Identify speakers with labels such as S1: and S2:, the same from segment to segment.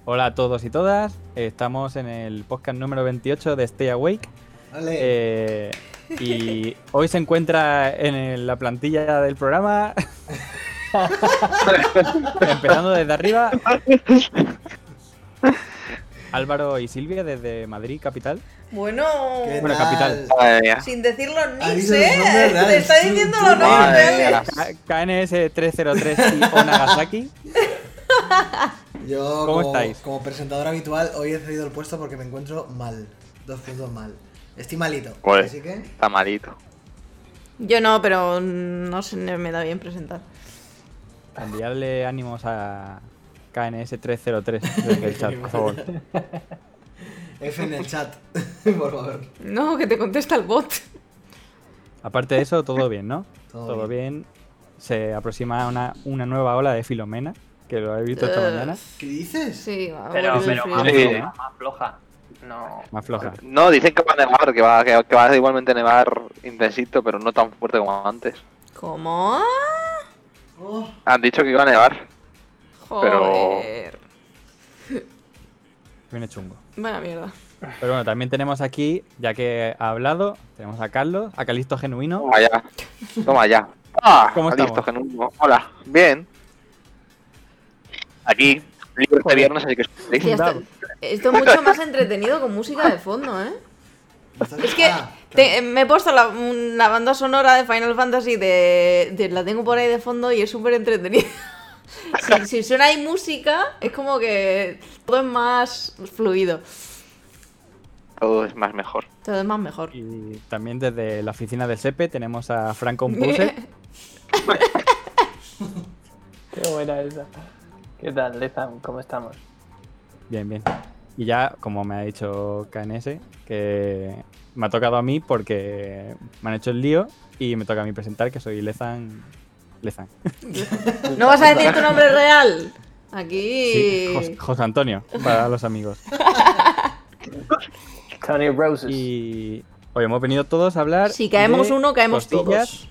S1: Hola a todos y todas. Estamos en el podcast número 28 de Stay Awake.
S2: Vale.
S1: Y hoy se encuentra en la plantilla del programa, empezando desde arriba, Álvaro y Silvia desde Madrid, capital.
S3: Bueno,
S1: capital.
S3: Sin decir los nicks,
S2: dicho los nombres reales.
S3: Te está diciendo los nombres reales.
S1: KNS 303 y Onagasaki.
S2: Yo,
S1: ¿Cómo estáis?
S2: como presentador habitual, hoy he cedido el puesto porque me encuentro mal. 2 puntos mal. Estoy malito.
S4: Pues,
S2: Así que.
S4: está malito.
S3: Yo no, pero no se me da bien presentar.
S1: Enviarle ánimos a KNS 303 desde el chat, por favor.
S2: F en el chat, por favor.
S3: No, que te contesta el bot.
S1: Aparte de eso, todo bien, ¿no?
S2: Todo
S1: bien. Se aproxima una nueva ola de Filomena, que lo he visto esta mañana.
S2: ¿Qué dices?
S3: Sí, va a
S5: Pero
S3: volver
S5: más
S3: el frío.
S5: más floja. No.
S1: Más floja.
S4: No, dicen que va a nevar, que va a igualmente nevar intensito, pero no tan fuerte como antes.
S3: ¿Cómo?
S2: Oh,
S4: Han dicho que iba a nevar.
S3: Joder.
S1: Viene chungo.
S3: Vaya mierda.
S1: Pero bueno, también tenemos aquí, ya que ha hablado, tenemos a Carlos, a Calisto Genuino.
S4: Toma ya. Toma ya. Ah,
S1: ¿Cómo
S4: listo,
S1: estamos?
S4: genuino. Hola, bien. Aquí, libre de viernes, así que estoy
S3: Tía,
S4: feliz.
S3: esto es mucho más entretenido con música de fondo, ¿eh? Es que
S2: claro.
S3: me he puesto la banda sonora de Final Fantasy la tengo por ahí de fondo y es súper entretenida. Si suena ahí música, es como que todo es más fluido.
S4: Todo es más mejor.
S3: Todo es más mejor.
S1: Y también desde la oficina del SEPE tenemos a Frank Composer.
S5: Qué buena esa. ¿Qué tal, Lezam? ¿Cómo estamos?
S1: Bien, bien. Y ya, como me ha dicho KNS, que me ha tocado a mí porque me han hecho el lío y me toca a mí presentar, que soy Lezan.
S3: ¿No vas a decir tu nombre real? Aquí...
S1: Sí, José Antonio, para los amigos.
S5: Tony Roses.
S1: Y hoy hemos venido todos a hablar.
S3: Si caemos
S1: de
S3: uno, caemos
S1: cosillas
S3: todos.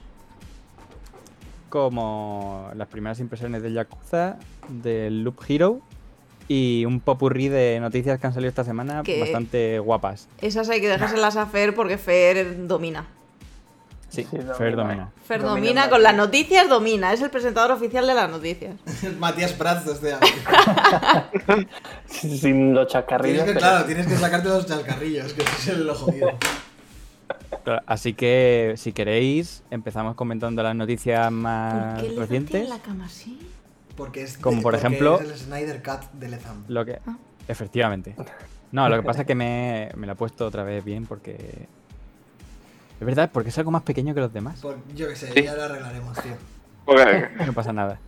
S1: Como las primeras impresiones del Yakuza, del Loop Hero y un popurrí de noticias que han salido esta semana
S3: Que-
S1: bastante guapas.
S3: Esas hay que dejárselas a Fer porque Fer domina.
S1: Sí,
S5: Sí,
S1: Fer
S5: domina.
S1: domina.
S3: Fer
S2: Domina
S3: domina
S2: más.
S3: con las noticias, domina. Es el presentador oficial de las noticias.
S2: Matías Prats desde aquí.
S5: Sin los chascarrillos.
S2: Tienes que,
S5: pero-
S2: claro, tienes que sacarte los chascarrillos, que ese es lo jodido.
S1: Claro, así que, si queréis, empezamos comentando las noticias
S3: ¿Por
S1: más
S3: qué le
S1: recientes.
S3: en la cama así?
S2: Porque es,
S1: Como por
S2: porque
S1: ejemplo-
S2: es el Snyder Cut de Lezam.
S1: Lo que...
S3: Ah.
S1: Efectivamente. No, lo que pasa es que me la he puesto otra vez bien porque... Es verdad, porque es algo más pequeño que los demás.
S2: Yo qué sé,
S4: Sí.
S2: ya lo arreglaremos, tío.
S4: Porque-
S1: No pasa nada.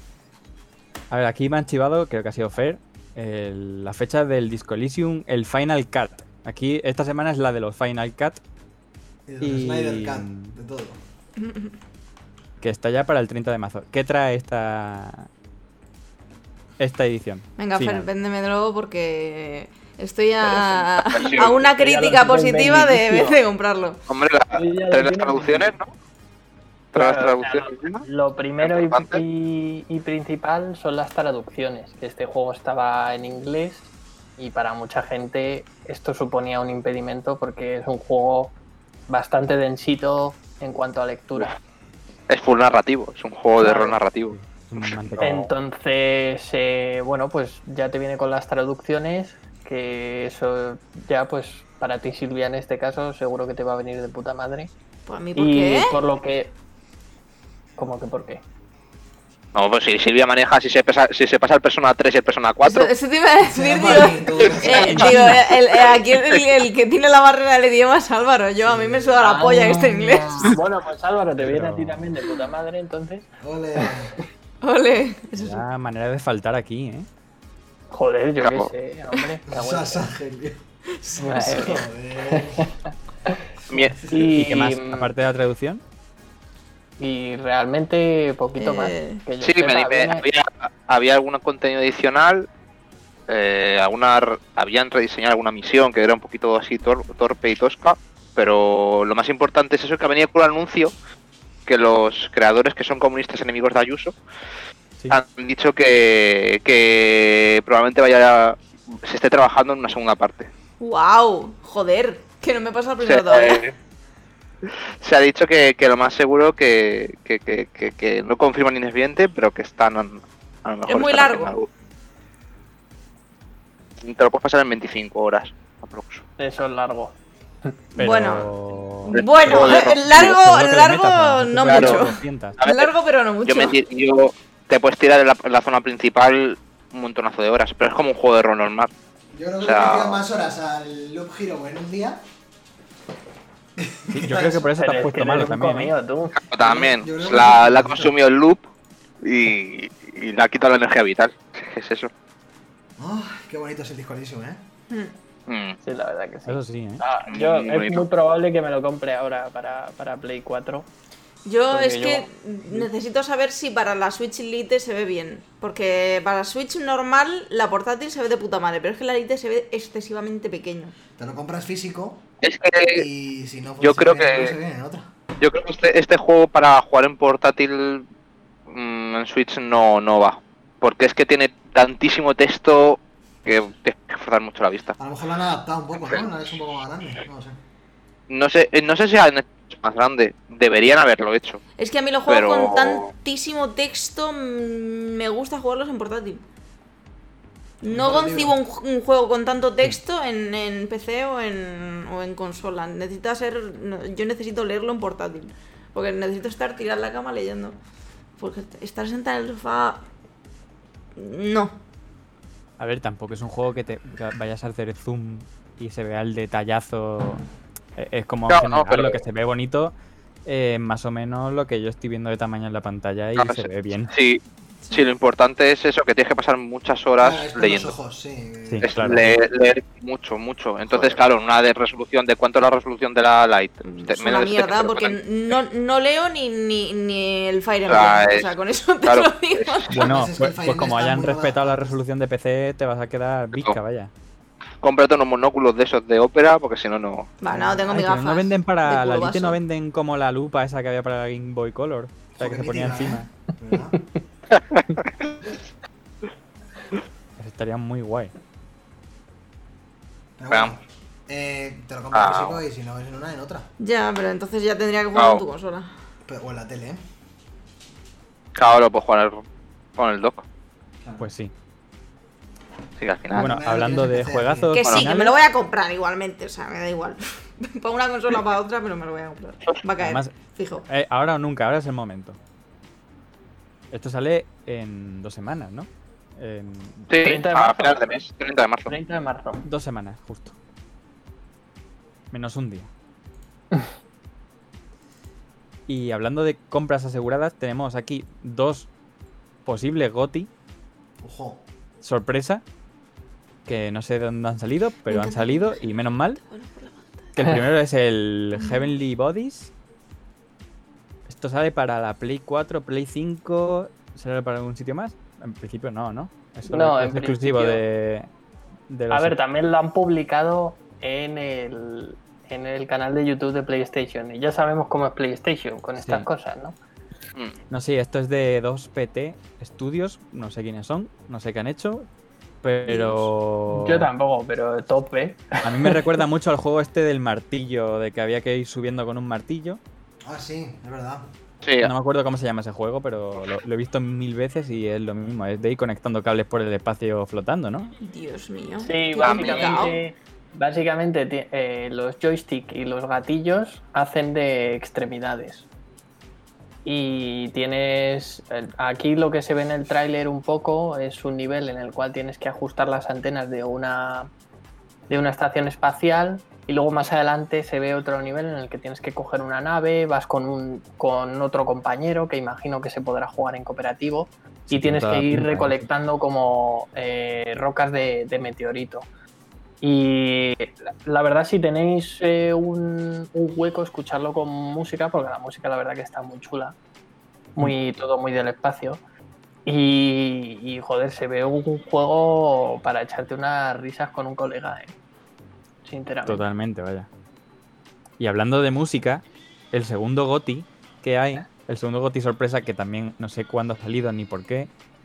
S1: A ver, aquí me han chivado, creo que ha sido Fair, la fecha del Disco Elysium, el Final Cut. Aquí, esta semana es la de los Final Cut,
S2: Y de los
S1: Y-
S2: Snyder Cut, de todo.
S1: que está ya para el 30 de marzo. ¿Qué trae esta edición?
S3: Venga,
S1: Final.
S3: Fer, véndemelo porque estoy a
S4: Versión.
S3: una
S5: Ya lo
S3: crítica
S5: tienes
S3: positiva de
S5: vendidísimo.
S3: comprarlo.
S4: Hombre,
S5: Sí, ya lo
S4: trae las
S5: tienes.
S4: traducciones, ¿no? Trae las
S5: Claro,
S4: traducciones, ¿no?
S5: Lo primero
S4: Importante.
S5: y principal son las traducciones, que este juego estaba en inglés y para mucha gente esto suponía un impedimento porque es un juego bastante densito en cuanto a lectura.
S4: Es full narrativo, es un juego de
S5: Claro.
S4: rol narrativo.
S1: Es un mantecado.
S5: Entonces, bueno, pues ya te viene con las traducciones, que eso ya pues para ti, Silvia, en este caso seguro que te va a venir de puta madre.
S3: Pues a mí, ¿por
S5: Y
S3: qué?
S5: por lo que... ¿Cómo que por qué?
S4: No, pues si Silvia maneja, si se pasa el Persona 3 y el Persona 4,
S3: Eso te iba a decir,
S2: Será
S3: digo,
S2: para mí, en todo caso.
S3: aquí el que tiene la barrera del idioma es Álvaro. Yo, a mí me suda la polla que esté en inglés.
S5: Bueno, pues Álvaro, te viene
S1: Pero-
S5: a ti también de puta madre, entonces...
S2: Ole.
S3: Ole. Eso sí.
S1: La manera de faltar aquí, ¿eh?
S5: Joder, yo
S4: Claro.
S5: qué sé, hombre. cago en-
S2: Sasa, genio.
S5: Madre mía.
S2: Joder.
S1: ¿Y qué más? Aparte de la traducción.
S5: Y realmente poquito más. Que yo
S4: sí,
S5: sepa,
S4: había algún contenido adicional, habían rediseñado alguna misión que era un poquito así torpe y tosca, pero lo más importante es eso, que venía con un anuncio que los creadores, que son comunistas enemigos de Ayuso,
S1: Sí.
S4: han dicho que probablemente se esté trabajando en una segunda parte.
S3: ¡Wow! Joder, que no me pasa el
S4: Se,
S3: primero todavía.
S4: se ha dicho que lo más seguro que no confirman inexpediente, pero que están a lo mejor.
S3: Es muy
S4: están
S3: largo.
S4: haciendo algo. Te lo puedes pasar en 25 horas, aprox.
S5: Eso es largo.
S1: Pero...
S3: Bueno,
S1: Seguro que le metas,
S3: largo
S1: a lo
S3: no
S1: mejor
S4: mucho.
S1: 200.
S4: A ver,
S3: Largo, pero no mucho.
S4: Yo te puedes tirar en la zona principal un montonazo de horas, pero es como un juego de rol normal.
S2: Yo creo que
S4: O sea-
S2: le metido más horas al Loop Hero en un día.
S1: Sí, yo creo que por eso te
S5: Pero
S1: has
S5: es
S1: puesto
S5: que
S1: malo
S5: eres un
S1: también. ¿eh?
S5: comido, tú.
S4: También,
S2: yo creo
S4: pues
S2: que
S4: la
S2: sí.
S4: ha consumido el loop y le ha quitado la energía vital. ¿Qué es eso?
S2: Oh, qué bonito es el disco Elysium, ¿eh?
S4: Mm.
S5: Sí, la verdad que sí.
S1: Eso sí, ¿eh?
S5: Yo,
S4: Muy
S5: es
S4: bonito.
S5: muy probable que me lo compre ahora para Play 4.
S3: Yo
S5: Porque
S3: es que necesito saber si para la Switch Lite se ve bien. Porque para la Switch normal, la portátil se ve de puta madre. Pero es que la Lite se ve excesivamente pequeño.
S2: Te lo compras físico
S4: Es que
S2: y si no
S4: yo creo
S2: funciona bien,
S4: que-
S2: se viene en otra.
S4: yo creo que este juego para jugar en portátil en Switch no va. Porque es que tiene tantísimo texto que tienes que forzar mucho la vista.
S2: A lo mejor lo han adaptado un poco, ¿no? Es un poco más grande, no lo sé.
S4: No sé si han hecho más grande. Deberían haberlo hecho.
S3: Es que a mí los juegos
S4: Pero-
S3: con tantísimo texto me gusta jugarlos en portátil. No
S2: Bueno,
S3: concibo
S2: digo.
S3: un juego con tanto texto en PC o en consola. Necesita ser. Yo necesito leerlo en portátil. Porque necesito estar tirada en la cama leyendo. Porque estar sentada en el sofá. No.
S1: A ver, tampoco es un juego que vayas a hacer zoom y se vea el detallazo. Es como
S4: No,
S1: en general,
S4: pero-
S1: lo que se ve bonito, más o menos lo que yo estoy viendo de tamaño en la pantalla y
S4: Claro,
S1: se
S4: sí.
S1: ve bien.
S4: Sí, lo importante es eso, que tienes que pasar muchas horas
S2: Ah, es por
S4: leyendo.
S2: los ojos, sí.
S1: Sí.
S4: Es
S1: claro.
S4: leer mucho. Entonces,
S2: Joder.
S4: claro, una de resolución, ¿de cuánto es la resolución de la Lite?
S3: Es una mierda porque no leo ni el Fire
S4: O sea,
S3: Emblem. O
S4: es-
S3: sea, con eso te
S4: claro,
S3: lo digo.
S1: Bueno,
S2: Es que el
S1: pues
S2: Fire
S1: como
S2: Emblem está
S1: hayan
S2: muy
S1: respetado la
S2: bajo.
S1: resolución de PC, te vas a quedar bizca, vaya.
S4: Cómprate unos monóculos de esos de ópera, porque si no, no.
S3: Va, no, tengo
S1: Ay,
S3: mis
S1: pero
S3: gafas.
S1: no venden para
S3: de
S1: la
S3: culo
S1: Lite, no
S3: vaso.
S1: venden como la lupa esa que había para la Game Boy Color. O sea, que se ponía encima.
S2: ¿Verdad?
S1: Eso estaría muy guay.
S2: Pero bueno,
S4: Veamos.
S2: te lo compras
S4: Ah.
S2: físico y si no es en una, en otra.
S3: Ya, pero entonces ya tendría que jugar
S4: No.
S3: en tu consola.
S2: O en la tele, ¿eh?
S4: Claro, lo puedes jugar con el dock.
S2: Claro.
S1: Pues sí.
S4: Sí, que al final.
S1: Bueno,
S2: primero
S1: hablando
S2: tienes
S1: de
S2: que hacer,
S1: juegazos.
S3: Que sí, que
S1: finales,
S3: me lo voy a comprar igualmente. O sea, me da igual. Para una consola o para otra, pero me lo voy a comprar. Va a caer,
S1: Además-
S3: fijo.
S1: ahora o nunca, ahora es el momento. Esto sale en 2 semanas, ¿no? En
S4: Sí,
S5: 30 de
S4: a
S5: marzo.
S4: finales de mes, 30 de marzo.
S5: 30 de marzo.
S1: 2 semanas, justo. Menos un día. Y hablando de compras aseguradas, tenemos aquí 2 posibles GOTY,
S2: Ojo.
S1: sorpresa, que no sé de dónde han salido, pero
S3: Me
S1: han
S3: encanta.
S1: salido y menos mal. Que el primero es el Heavenly Bodies. Esto sale para la Play 4, Play 5. ¿Sale para algún sitio más? En principio no, ¿no? Eso
S5: No,
S1: es
S5: en
S1: exclusivo
S5: principio-
S1: de
S5: A
S1: los-
S5: ver, también lo han publicado en el canal de YouTube de PlayStation. Y ya sabemos cómo es PlayStation con estas
S1: Sí.
S5: cosas, ¿no?
S1: No, sí, esto es de 2PT Studios. No sé quiénes son, no sé qué han hecho. Pero.
S5: Yo tampoco, pero top, ¿eh?
S1: A mí me recuerda mucho al juego este del martillo, de que había que ir subiendo con un martillo.
S2: Ah, sí, es verdad.
S4: Sí,
S1: No me acuerdo cómo se llama ese juego, pero lo he visto 1000 veces y es lo mismo. Es de ir conectando cables por el espacio flotando, ¿no?
S3: Dios mío.
S5: Sí,
S3: qué complicado.
S5: básicamente los joystick y los gatillos hacen de extremidades. Y tienes... Aquí lo que se ve en el tráiler un poco es un nivel en el cual tienes que ajustar las antenas de una estación espacial y luego más adelante se ve otro nivel en el que tienes que coger una nave, vas con otro compañero que imagino que se podrá jugar en cooperativo
S1: Sí,
S5: y tienes
S1: tiene toda
S5: que
S1: la
S5: ir
S1: pinta,
S5: recolectando como rocas de meteorito. Y la verdad, si tenéis un hueco, escucharlo con música, porque la música la verdad que está muy chula, todo muy del espacio. Y joder, se ve un juego para echarte unas risas con un colega, sinceramente.
S1: Totalmente, vaya. Y hablando de música, el segundo GOTY que hay, el segundo GOTY sorpresa, que también no sé cuándo ha salido ni por qué,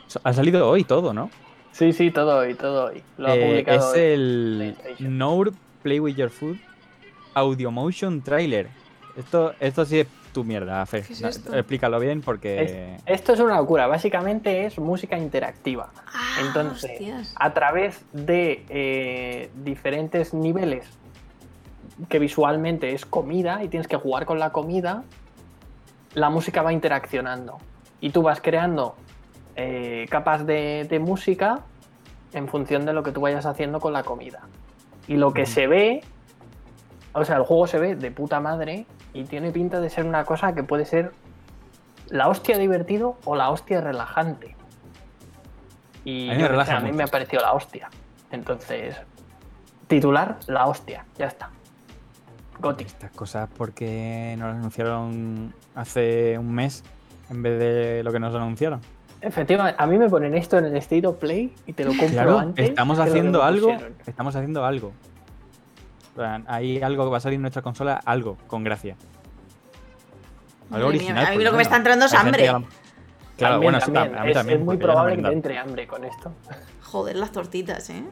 S1: Ha salido hoy todo, ¿no?
S5: Sí, todo hoy. Lo ha publicado
S1: es el
S5: PlayStation.
S1: Nord Play With Your Food Audio Motion Trailer. Esto sí es tu mierda, Fe.
S3: ¿Qué es esto?
S1: Explícalo bien porque...
S5: Esto es una locura. Básicamente es música interactiva. Entonces,
S3: hostias.
S5: a través de diferentes niveles que visualmente es comida y tienes que jugar con la comida, la música va interaccionando. Y tú vas creando capas de música en función de lo que tú vayas haciendo con la comida. Y lo que se ve, o sea, el juego se ve de puta madre y tiene pinta de ser una cosa que puede ser la hostia divertido o la hostia relajante. Y a mí me ha parecido la hostia. Entonces, titular, la hostia, ya está. Goti.
S1: Estas cosas porque nos las anunciaron hace un mes en vez de lo que nos anunciaron.
S5: Efectivamente, a mí me ponen esto en el State of Play y te lo compro
S1: Claro,
S5: antes.
S1: estamos
S5: que lo que
S1: haciendo
S5: me
S1: algo.
S5: pusieron.
S1: Estamos haciendo algo. O sea, hay algo que va a salir en nuestra consola, algo, con gracia. Algo
S3: Madre mía,
S1: original.
S3: a mí
S1: por
S3: lo que me
S1: menos.
S3: está entrando es
S1: Hay gente
S3: hambre.
S1: que Claro,
S5: También,
S1: bueno,
S5: también.
S1: a mí también.
S5: Es muy
S1: porque ya no
S5: probable
S1: me
S5: que
S1: da.
S5: te entre hambre con esto.
S3: Joder, las tortitas, ¿eh?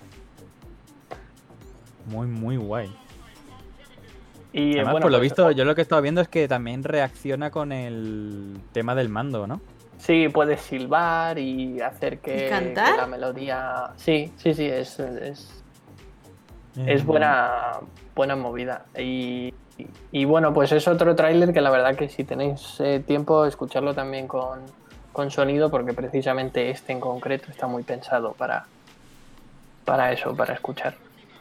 S1: Muy, muy guay.
S5: Y
S1: Además,
S5: bueno,
S1: por lo
S5: pues,
S1: visto, yo lo que he estado viendo es que también reacciona con el tema del mando, ¿no?
S5: sí, puedes silbar y hacer
S3: ¿Y
S5: que
S3: cantar?
S5: la melodía. Sí, es buena movida. Y bueno, pues es otro tráiler que la verdad que si tenéis tiempo, escucharlo también con sonido, porque precisamente este en concreto está muy pensado para eso, para escuchar.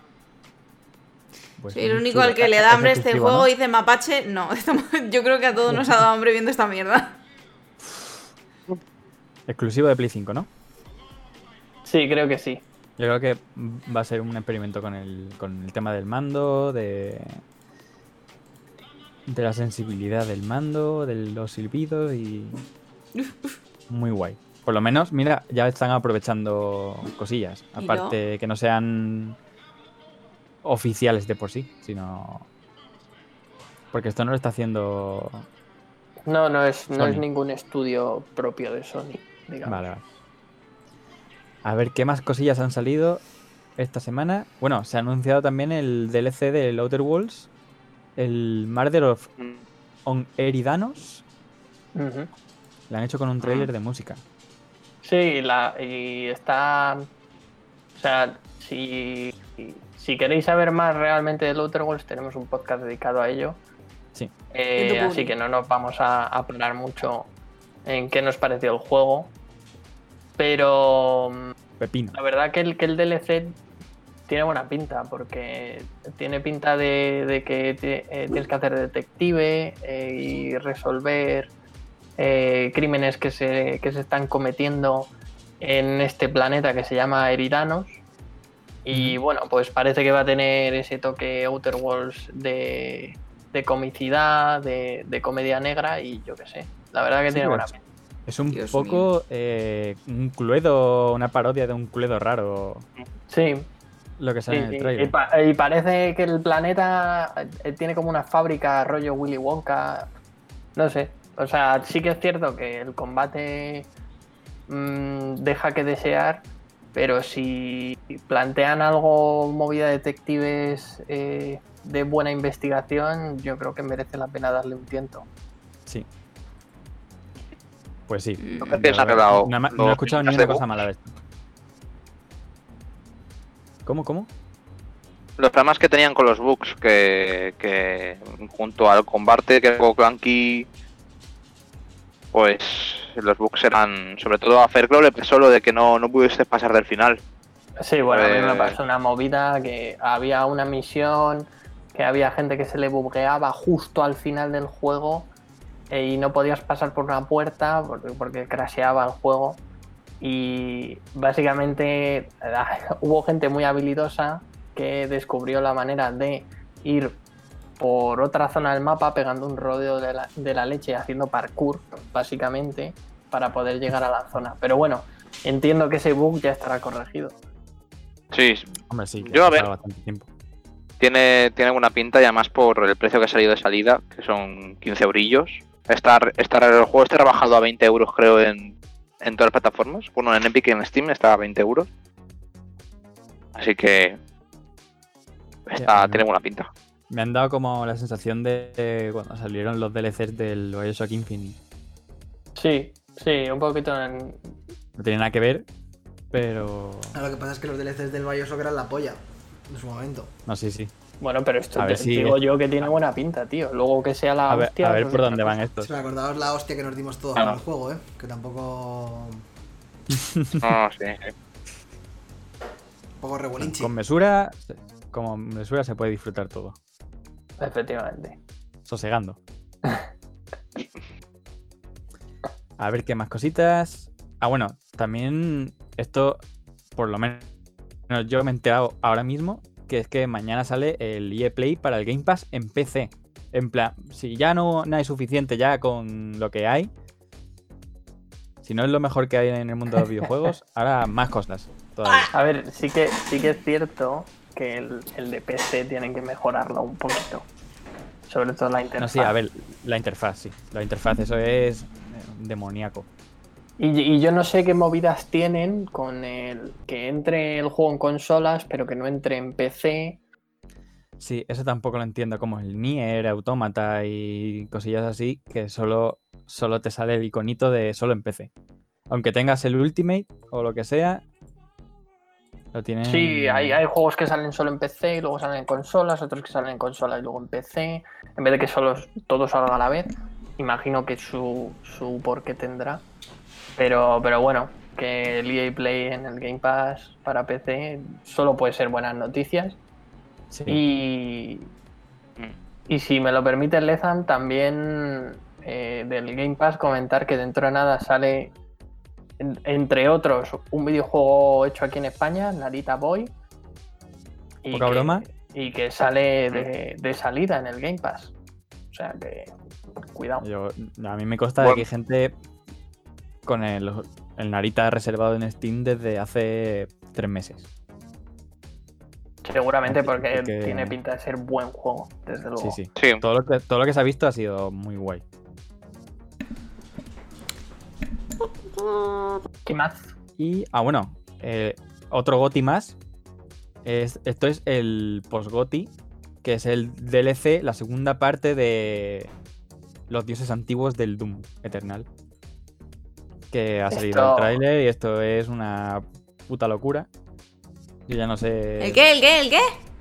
S1: Pues
S3: Soy el
S1: muy
S3: único
S1: chulo.
S3: al que le
S1: Es
S3: da hambre este
S1: exclusivo,
S3: juego
S1: ¿no?
S3: y dice mapache. No, yo creo que a todos nos ha dado hambre viendo esta mierda.
S1: Exclusivo de Play 5, ¿no?
S5: Sí, creo que sí.
S1: Yo creo que va a ser un experimento con el tema del mando, de la sensibilidad del mando, de los silbidos y... Muy guay. Por lo menos, mira, ya están aprovechando cosillas.
S3: ¿Y
S1: Aparte que no sean oficiales de por sí, sino... Porque esto no lo está haciendo...
S5: No es
S1: Sony.
S5: ningún estudio propio de Sony, digamos.
S1: Vale. A ver, ¿qué más cosillas han salido esta semana? Bueno, se ha anunciado también el DLC del Outer Worlds, el Murder on Eridanos.
S5: Ujú.
S1: Lo han hecho con un tráiler de música.
S5: Sí, y está... O sea, si queréis saber más realmente del Outer Worlds, tenemos un podcast dedicado a ello.
S1: Sí.
S5: Así que no nos vamos a parar mucho en qué nos pareció el juego. Pero
S1: Pepino.
S5: la verdad que el DLC tiene buena pinta, porque tiene pinta de que tienes que hacer detective y resolver crímenes que se están cometiendo en este planeta que se llama Eridanos. Y bueno, pues parece que va a tener ese toque Outer Worlds de comicidad, de comedia negra y yo qué sé. La verdad que
S1: Sí,
S5: tiene
S1: pero
S5: buena pinta.
S1: Es un
S3: Dios
S1: poco un Cluedo, una parodia de un Cluedo raro,
S5: Sí,
S1: lo que sale en el
S5: sí.
S1: tráiler.
S5: Y parece que el planeta tiene como una fábrica rollo Willy Wonka. No sé. O sea, sí que es cierto que el combate deja que desear, pero si plantean algo movida de detectives de buena investigación, yo creo que merece la pena darle un tiento.
S1: Sí. Pues sí.
S4: ¿Qué te has arreglado?
S1: No he escuchado ni
S4: ¿Los
S1: una
S4: de
S1: cosa
S4: bugs?
S1: mala de esto. ¿Cómo?
S4: Los problemas que tenían con los bugs, que junto al combate, que era algo clunky, pues los bugs eran, sobre todo a Fairclaw le pasó lo de que no pudiste pasar del final.
S5: Sí, bueno, a mí me pasó una movida que había una misión, que había gente que se le bugueaba justo al final del juego y no podías pasar por una puerta porque crasheaba el juego. Y básicamente hubo gente muy habilidosa que descubrió la manera de ir por otra zona del mapa pegando un rodeo de la leche, haciendo parkour, básicamente, para poder llegar a la zona. Pero bueno, entiendo que ese bug ya estará corregido.
S4: Sí,
S1: Hombre, sí. que
S4: Yo,
S1: ha
S4: a ver.
S1: pasado bastante tiempo.
S4: tiene buena pinta y además por el precio que ha salido de salida, que son 15 eurillos. El juego está rebajado a 20 euros creo en en todas las plataformas. Bueno, en Epic y en Steam está a 20 euros. Así que tiene buena pinta.
S1: Me han dado como la sensación de cuando salieron los DLCs del Bioshock Infinite.
S5: Sí, un poquito en...
S1: No tiene nada que ver, pero...
S2: Lo que pasa es que los DLCs del Bioshock eran la polla en su momento.
S1: No, sí.
S5: Bueno, pero esto
S1: A ver si
S5: digo yo que tiene buena pinta, tío. Luego que sea la hostia...
S1: A ver
S5: pues
S1: por
S5: otra
S1: dónde
S5: cosa.
S1: van estos.
S2: Si me acordaos la hostia que nos dimos todos con el juego, que tampoco...
S4: No, sí.
S2: Un poco rebulinchi.
S1: Con mesura se puede disfrutar todo.
S5: Efectivamente.
S1: Sosegando. A ver qué más cositas. Bueno, también esto, por lo menos yo me he enterado ahora mismo, que es que mañana sale el EA Play para el Game Pass en PC. En plan, si ya no hay suficiente ya con lo que hay, si no es lo mejor que hay en el mundo de los videojuegos, ahora más cosas todavía.
S5: A ver, sí que es cierto que el de PC tienen que mejorarlo un poquito. Sobre todo la interfaz.
S1: No, sí, a ver, la interfaz, sí. La interfaz, eso es demoníaco.
S5: Y yo no sé qué movidas tienen con el que entre el juego en consolas, pero que no entre en PC.
S1: Sí, eso tampoco lo entiendo, como el Nier, Automata y cosillas así, que solo te sale el iconito de solo en PC. Aunque tengas el Ultimate o lo que sea, lo tienen...
S5: Sí, hay juegos que salen solo en PC y luego salen en consolas, otros que salen en consolas y luego en PC. En vez de que solo todo salga a la vez, imagino que su porqué tendrá. Pero bueno, que el EA Play en el Game Pass para PC solo puede ser buenas noticias.
S1: Sí.
S5: Y si me lo permite Lezan, también del Game Pass comentar que dentro de nada sale, entre otros, un videojuego hecho aquí en España, Narita Boy.
S1: Poca broma.
S5: Y que sale de salida en el Game Pass. O sea que, cuidado.
S1: A mí me consta de que hay gente con el Narita reservado en Steam desde hace 3 meses.
S5: Seguramente porque tiene pinta de ser buen juego, desde luego.
S1: Sí. Todo lo que se ha visto ha sido muy guay.
S5: ¿Qué más?
S1: Y, bueno, otro GOTY más. Esto es el post-GOTY, que es el DLC, la segunda parte de los dioses antiguos del Doom Eternal. Que ha salido el tráiler y esto es una puta locura. Yo ya no sé...
S3: ¿El qué?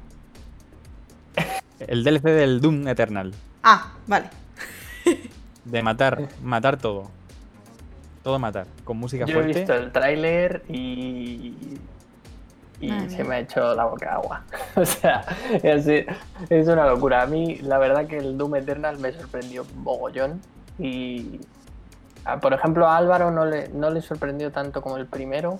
S1: El DLC del Doom Eternal.
S3: Ah, vale.
S1: De matar todo. Todo matar, con música
S5: Yo
S1: fuerte.
S5: He visto el tráiler y se me ha hecho la boca agua. O sea, es una locura. A mí, la verdad que el Doom Eternal me sorprendió mogollón. Y, por ejemplo, a Álvaro no le sorprendió tanto como el primero.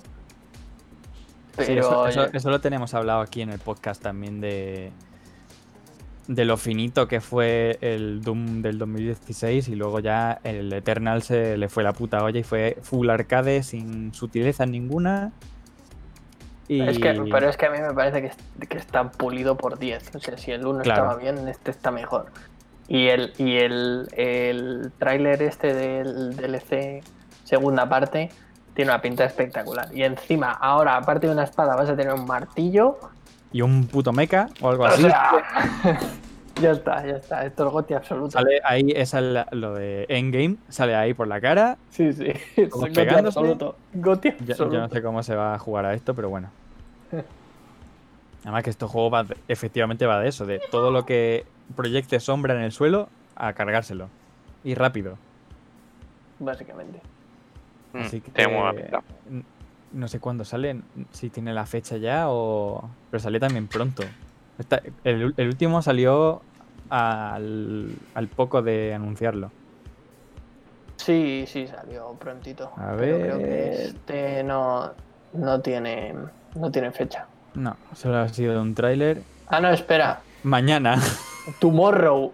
S5: Pero
S1: sí, eso lo tenemos hablado aquí en el podcast también de lo finito que fue el Doom del 2016 y luego ya el Eternal se le fue la puta olla y fue full arcade sin sutileza ninguna.
S5: Pero es que a mí me parece que está pulido por 10. O sea, si el 1 estaba bien, este está mejor. Y el tráiler este del DLC segunda parte tiene una pinta espectacular. Y encima, ahora, aparte de una espada, vas a tener un martillo.
S1: Y un puto mecha o algo así.
S5: O sea, ya está. Esto es GOTY absoluto.
S1: Sale ahí, lo de Endgame, sale ahí por la cara.
S5: Sí. Es GOTY absoluto. GOTY absoluto.
S1: Yo no sé cómo se va a jugar a esto, pero bueno. Además que este juego efectivamente va de eso, de todo lo que proyecte sombra en el suelo a cargárselo. Y rápido.
S5: Básicamente.
S1: Así que no sé cuándo sale, si tiene la fecha ya o... Pero sale también pronto. El último salió al poco de anunciarlo.
S5: Sí, salió prontito.
S1: A
S5: pero
S1: ver...
S5: creo que este no tiene fecha.
S1: No, solo ha sido un tráiler.
S5: Ah, no, espera.
S1: Mañana.
S5: Tomorrow.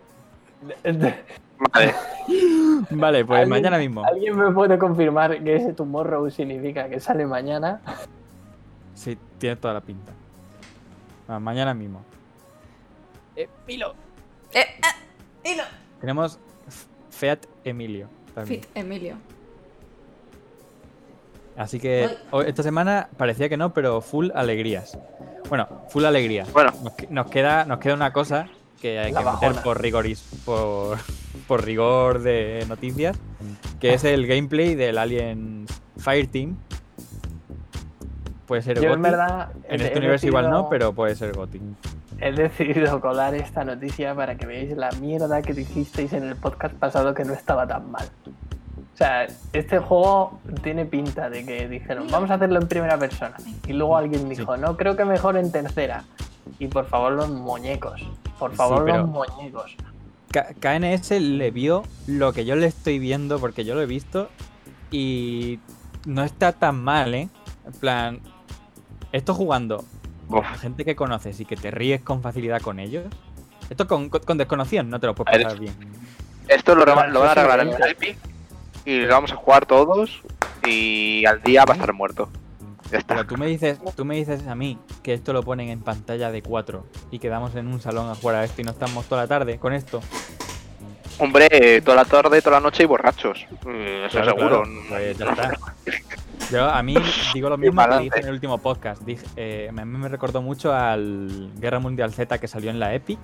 S1: Vale, pues mañana mismo.
S5: ¿Alguien me puede confirmar que ese Tomorrow significa que sale mañana?
S1: Sí, tiene toda la pinta. Mañana mismo. Pilo.
S3: Hilo.
S1: Tenemos Fiat Emilio también.
S3: Fit Emilio.
S1: Así que esta semana parecía que no, pero full alegrías. Bueno, full alegrías.
S4: Bueno.
S1: Nos queda una cosa que hay que meter por rigor de noticias, que es el gameplay del Alien Fireteam. Puede ser
S5: Yo
S1: GOTY.
S5: en verdad
S1: En este universo igual no, pero puede ser GOTY.
S5: he decidido colar esta noticia para que veáis la mierda que dijisteis en el podcast pasado, que no estaba tan mal. O sea, este juego tiene pinta de que dijeron, vamos a hacerlo en primera persona. Y luego alguien dijo, no, creo que mejor en tercera. Y por favor los muñecos. Por favor
S1: pero
S5: los muñecos.
S1: KNS le vio lo que yo le estoy viendo, porque yo lo he visto, y no está tan mal, ¿eh? En plan, esto jugando a gente que conoces y que te ríes con facilidad con ellos. Esto con desconocidos no te lo puedes pasar bien.
S4: Esto lo van a arreglar en el Epic y lo vamos a jugar todos y al día va a estar muerto. Ya está.
S1: Pero tú me dices a mí que esto lo ponen en pantalla de 4 y quedamos en un salón a jugar a esto y no estamos toda la tarde con esto.
S4: Hombre, toda la tarde, toda la noche y borrachos. Eso
S1: Claro,
S4: seguro.
S1: claro. Pues ya está. Yo a mí digo lo mismo que dije en el último podcast. A mí me recordó mucho al Guerra Mundial Z que salió en la Epic.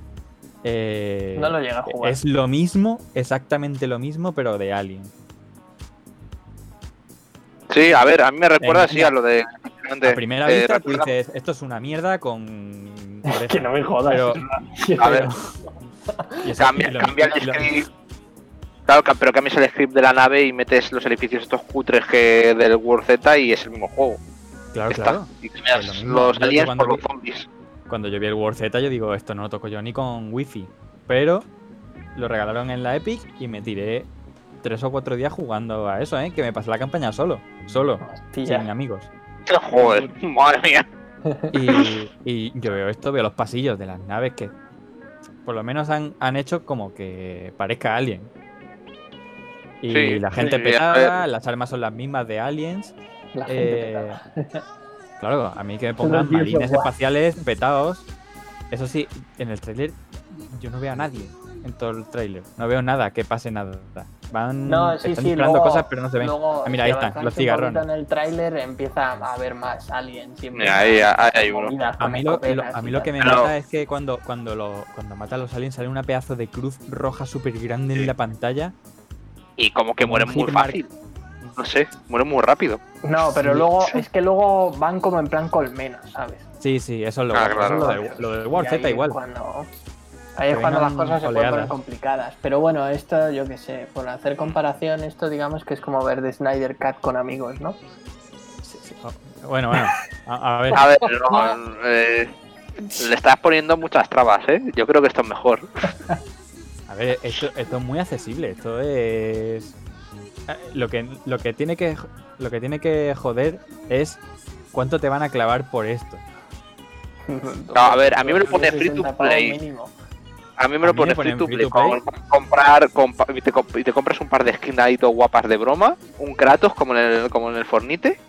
S5: No lo llega a jugar.
S1: Es lo mismo, exactamente lo mismo, pero de Alien.
S4: Sí, a ver, a mí me recuerda así a lo de...
S1: A primera vista tú dices, esto es una mierda con...
S5: Que no me jodas.
S1: Pero,
S4: a ver, cambia el script. Claro, pero cambias el script de la nave y metes los edificios estos cutres del World Z y es el mismo juego.
S1: Claro,
S4: Está.
S1: claro.
S4: Y cambias
S1: Pues lo mismo.
S4: los
S1: Yo
S4: aliens por los zombies.
S1: Cuando yo vi el World Z, yo digo, esto no lo toco yo ni con wifi. Pero lo regalaron en la Epic y me tiré 3 o 4 días jugando a eso, que me pasé la campaña solo,
S5: Hostia.
S1: sin amigos.
S4: Joder, madre mía.
S1: Y yo veo esto, veo los pasillos de las naves que por lo menos han hecho como que parezca Alien. Y
S4: Sí,
S1: la gente
S4: sí,
S1: petada, las armas son las mismas de Aliens.
S5: La gente petada.
S1: Claro, a mí que me pongan
S5: Los dioses,
S1: marines
S5: guau.
S1: espaciales petados. Eso sí, en el tráiler yo no veo a nadie en todo el tráiler. No veo nada, que pase nada. Están disparando
S5: luego,
S1: cosas, pero no se ven.
S5: luego,
S1: Mira,
S5: si
S1: ahí están,
S5: avanzáis
S1: los
S5: un
S1: cigarrones.
S5: poquito en el tráiler empieza a haber más aliens.
S4: Mira, ahí hay uno.
S1: A mí lo que me
S4: Claro.
S1: mata es que cuando mata a los aliens sale una pedazo de cruz roja súper grande en la pantalla.
S4: Y como que
S1: Como
S4: mueren
S1: un
S4: muy
S1: hitmark.
S4: fácil. No sé, mueren muy rápido.
S5: No, pero
S1: Sí.
S5: luego es que luego van como en plan colmena, ¿sabes?
S1: Sí, eso es lo
S4: Ah,
S1: guapo,
S4: claro.
S1: eso es lo del War
S5: Y ahí
S1: Z
S5: es
S1: igual.
S5: Ahí es
S1: Que
S5: cuando las
S1: vengan
S5: cosas se pueden poner
S1: oleadas.
S5: complicadas. Pero bueno, esto, yo qué sé, por hacer comparación, esto digamos que es como ver The Snyder Cut con amigos, ¿no?
S1: Sí. Bueno, a ver.
S4: A ver, no, le estás poniendo muchas trabas, ¿eh? Yo creo que esto es mejor.
S1: A ver, esto es muy accesible. Esto es lo que tiene que joder es cuánto te van a clavar por esto.
S4: No, a ver, a mí me lo pone free to
S5: 60
S4: play.
S5: pavos mínimo.
S4: A mí me lo pone free to play. Y te compras un par de skins ahí todo guapas de broma, un Kratos como en el Fornite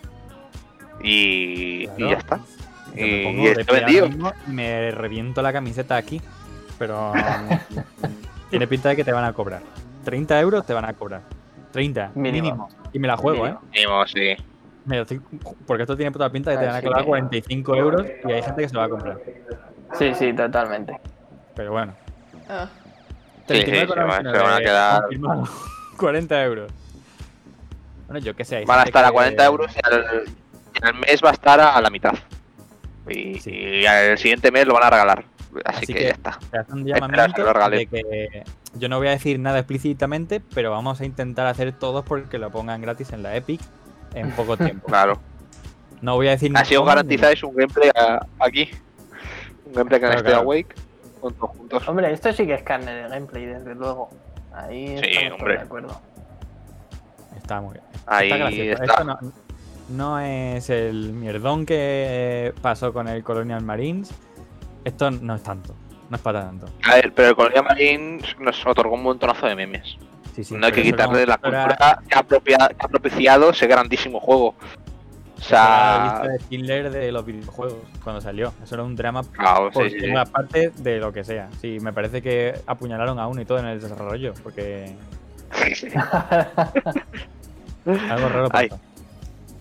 S4: y
S1: Claro.
S4: ya está.
S1: Yo me pongo
S4: Y
S1: de
S4: esto
S1: pie
S4: vendido.
S1: ahora mismo y me reviento la camiseta aquí. Pero tiene pinta de que te van a cobrar. 30 euros te van a cobrar. 30, mínimo. Y me la juego,
S5: Mínimo.
S4: Mínimo, sí.
S1: Porque esto tiene toda pinta de que te van a
S5: Así
S1: clavar
S5: que-
S1: 45 euros y hay gente que se lo va a comprar.
S5: Sí, totalmente.
S1: Pero bueno.
S3: Ah.
S4: Sí, se van a quedar-
S1: confirmado. 40 euros. Bueno, yo qué sé. hay
S4: Van a
S1: gente
S4: estar a
S1: que-
S4: 40 euros y al mes va a estar a la mitad. Y,
S1: Sí.
S4: y el siguiente mes lo van a regalar. Así que ya está.
S1: Se hace un
S4: Espera,
S1: llamamiento
S4: que lo regale.
S1: de que yo no voy a decir nada explícitamente, pero vamos a intentar hacer todos porque lo pongan gratis en la Epic en poco tiempo.
S4: Claro.
S1: No voy a decir
S4: Así os
S1: cómo,
S4: garantizáis un gameplay aquí. Un gameplay que
S1: Claro,
S4: en Stay
S1: claro.
S4: Awake. Con todos juntos.
S5: Hombre, esto sí que es carne de gameplay, desde luego. Ahí
S4: Sí,
S5: estamos todos
S4: hombre.
S5: de acuerdo.
S1: Está muy bien.
S4: Ahí
S1: Está gracioso.
S4: está.
S1: Esto no es el mierdón que pasó con el Colonial Marines. Esto no es tanto. No es para tanto.
S4: A ver, pero el Colonial Marine nos otorgó un montonazo de memes.
S1: Sí,
S4: No hay que
S1: pero eso
S4: quitarle la
S1: era-
S4: cultura que ha propiciado ese grandísimo juego. O
S1: era la
S4: sea,
S1: lista de Hitler de los videojuegos cuando salió. Eso era un drama
S4: claro,
S1: por
S4: sí, sí, sí.
S1: toda parte de lo que sea. Sí, me parece que apuñalaron a uno y todo en el desarrollo, porque algo raro
S4: Ay.
S1: pasó.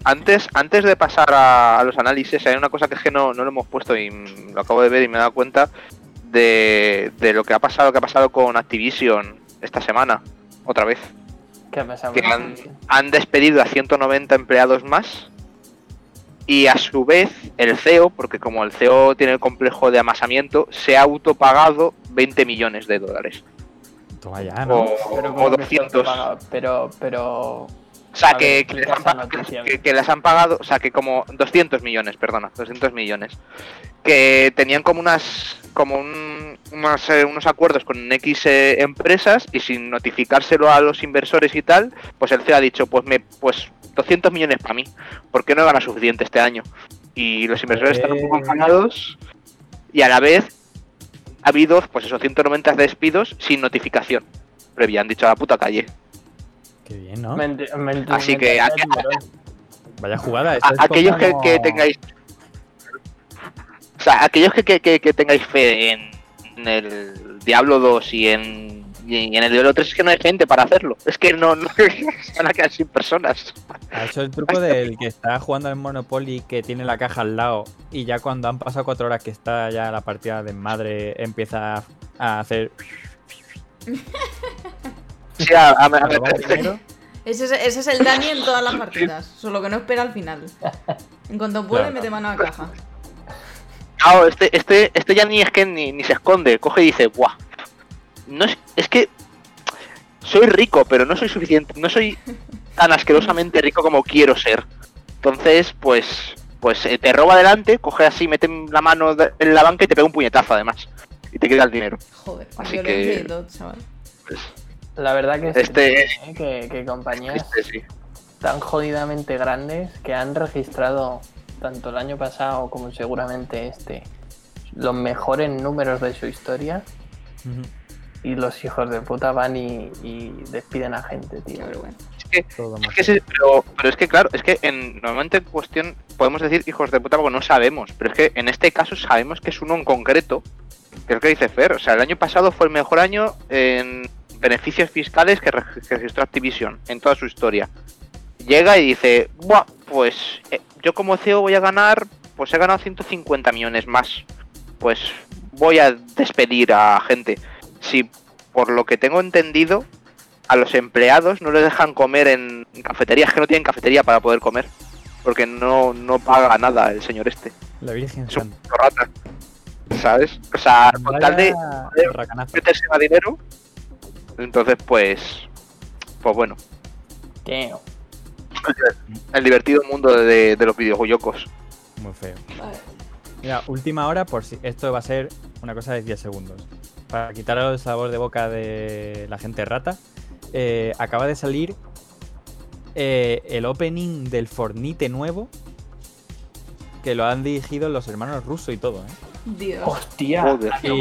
S4: antes de pasar a los análisis, hay una cosa que es que no lo hemos puesto y lo acabo de ver y me he dado cuenta de lo que ha pasado con Activision esta semana, otra vez.
S5: ¿Qué ha pasado?
S4: Que han despedido a 190 empleados más y a su vez el CEO, porque como el CEO tiene el complejo de amasamiento, se ha autopagado 20 millones de dólares.
S1: Toma ya, ¿no?
S4: O 200.
S5: Pero...
S4: O sea,
S5: A ver,
S4: que
S5: les han
S4: pagado, o sea, que como 200 millones, perdona, 200 millones. Que tenían como unos acuerdos con X empresas y sin notificárselo a los inversores y tal, pues el CEO ha dicho, pues 200 millones para mí, porque no gana suficiente este año. Y los inversores están un poco enfadados y a la vez ha habido, pues esos 190 despidos sin notificación previa, han dicho a la puta calle.
S1: Qué bien, ¿no?
S4: Así que
S1: Vaya jugada.
S4: aquellos que tengáis, o sea, aquellos que tengáis fe en el Diablo 2 y en el Diablo 3, es que no hay gente para hacerlo. Es que no se van a quedar sin personas.
S1: Ha hecho el truco del que está jugando al Monopoly, que tiene la caja al lado, y ya cuando han pasado 4 horas que está ya la partida de madre, empieza a hacer...
S4: Sí,
S3: Ese es el Dani en todas las partidas, solo que no espera al final. En cuanto puede, mete mano a la caja.
S4: Claro, este ya ni se esconde, coge y dice, ¡buah! No es que soy rico, pero no soy suficiente, no soy tan asquerosamente rico como quiero ser. Entonces, pues te roba adelante, coge así, mete la mano en la banca y te pega un puñetazo además. Y te queda el dinero.
S3: Joder,
S4: así que
S3: chaval.
S4: Pues,
S5: la verdad que compañías
S4: sí.
S5: tan jodidamente grandes que han registrado tanto el año pasado como seguramente los mejores números de su historia. Y los hijos de puta van y despiden a gente, tío.
S3: Pero bueno.
S4: Pero es que claro, es que normalmente en cuestión podemos decir hijos de puta porque no sabemos, pero es que en este caso sabemos que es uno en concreto, que es lo que dice Fer. O sea, el año pasado fue el mejor año en beneficios fiscales que registró Activision en toda su historia. Llega y dice, buah, pues yo como CEO voy a ganar, pues he ganado 150 millones más, pues voy a despedir a gente. Si por lo que tengo entendido a los empleados no les dejan comer en cafeterías, que no tienen cafetería para poder comer, porque no paga nada el señor este.
S1: La Virgen
S4: es un rata, ¿sabes? O sea, con tal de meterse más dinero, entonces pues bueno.
S5: ¿Qué?
S4: El divertido mundo de los videojuegos.
S1: Muy feo. Vale. Mira, última hora, por si esto va a ser una cosa de 10 segundos. Para quitar el sabor de boca de la gente rata, acaba de salir el opening del Fortnite nuevo, que lo han dirigido los hermanos rusos y todo, ¿eh?
S3: Dios.
S5: ¡Hostia!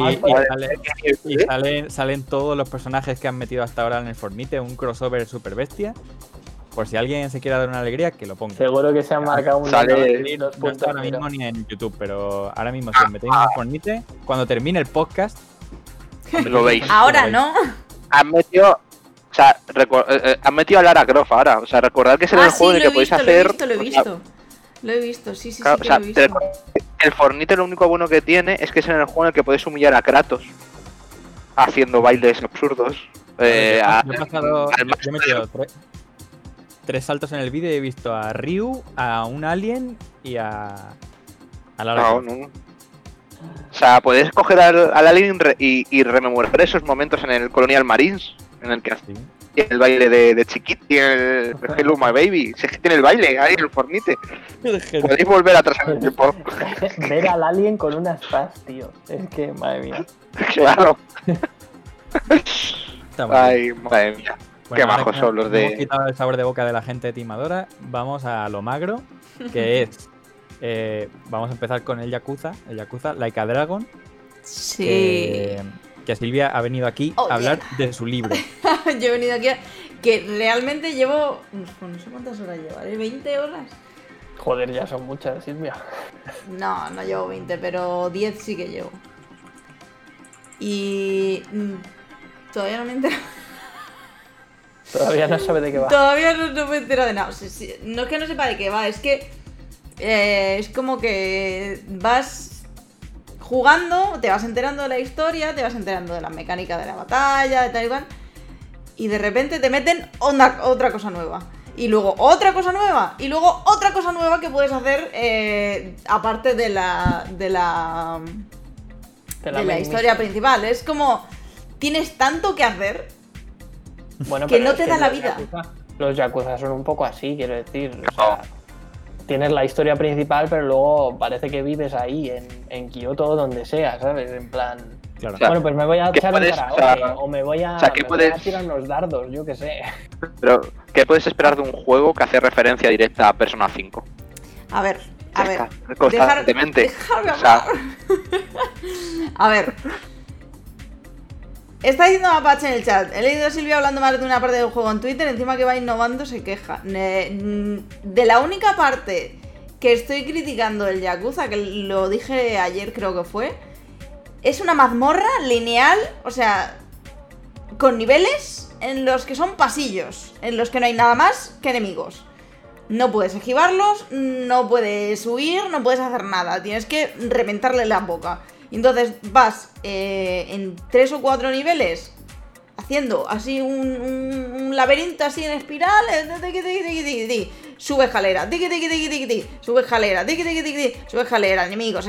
S1: Y salen todos los personajes que han metido hasta ahora en el Fortnite, un crossover super bestia. Por si alguien se quiere dar una alegría, que lo ponga.
S5: Seguro que se han marcado un...
S1: No está ahora mismo ni en YouTube, pero ahora mismo si os metéis en el Fortnite, cuando termine el podcast...
S4: Lo veis.
S3: Ahora, ¿no?
S4: Han metido... O sea, han metido a Lara Croft ahora. O sea, recordad que es el juego en el que podéis hacer...
S3: Lo he visto, sí,
S4: claro,
S3: que lo he visto.
S4: El Fortnite lo único bueno que tiene es que es en el juego en el que podéis humillar a Kratos haciendo bailes absurdos.
S1: Yo he metido 3 saltos en el vídeo y he visto a Ryu, a un alien y a Lara Croft.
S4: No. O sea, puedes coger al alien y rememorar esos momentos en el Colonial Marines, en el que hace el baile de Chiquit y el Hello My Baby. Si es que tiene el baile ahí en el Fortnite. Podéis volver atrás en el tiempo.
S5: Ver al alien con unas fas, tío. Es que, madre mía.
S4: Claro. Ay, madre mía. Bueno, qué bajos son los de...
S1: Hemos quitado el sabor de boca de la gente timadora. Vamos a lo magro, que es... vamos a empezar con el Yakuza Like a Dragon.
S3: Sí.
S1: Que Silvia ha venido aquí a hablar de su libro.
S3: Yo he venido aquí que realmente llevo... No sé cuántas horas llevaré, ¿20 horas?
S5: Joder, ya son muchas, Silvia.
S3: No llevo 20, pero 10 sí que llevo. Y... todavía no me he enterado.
S5: Todavía no sabe de qué va.
S3: Todavía no me entero de nada. No es que no sepa de qué va, es que es como que vas jugando, te vas enterando de la historia, te vas enterando de la mecánica de la batalla, de tal y cual, y de repente te meten otra cosa nueva. Y luego otra cosa nueva. Y luego otra cosa nueva que puedes hacer aparte de la historia principal. Es como, tienes tanto que hacer
S5: Bueno,
S3: que
S5: pero
S3: no
S5: es
S3: te da la vida.
S5: Los Yakuza son un poco así, quiero decir. O sea, tienes la historia principal, pero luego parece que vives ahí, en Kioto o donde sea, ¿sabes? En plan...
S1: Claro.
S4: O sea,
S5: Bueno, pues me voy a
S4: ¿qué
S5: echar un
S4: puedes-
S5: karaoke,
S4: o sea,
S5: o me voy a,
S4: o sea, ¿qué
S5: me voy a
S4: puedes-
S5: tirar unos dardos, yo qué sé.
S4: Pero, ¿qué puedes esperar de un juego que hace referencia directa a Persona 5?
S3: A ver,
S4: Ya está, constantemente.
S3: dejarme
S4: O sea,
S3: hablar. A ver. Está diciendo Mapache en el chat. He leído a Silvia hablando más de una parte del juego en Twitter. Encima que va innovando se queja. De la única parte que estoy criticando del Yakuza, que lo dije ayer creo que fue, es una mazmorra lineal, o sea, con niveles en los que son pasillos, en los que no hay nada más que enemigos. No puedes esquivarlos, no puedes huir, no puedes hacer nada. Tienes que reventarle la boca. Y entonces vas en 3 o 4 niveles haciendo así un laberinto así en espiral. Sube escalera, sube escalera, sube escalera, enemigos.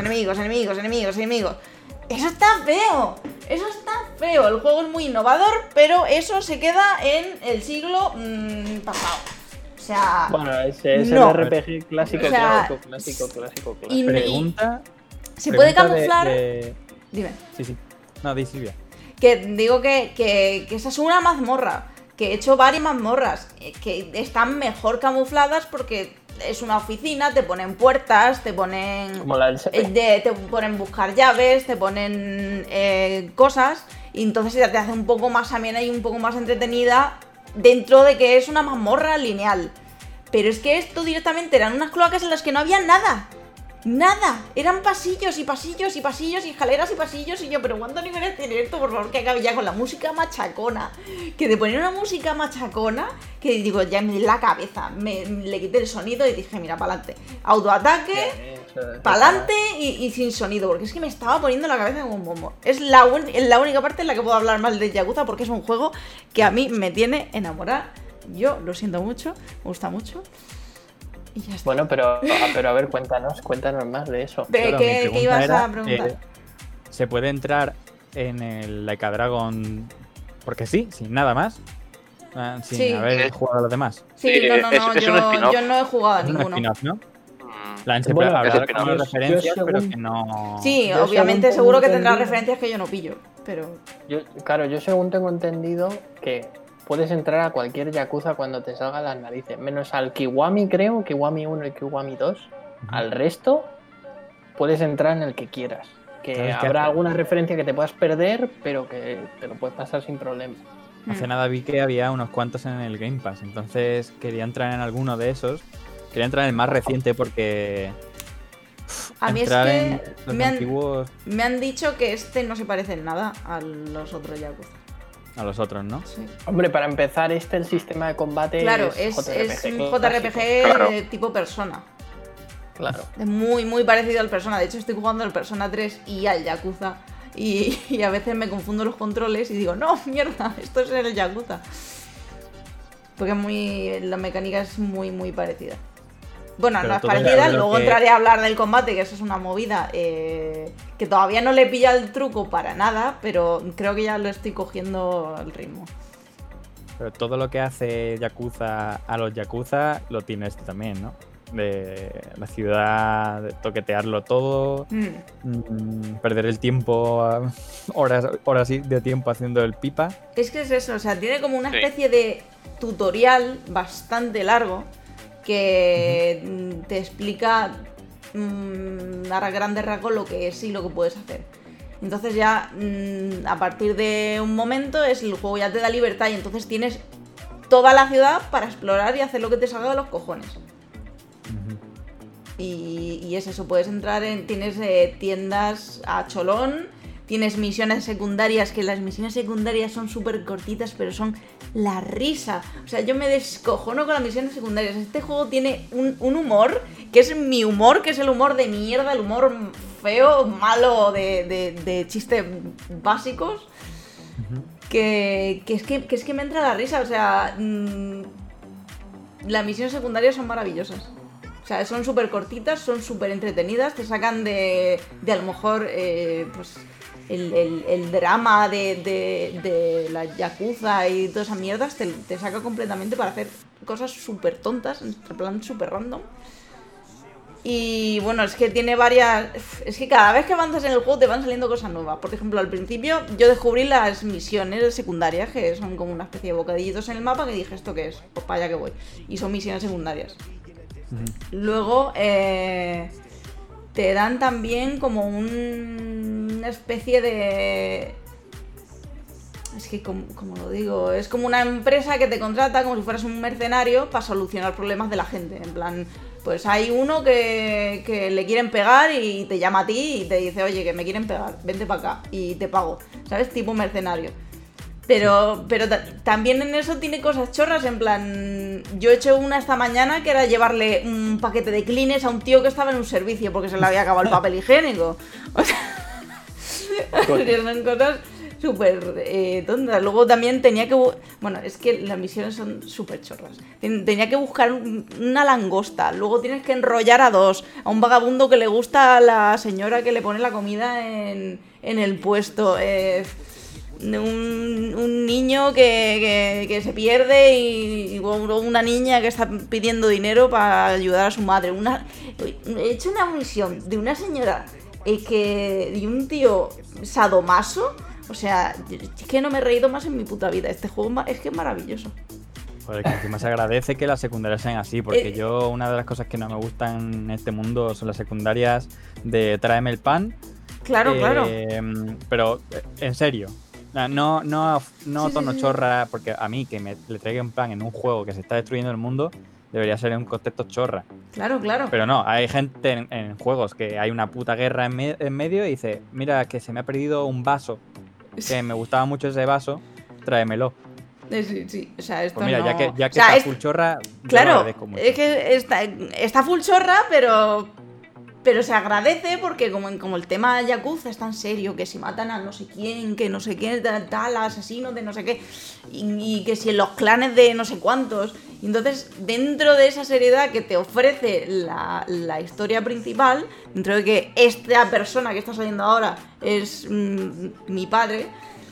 S3: Eso está feo. Eso está feo. El juego es muy innovador, pero eso se queda en el siglo pasado. O sea,
S5: Bueno, ese es
S3: no.
S5: el RPG clásico,
S3: O sea,
S5: clásico.
S3: y-
S1: Pregunta.
S3: se puede
S1: pregunta
S3: camuflar.
S1: de-
S3: Dime.
S1: Sí. No, di Silvia.
S3: Que digo que esa es una mazmorra. Que he hecho varias mazmorras. Que están mejor camufladas porque es una oficina, te ponen puertas, te ponen.
S5: Como la del SP.
S3: Te ponen buscar llaves, te ponen cosas. Y entonces ya te hace un poco más amena y un poco más entretenida. Dentro de que es una mazmorra lineal. Pero es que esto directamente eran unas cloacas en las que no había nada. Nada, eran pasillos y pasillos y pasillos y escaleras y pasillos y yo, pero ¿cuántos niveles tiene esto? Por favor, que acabe ya con la música machacona. Que te ponen una música machacona que digo, ya me di la cabeza. Le quité el sonido y dije, mira, pa'lante. Autoataque, pa'lante y sin sonido, porque es que me estaba poniendo la cabeza como un bombo. Es la única parte en la que puedo hablar mal de Yakuza porque es un juego que a mí me tiene enamorada. Yo lo siento mucho, me gusta mucho. Y ya está.
S5: Bueno, pero a ver, cuéntanos más de eso.
S1: Claro, mi
S3: ¿Qué
S1: pregunta
S3: ibas
S1: era,
S3: a preguntar?
S1: ¿se puede entrar en el Like a Dragon porque sí, sin nada más? Sin
S3: Sí.
S1: haber jugado a los demás.
S3: Sí,
S4: Sí,
S3: no,
S4: es un spin-off.
S3: yo no he jugado a
S1: Es un
S3: ninguno.
S1: spin-off, ¿no?
S4: Mm,
S1: La gente
S5: Bueno,
S1: habrá
S4: es spin-off.
S1: como referencias,
S5: Yo
S1: pero
S5: según-
S1: que no...
S3: Sí,
S5: Yo
S3: obviamente
S5: según
S3: seguro que
S5: tengo
S3: tendrá
S5: entendido-
S3: referencias que yo no pillo, pero...
S5: Yo según tengo entendido que puedes entrar a cualquier Yakuza cuando te salgan las narices, menos al Kiwami, creo, Kiwami 1 y Kiwami 2. Al resto puedes entrar en el que quieras. Que
S1: ¿Sabes qué
S5: habrá
S1: hace?
S5: alguna referencia que te puedas perder, pero que te lo puedes pasar sin problema.
S1: Hace nada vi que había unos cuantos en el Game Pass, entonces quería entrar en alguno de esos. Quería entrar en el más reciente porque...
S3: A mí es
S1: entrar
S3: que
S1: en los
S3: me han-
S1: antiguos
S3: Me han dicho que este no se parece en nada a los otros Yakuza.
S1: a los otros, ¿no?
S3: Sí.
S5: Hombre, para empezar, el sistema de combate
S3: Claro,
S5: es
S3: es un
S5: clásico.
S3: JRPG
S4: Claro.
S3: de tipo Persona.
S5: Claro.
S3: Es muy, muy parecido al Persona. De hecho, estoy jugando al Persona 3 y al Yakuza. Y a veces me confundo los controles y digo, no, mierda, esto es el Yakuza. Porque es muy, la mecánica es muy, muy parecida. Bueno,
S1: Pero
S3: no es
S1: todo ya
S3: parecida,
S1: creo
S3: luego
S1: que-
S3: entraré a hablar del combate, que eso es una movida que todavía no le pilla el truco para nada, pero creo que ya lo estoy cogiendo el ritmo.
S1: Pero todo lo que hace Yakuza a los Yakuza lo tiene este también, ¿no? De la ciudad, de toquetearlo todo, perder el tiempo, horas de tiempo haciendo el pipa.
S3: Es que es eso, o sea, tiene como una
S4: Sí.
S3: especie de tutorial bastante largo que te explica a grandes rasgos lo que es y lo que puedes hacer. Entonces ya a partir de un momento el juego ya te da libertad y entonces tienes toda la ciudad para explorar y hacer lo que te salga de los cojones. Y es eso, puedes entrar tienes tiendas a cholón, tienes misiones secundarias, que las misiones secundarias son súper cortitas, pero son la risa. O sea, yo me descojono con las misiones secundarias. Este juego tiene un humor, que es mi humor, que es el humor de mierda, el humor feo, malo, de chistes básicos, que es que me entra la risa. O sea, las misiones secundarias son maravillosas. O sea, son súper cortitas, son súper entretenidas, te sacan de a lo mejor pues el drama de la yakuza y todas esas mierdas, te saca completamente para hacer cosas súper tontas, en plan súper random. Y bueno, es que tiene varias... Es que cada vez que avanzas en el juego te van saliendo cosas nuevas. Por ejemplo, al principio yo descubrí las misiones secundarias, que son como una especie de bocadillitos en el mapa, que dije, ¿esto qué es? Pues para allá que voy. Y son misiones secundarias. Luego te dan también como una especie de... Es que, como lo digo, es como una empresa que te contrata como si fueras un mercenario para solucionar problemas de la gente. En plan, pues hay uno que le quieren pegar y te llama a ti y te dice, oye, que me quieren pegar, vente para acá y te pago, ¿sabes? Tipo mercenario. Pero también en eso tiene cosas chorras, en plan... Yo he hecho una esta mañana que era llevarle un paquete de Kleenex a un tío que estaba en un servicio porque se le había acabado el papel higiénico. O sea... son cosas súper tontas. Luego también tenía que... Bueno, es que las misiones son súper chorras. Tenía que buscar una langosta. Luego tienes que enrollar a un vagabundo que le gusta a la señora que le pone la comida en el puesto. Un niño que se pierde y una niña que está pidiendo dinero para ayudar a su madre. He hecho una misión de una señora y un tío sadomaso. O sea, es que no me he reído más en mi puta vida. Este juego es que es maravilloso.
S1: Joder, que encima se agradece que las secundarias sean así, porque yo una de las cosas que no me gustan en este mundo son las secundarias de tráeme el pan.
S3: Claro, claro.
S1: Pero, en serio, no tono chorra, porque a mí que le traigan pan en un juego que se está destruyendo el mundo debería ser en un contexto chorra.
S3: Claro, claro.
S1: Pero no, hay gente en juegos que hay una puta guerra en medio y dice, mira, que se me ha perdido un vaso, que me gustaba mucho ese vaso, tráemelo.
S3: Sí, o sea, esto
S1: pues mira,
S3: no...
S1: ya que
S3: o sea,
S1: está full chorra,
S3: claro,
S1: yo lo agradezco mucho.
S3: Es que está full chorra, pero se agradece porque como el tema Yakuza es tan serio, que si matan a no sé quién, que no sé qué, tal, asesino de no sé qué, y que si en los clanes de no sé cuántos. Y entonces, dentro de esa seriedad que te ofrece la historia principal, dentro de que esta persona que está saliendo ahora es mi padre,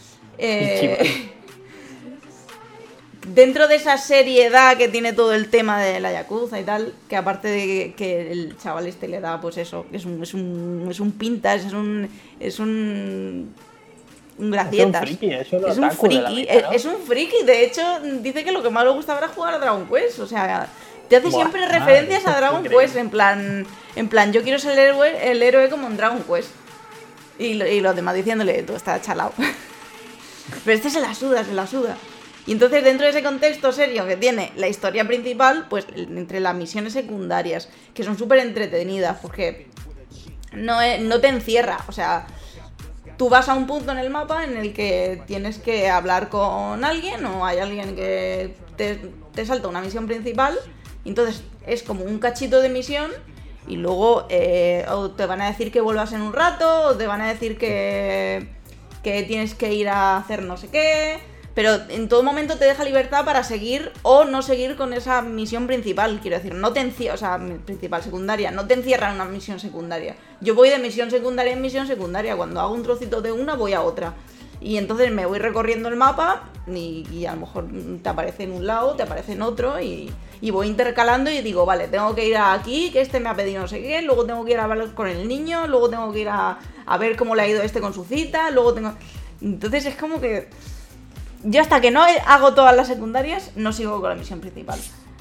S3: dentro de esa seriedad que tiene todo el tema de la Yakuza y tal, que aparte de que el chaval este le da, pues eso, es un pintas, es un gracietas. Es un friki, de hecho dice que lo que más le gusta ahora es jugar a Dragon Quest, o sea, te hace siempre referencias a Dragon Quest, en plan, yo quiero ser el héroe como en Dragon Quest. Y los demás diciéndole, tú estás chalao. Pero este se la suda. Y entonces dentro de ese contexto serio que tiene la historia principal, pues entre las misiones secundarias, que son súper entretenidas, porque no te encierra, o sea, tú vas a un punto en el mapa en el que tienes que hablar con alguien o hay alguien que te salta una misión principal, y entonces es como un cachito de misión y luego o te van a decir que vuelvas en un rato o te van a decir que tienes que ir a hacer no sé qué. Pero en todo momento te deja libertad para seguir o no seguir con esa misión principal. Quiero decir, no te encierra, o sea, principal, secundaria, no te encierra en una misión secundaria. Yo voy de misión secundaria en misión secundaria. Cuando hago un trocito de una, voy a otra. Y entonces me voy recorriendo el mapa y a lo mejor te aparece en un lado, te aparece en otro y voy intercalando y digo, vale, tengo que ir aquí, que este me ha pedido no sé qué, luego tengo que ir a hablar con el niño, luego tengo que ir a ver cómo le ha ido este con su cita, luego tengo... Entonces es como que... Yo hasta que no hago todas las secundarias, no sigo con la misión principal.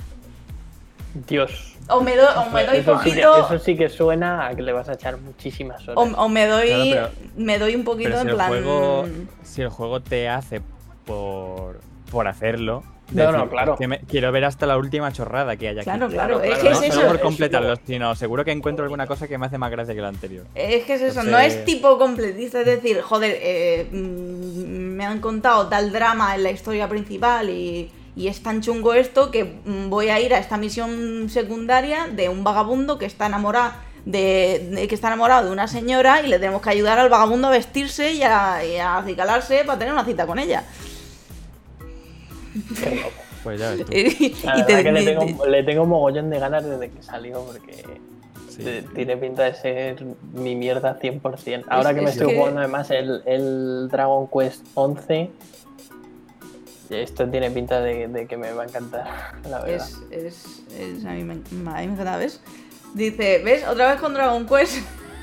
S5: Dios.
S3: O me doy
S5: eso
S3: poquito...
S5: eso sí que suena a que le vas a echar muchísimas horas.
S3: O me doy...
S1: Claro,
S3: me doy un poquito
S1: pero
S3: en plan...
S1: Si el juego te hace por hacerlo,
S5: No, claro.
S1: Quiero ver hasta la última chorrada que haya aquí.
S3: Claro. Es
S5: claro,
S3: que
S1: No
S3: es eso.
S1: solo por completarlo, sino seguro que encuentro alguna cosa que me hace más gracia que la anterior.
S3: Es que es eso,
S1: Entonces-
S3: no es tipo completista, es decir, joder, me han contado tal drama en la historia principal y es tan chungo esto que voy a ir a esta misión secundaria de un vagabundo que está enamorado de una señora y le tenemos que ayudar al vagabundo a vestirse y a acicalarse para tener una cita con ella.
S5: Qué loco.
S1: Pues ya ves tú.
S5: La verdad que le tengo un mogollón de ganas desde que salió, porque
S1: Sí.
S5: tiene pinta de ser mi mierda 100%. Ahora que me
S3: es
S5: estoy
S3: que-
S5: jugando además el Dragon Quest 11, esto tiene pinta de que me va a encantar, la verdad.
S3: A mí me encanta, ¿ves? Dice, ¿ves? Otra vez con Dragon Quest.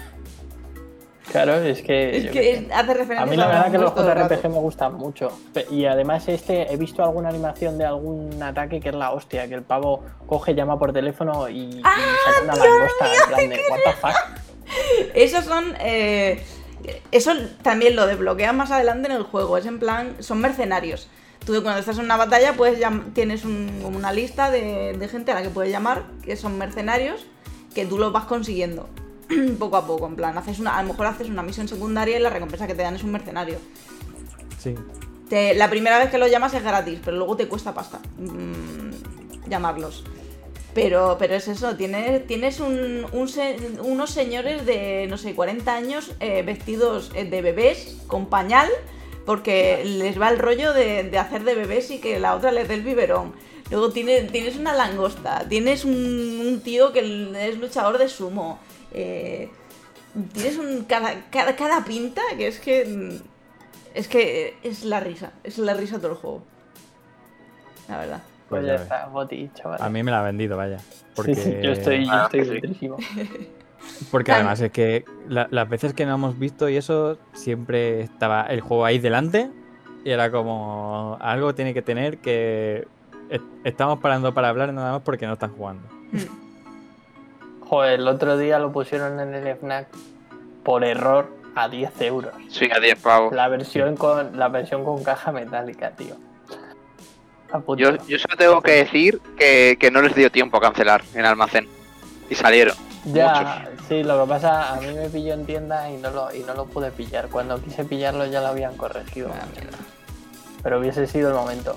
S5: Claro, es que...
S3: Es
S5: yo
S3: que
S5: qué sé.
S3: hace referencia
S5: A mí la verdad que
S3: Dragon
S5: los
S3: Quest todo el
S5: JRPG
S3: rato.
S5: me gustan mucho. Y además he visto alguna animación de algún ataque que es la hostia, que el pavo coge, llama por teléfono y saca una langosta en plan de what the fuck.
S3: Esos son. Eso también lo desbloqueas más adelante en el juego. Es en plan. Son mercenarios. Tú cuando estás en una batalla tienes como una lista de gente a la que puedes llamar, que son mercenarios, que tú los vas consiguiendo poco a poco. En plan, a lo mejor haces una misión secundaria y la recompensa que te dan es un mercenario.
S1: Sí.
S3: La primera vez que los llamas es gratis, pero luego te cuesta pasta llamarlos. Pero es eso, tienes unos señores de, no sé, 40 años vestidos de bebés con pañal, porque les va el rollo de hacer de bebés y que la otra les dé el biberón. Luego tienes una langosta, tienes un tío que es luchador de sumo. Tienes cada pinta que es que es la risa todo el juego. La verdad.
S5: Pues
S1: Pues
S5: ya
S1: ya
S5: está, Boti, chaval.
S1: A mí me la ha vendido, vaya. Porque,
S5: Sí, yo estoy
S4: sí.
S5: dentrísimo.
S1: porque además es que las veces que no hemos visto y eso, siempre estaba el juego ahí delante y era como algo tiene que tener que estamos parando para hablar nada más porque no están jugando.
S5: Joder, el otro día lo pusieron en el FNAC por error a 10 euros.
S4: Sí, a 10 pavos.
S5: La versión con caja metálica, tío. A puto.
S4: Yo solo tengo que decir que no les dio tiempo a cancelar en almacén. Y salieron.
S5: Ya, sí, lo que pasa, a mí me pilló en tienda y no lo pude pillar. Cuando quise pillarlo ya lo habían corregido. Pero hubiese sido el momento.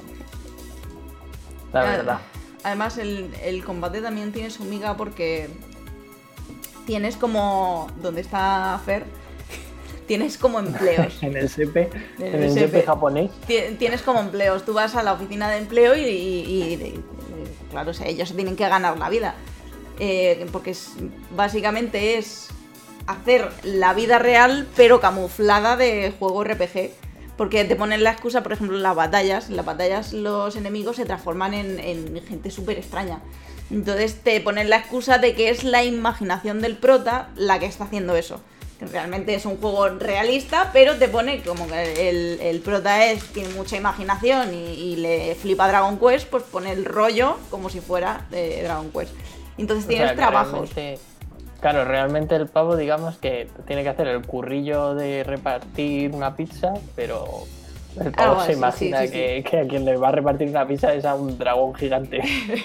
S5: La verdad.
S3: Además, el combate también tiene su miga porque tienes como. Donde está Fer, tienes como empleos.
S5: En el CP,
S3: En
S5: en
S3: el
S5: el
S3: CP.
S5: CP japonés.
S3: Tienes como empleos. Tú vas a la oficina de empleo y claro, o sea, ellos se tienen que ganar la vida. Porque básicamente es hacer la vida real pero camuflada de juego RPG. Porque te ponen la excusa, por ejemplo, en las batallas. En las batallas los enemigos se transforman en gente súper extraña. Entonces te ponen la excusa de que es la imaginación del prota la que está haciendo eso. Que realmente es un juego realista, pero te pone como que el prota tiene mucha imaginación y le flipa Dragon Quest, pues pone el rollo como si fuera de Dragon Quest. Entonces
S5: O
S3: tienes
S5: sea, que
S3: trabajos.
S5: Claro, realmente el pavo, digamos que tiene que hacer el currillo de repartir una pizza, pero el pavo
S3: Algo
S5: se
S3: así,
S5: imagina
S3: sí, sí,
S5: que a quien le va a repartir una pizza es a un dragón gigante.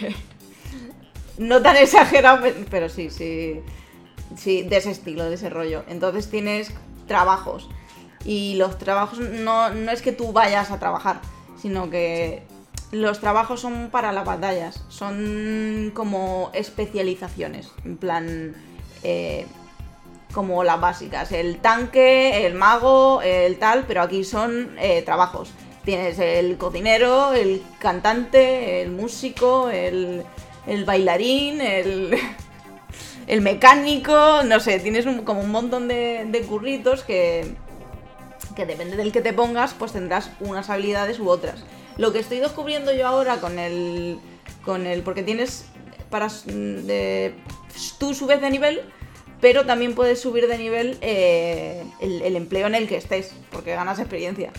S3: No tan exagerado, pero sí, de ese estilo, de ese rollo. Entonces tienes trabajos. Y los trabajos no es que tú vayas a trabajar, sino que los trabajos son para las batallas. Son como especializaciones. En plan, como las básicas. El tanque, el mago, el tal, pero aquí son trabajos. Tienes el cocinero, el cantante, el músico, el bailarín, el mecánico, no sé, tienes como un montón de curritos que depende del que te pongas, pues tendrás unas habilidades u otras. Lo que estoy descubriendo yo ahora con el porque tienes tú subes de nivel, pero también puedes subir de nivel el empleo en el que estés, porque ganas experiencia.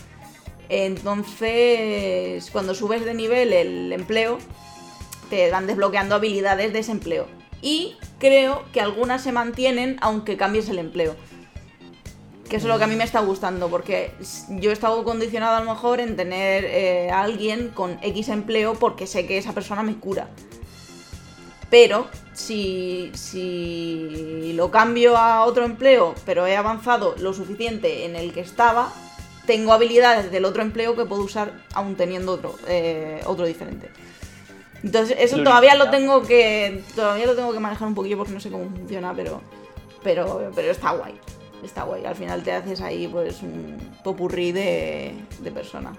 S3: Entonces, cuando subes de nivel el empleo, te van desbloqueando habilidades de ese empleo. Y creo que algunas se mantienen aunque cambies el empleo. Que eso es lo que a mí me está gustando, porque yo he estado condicionado a lo mejor en tener a alguien con X empleo porque sé que esa persona me cura. Pero si lo cambio a otro empleo, pero he avanzado lo suficiente en el que estaba, tengo habilidades del otro empleo que puedo usar aún teniendo otro diferente. Entonces eso todavía lo tengo que manejar un poquillo porque no sé cómo funciona, pero está guay. Está guay, al final te haces ahí pues un popurrí de persona.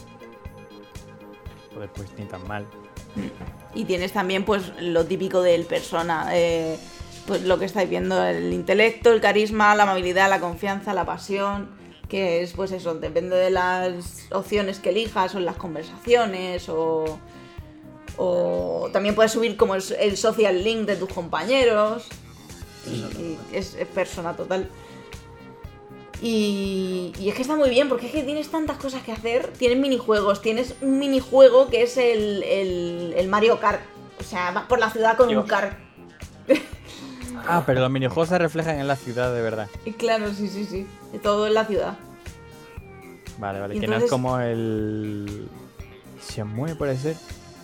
S1: Pues ni tan mal.
S3: Y tienes también pues lo típico del persona, pues lo que estáis viendo, el intelecto, el carisma, la amabilidad, la confianza, la pasión, que es pues eso, depende de las opciones que elijas o en las conversaciones o también puedes subir como el social link de tus compañeros y es persona total. Y es que está muy bien, porque es que tienes tantas cosas que hacer. Tienes minijuegos, tienes un minijuego que es el Mario Kart. O sea, vas por la ciudad con un kart.
S1: Ah, pero los minijuegos se reflejan en la ciudad de verdad.
S3: Y claro, sí. Todo en la ciudad.
S1: Vale,
S3: Y
S1: que
S3: entonces...
S1: no es como el... Shenmue, puede ser.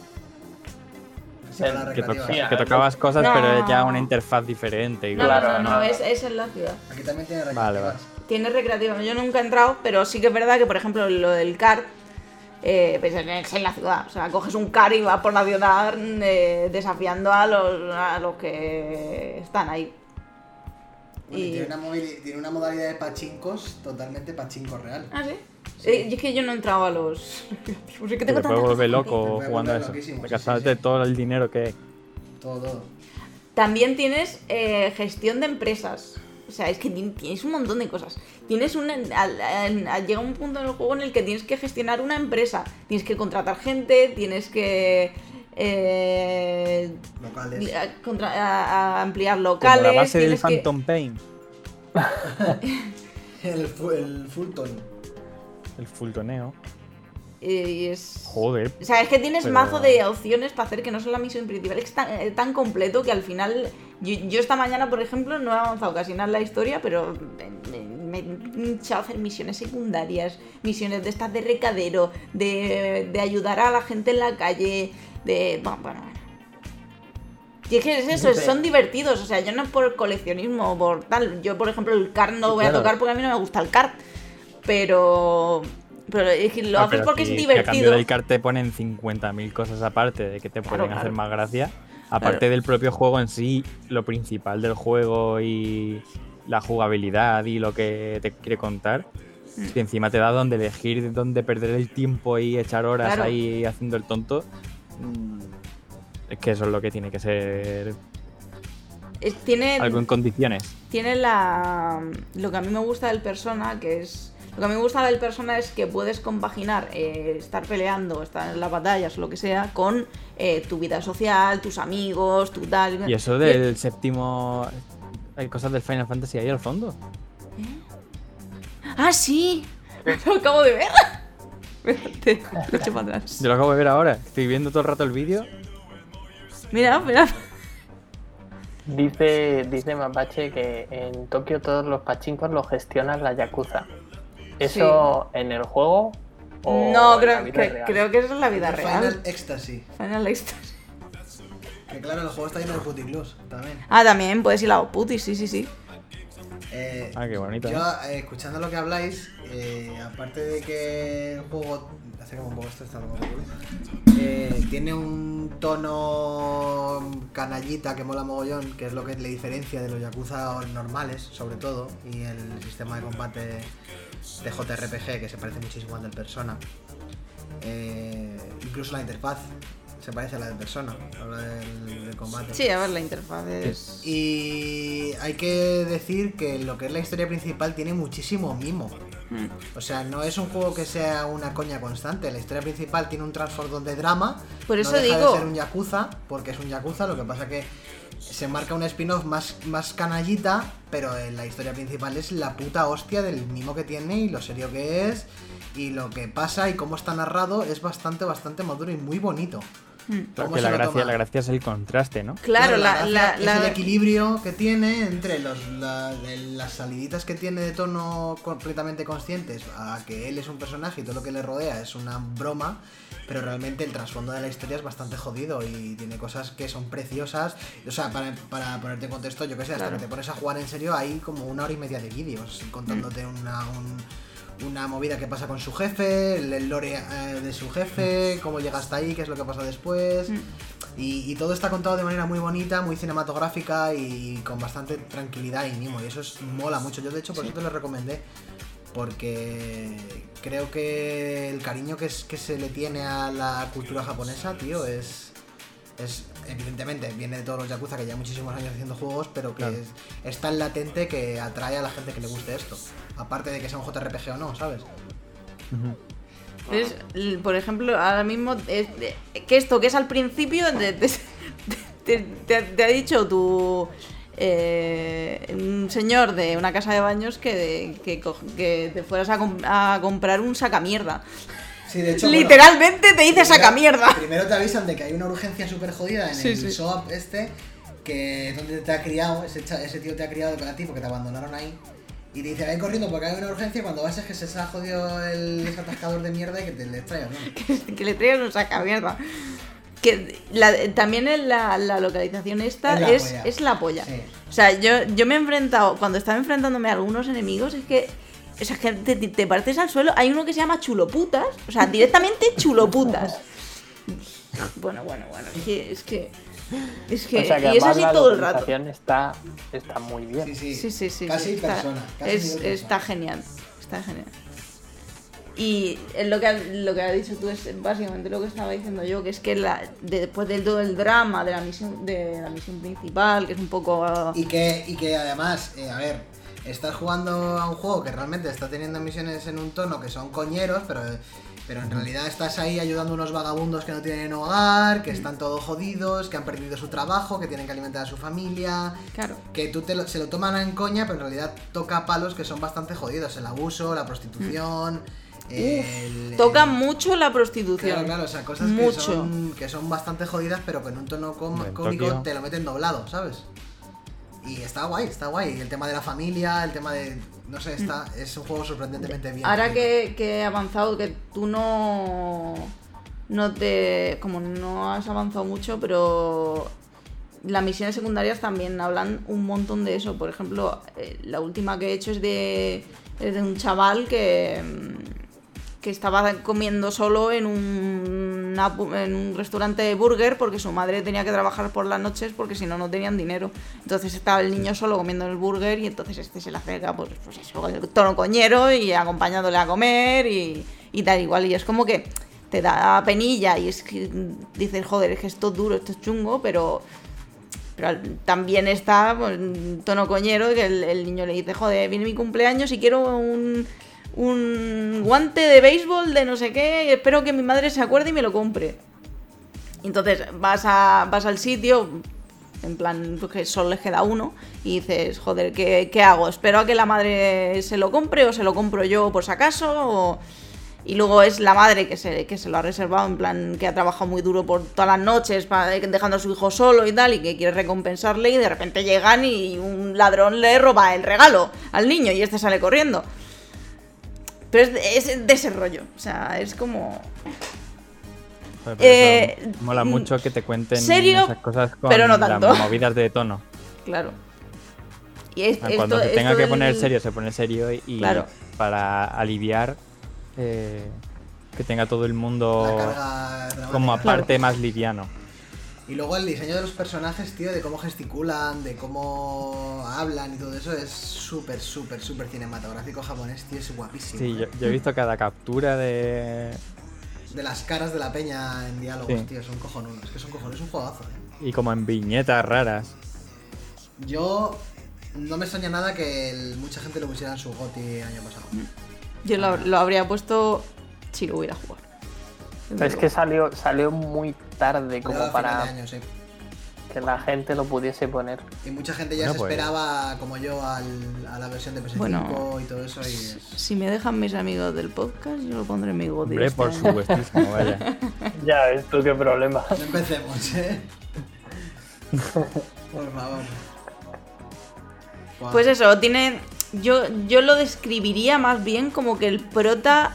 S2: Sí, la recreativa.
S1: Que tocabas cosas,
S3: No.
S1: pero ya una interfaz diferente.
S3: No,
S5: Claro,
S3: no,
S5: no.
S3: es en la ciudad.
S2: Aquí también tiene
S1: Vale,
S2: recreativas.
S3: Tiene recreativa. Yo nunca he entrado, pero sí que es verdad que, por ejemplo, lo del kart, pues es en la ciudad. O sea, coges un kart y vas por la ciudad desafiando a los que están ahí.
S2: Bueno, y tiene una modalidad de pachincos totalmente pachinko real.
S3: ¿Ah, sí?
S2: Sí.
S3: Y es que yo no he entrado a los... Es que
S1: Que
S3: tengo
S1: te puedes
S3: tantas
S1: volver
S3: cosas que hacer.
S1: loco
S2: Te puede
S1: jugando a
S2: volver
S1: eso.
S2: loquísimo,
S1: De
S2: sí,
S1: gastarte
S2: sí.
S1: todo el dinero que...
S2: Todo.
S3: También tienes gestión de empresas. O sea, es que tienes un montón de cosas. Tienes llega un punto en el juego en el que tienes que gestionar una empresa. Tienes que contratar gente, tienes que
S2: Locales.
S3: a ampliar
S1: Como
S3: locales.
S1: la base del
S3: tienes que-
S1: Phantom Pain.
S2: El Fulton.
S1: El Fultoneo.
S3: y es...
S1: Joder.
S3: O sea, es que tienes
S1: Pero-
S3: mazo de opciones para hacer que no sea la misión principal. Es tan completo que al final... Yo esta mañana, por ejemplo, no he avanzado casi nada en la historia, pero me he hinchado a hacer misiones secundarias, misiones de estas de recadero, de ayudar a la gente en la calle, de... Bueno. Y es que es eso,
S5: Sí.
S3: son divertidos. O sea, yo no es por coleccionismo o por tal. Yo, por ejemplo, el kart no
S1: Sí,
S3: voy a
S1: claro.
S3: tocar porque a mí no me gusta el kart. Pero es que lo haces
S1: pero
S3: porque
S1: si-
S3: es
S1: si a cambio
S3: divertido.
S1: del kart te ponen 50.000 cosas aparte de que te
S3: Claro,
S1: pueden
S3: claro.
S1: hacer más gracia. Aparte del propio juego en sí, lo principal del juego y la jugabilidad y lo que te quiere contar. Que encima te da donde elegir, donde perder el tiempo y echar horas
S3: Claro.
S1: ahí haciendo el tonto. Es que eso es lo que tiene que ser
S3: Tiene
S1: algo en condiciones.
S3: tiene lo que a mí me gusta del Persona, que es... Lo que a mí me gusta del Persona es que puedes compaginar estar peleando, estar en las batallas o lo que sea, con tu vida social, tus amigos, tu tal...
S1: Y eso del séptimo... Hay cosas del Final Fantasy ahí al fondo.
S3: ¡Ah, sí! Lo acabo de ver. Espérate, lo echo para atrás.
S1: Yo lo acabo de ver ahora. Estoy viendo todo el rato el vídeo.
S3: Mira.
S5: Dice Mapache que en Tokio todos los pachincos los gestionan la Yakuza. ¿Eso en el juego? ¿O
S3: No,
S5: en la vida real?
S3: creo que eso es la vida
S2: Final
S3: real.
S2: Ecstasy.
S3: Final Ecstasy.
S2: Que claro, el juego está lleno de puticlus también.
S3: Ah, también puedes ir a los putis, sí.
S1: Ah, qué bonito.
S2: Yo, escuchando lo que habláis, aparte de que el juego... Acercamos un poco esto, está un poco tiene un tono canallita que mola mogollón, que es lo que le diferencia de los Yakuza normales, sobre todo, y el sistema de combate de JRPG, que se parece muchísimo al del Persona. Incluso la interfaz se parece a la del Persona, a la del combate.
S3: Sí, a ver, la interfaz es...
S2: Y hay que decir que lo que es la historia principal tiene muchísimo mimo. O sea, no es un juego que sea una coña constante. La historia principal tiene un trasfondo de drama.
S3: Por eso
S2: no deja
S3: digo-
S2: de ser un Yakuza, porque es un Yakuza. Lo que pasa que se marca un spin-off más canallita, pero la historia principal es la puta hostia del mimo que tiene y lo serio que es. Y lo que pasa y cómo está narrado es bastante maduro y muy bonito.
S1: Claro
S2: ¿Cómo
S1: que
S2: se
S1: la
S2: lo toma?
S1: gracia es el contraste, ¿no?
S3: Claro,
S2: gracia es el equilibrio que tiene entre las saliditas que tiene de tono completamente conscientes a que él es un personaje y todo lo que le rodea es una broma, pero realmente el trasfondo de la historia es bastante jodido y tiene cosas que son preciosas. O sea, para ponerte en contexto, yo que sé, hasta que te pones a jugar en serio hay como 1 hora y media de vídeos contándote una movida que pasa con su jefe, el lore de su jefe, cómo llega hasta ahí, qué es lo que pasa después. Y todo está contado de manera muy bonita, muy cinematográfica y con bastante tranquilidad y mimo. Y eso mola mucho. Yo de hecho por eso te lo recomendé. Porque creo que el cariño que se le tiene a la cultura japonesa, tío, es evidentemente viene de todos los Yakuza que llevan muchísimos años haciendo juegos, pero que
S1: Claro.
S2: es tan latente que atrae a la gente que le guste esto. Aparte de que sea un JRPG o no, ¿sabes?
S3: Por ejemplo, ahora mismo, que esto que es al principio, te ha dicho un señor de una casa de baños que te fueras a comprar un sacamierda.
S2: Sí, de hecho,
S3: Literalmente te dice sacamierda.
S2: Primero te avisan de que hay una urgencia súper jodida en el SOAP que es donde te ha criado, ese tío te ha criado para ti porque te abandonaron ahí. Y te dice, ve corriendo porque hay una urgencia y cuando vas es que se ha jodido el atascador de mierda y que te le traigas, ¿no?
S3: Que le traigas un sacamierda. Que también en la localización esta es la polla.
S2: Sí.
S3: O sea, yo me he enfrentado, cuando estaba enfrentándome a algunos enemigos, es que te partes al suelo. Hay uno que se llama chuloputas, o sea, directamente chuloputas. Bueno, es que
S5: O sea, que
S3: y es
S5: además
S3: así
S5: la
S3: todo el rato.
S5: localización está muy bien.
S3: Sí.
S2: Casi
S3: está,
S2: persona. Casi nivel
S3: está
S2: persona.
S3: genial. Está genial. Y lo que has dicho tú es básicamente lo que estaba diciendo yo, que es que después de todo el drama de la misión principal, que es un poco...
S2: Y que además, a ver, estás jugando a un juego que realmente está teniendo misiones en un tono que son coñeros, pero en realidad estás ahí ayudando a unos vagabundos que no tienen hogar, que están todos jodidos, que han perdido su trabajo, que tienen que alimentar a su familia.
S3: Claro.
S2: Que tú se lo toman en coña, pero en realidad toca palos que son bastante jodidos. El abuso, la prostitución...
S3: Toca mucho la prostitución.
S2: Claro, o sea, cosas
S3: mucho.
S2: que son bastante jodidas, pero con un tono
S1: En
S2: cómico
S1: Tokio.
S2: te lo meten doblado, ¿sabes? Y está guay. Y el tema de la familia, el tema de... No sé, es un juego sorprendentemente bien.
S3: Ahora que he avanzado, que tú como no has avanzado mucho, pero las misiones secundarias también hablan un montón de eso. Por ejemplo, la última que he hecho es de un chaval que estaba comiendo solo en un restaurante de burger porque su madre tenía que trabajar por las noches porque si no tenían dinero. Entonces estaba el niño solo comiendo en el burger y entonces se le acerca pues eso, con el tono coñero y acompañándole a comer y tal igual. Y es como que te da penilla y es que dices, joder, es que esto es duro, esto es chungo, pero también está pues, tono coñero que el niño le dice, joder, viene mi cumpleaños y quiero un guante de béisbol de no sé qué, espero que mi madre se acuerde y me lo compre. Entonces vas al sitio, en plan, porque solo les queda uno, y dices, joder, ¿qué hago? ¿Espero a que la madre se lo compre o se lo compro yo por si acaso? Y luego es la madre que se lo ha reservado, en plan, que ha trabajado muy duro por todas las noches, dejando a su hijo solo y tal, y que quiere recompensarle, y de repente llegan y un ladrón le roba el regalo al niño y este sale corriendo. Pero es de ese rollo, o sea, es como...
S1: Joder, pero eso mola mucho que te cuenten
S3: serio,
S1: esas cosas con
S3: pero no tanto.
S1: las movidas de tono.
S3: Claro. Y
S1: Cuando se tenga
S3: esto
S1: que poner
S3: del-
S1: serio, se pone serio y
S3: Claro.
S1: para aliviar que tenga todo el
S2: La
S1: mundo
S2: carga dramática.
S1: como aparte más liviano.
S2: Y luego el diseño de los personajes, tío, de cómo gesticulan, de cómo hablan y todo eso es súper cinematográfico japonés, tío, es guapísimo.
S1: Sí, yo he visto cada captura de
S2: las caras de la peña en diálogos,
S1: Sí.
S2: tío, son cojonudos. Es que son cojonudos, es un juegazo,
S1: y como en viñetas raras.
S2: Yo no me extraña nada que mucha gente lo pusiera en su GOTY año pasado.
S3: Yo lo habría puesto si lo hubiera jugado.
S5: Pero es que salió muy tarde como
S2: Final
S5: para...
S2: de año, sí.
S5: que la gente lo pudiese poner.
S2: Y mucha gente ya
S1: Bueno,
S2: se
S1: pues.
S2: esperaba, como yo, a la versión de PS5
S3: Bueno.
S2: y todo eso. Y es...
S3: Si me dejan mis amigos del podcast, yo lo pondré en mi GOTY.
S1: Hombre,
S3: este
S1: por
S3: año.
S1: supuestísimo, vaya.
S5: Ya ves tú qué problema.
S2: No empecemos, Por favor. Guau.
S3: Pues eso, tiene. Yo lo describiría más bien como que el prota.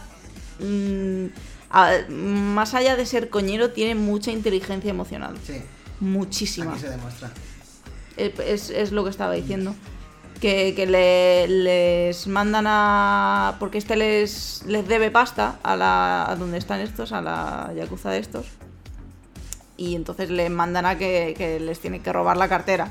S3: Más allá de ser coñero, tiene mucha inteligencia emocional.
S2: Sí,
S3: Muchísima.
S2: aquí se demuestra.
S3: Es lo que estaba diciendo. Que les mandan a. Porque les debe pasta a donde están estos, a la yakuza de estos. Y entonces les mandan a que les tienen que robar la cartera.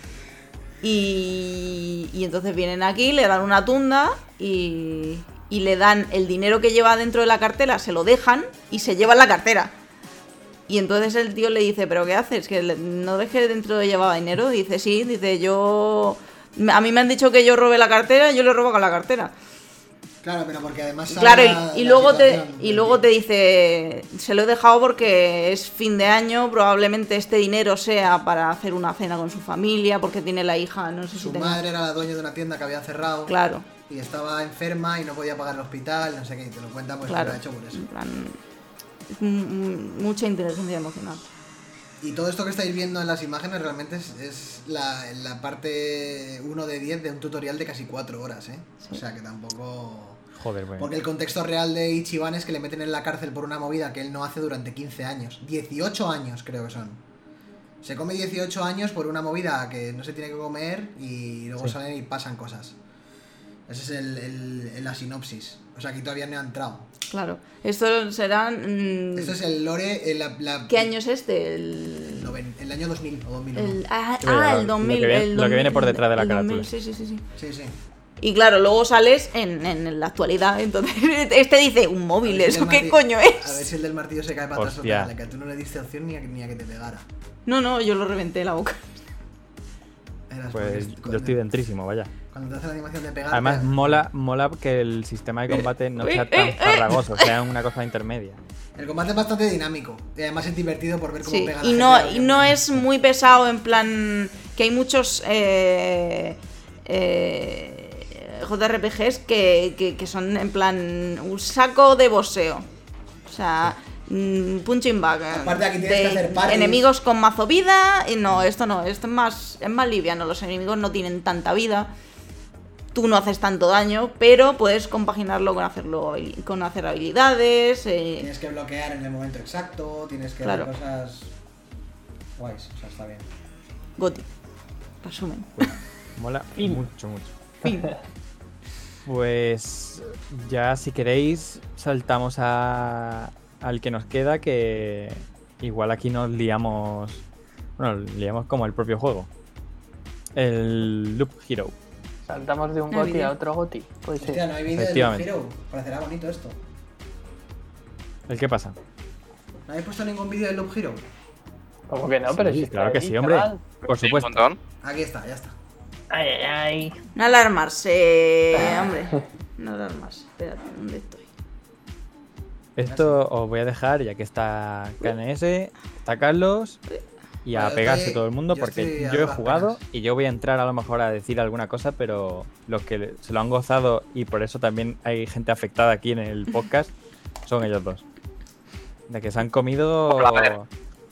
S3: Y entonces vienen aquí, le dan una tunda y le dan el dinero que lleva dentro de la cartera, se lo dejan y se llevan la cartera. Y entonces el tío le dice, ¿pero qué haces? ¿Que no ves que dentro llevaba dinero? Dice, sí, dice, a mí me han dicho que yo robé la cartera y yo le robo con la cartera.
S2: Claro, pero porque además sabe
S3: Claro,
S2: la
S3: luego
S2: situación.
S3: te dice, se lo he dejado porque es fin de año, probablemente este dinero sea para hacer una cena con su familia, porque tiene la hija, no sé si
S2: Su
S3: tenga...
S2: madre era la dueña de una tienda que había cerrado.
S3: Claro,
S2: Y estaba enferma y no podía pagar el hospital, no sé qué, y te lo cuenta pues
S3: claro.
S2: lo ha hecho por eso.
S3: En plan, mucha inteligencia emocional.
S2: Y todo esto que estáis viendo en las imágenes realmente es la parte 1 de 10 de un tutorial de casi 4 horas, ¿eh?
S3: Sí.
S2: O sea que tampoco...
S1: Joder, bueno.
S2: Porque el contexto real de Ichiban es que le meten en la cárcel por una movida que él no hace durante 15 años. 18 años creo que son. Se come 18 años por una movida que no se tiene que comer y luego
S1: Sí.
S2: salen y pasan cosas. Esa es la sinopsis. O sea, aquí todavía no ha entrado.
S3: Claro, esto serán...
S2: Esto es el lore...
S3: ¿Qué año es este?
S2: El año 2000 o 2001.
S3: El 2000.
S1: Lo que viene por detrás de la
S3: el 2000,
S1: carátula.
S3: sí.
S2: Sí, sí.
S3: Y claro, luego sales en la actualidad, entonces este dice, un móvil,
S2: A ver si
S3: ¿eso
S2: el
S3: qué
S2: martillo-
S3: coño
S2: A ver
S3: es?
S2: si el del martillo se cae para atrás
S1: Hostia.
S2: otra vez, que tú no le diste opción ni a que te pegara.
S3: No, yo lo reventé la boca.
S2: Eras
S1: Pues
S2: porque
S1: yo estoy dentrísimo, vaya.
S2: Cuando te hace la animación de pegar...
S1: Además,
S2: te-
S1: mola que el sistema de combate no sea tan farragoso, sea una cosa intermedia.
S2: El combate es bastante dinámico. Y además es divertido por ver cómo
S3: Sí,
S2: pega la
S3: y
S2: gente
S3: no,
S2: a la
S3: y no es muy pesado en plan que hay muchos JRPGs que son en plan un saco de boxeo. O sea, punching bag.
S2: Aparte aquí tienes que hacer parries.
S3: Enemigos con mazo vida. Y no, esto es más liviano. Los enemigos no tienen tanta vida. Tú no haces tanto daño, pero puedes compaginarlo con hacer habilidades.
S2: Tienes que bloquear en el momento exacto, tienes que
S3: Claro.
S2: hacer cosas guays, o sea, está bien.
S3: Goti. Resumen.
S1: Mola
S5: Fin.
S1: mucho. Pues ya si queréis saltamos al que nos queda, que igual aquí nos liamos, liamos como el propio juego. El Loop Hero.
S5: Saltamos de un
S3: No hay
S5: GOTY
S3: vídeo.
S5: a otro GOTY. Pues sí.
S2: Hostia, no hay vídeo del
S1: Efectivamente.
S2: Hero. Parecerá bonito esto.
S1: ¿El qué pasa?
S2: ¿No habéis puesto ningún vídeo del Loop Hero?
S5: ¿Cómo que no? Pero
S1: Sí,
S5: si
S1: claro
S5: está
S1: que
S5: ahí,
S1: sí, hombre.
S5: chaval.
S1: Por
S4: Sí, un
S1: supuesto.
S4: montón.
S2: Aquí está, ya está.
S5: Ay.
S3: No alarmarse, hombre. No alarmarse. Espérate, ¿dónde estoy?
S1: Esto os voy a dejar, ya que está KNS, está Carlos, y a
S2: Bueno,
S1: pegarse
S2: estoy-
S1: todo el mundo,
S2: yo
S1: porque
S2: estoy a
S1: yo he
S2: todas
S1: jugado
S2: penas.
S1: y yo voy a entrar a lo mejor a decir alguna cosa, pero los que se lo han gozado y por eso también hay gente afectada aquí en el podcast son ellos dos. De que se han comido...
S4: Hola,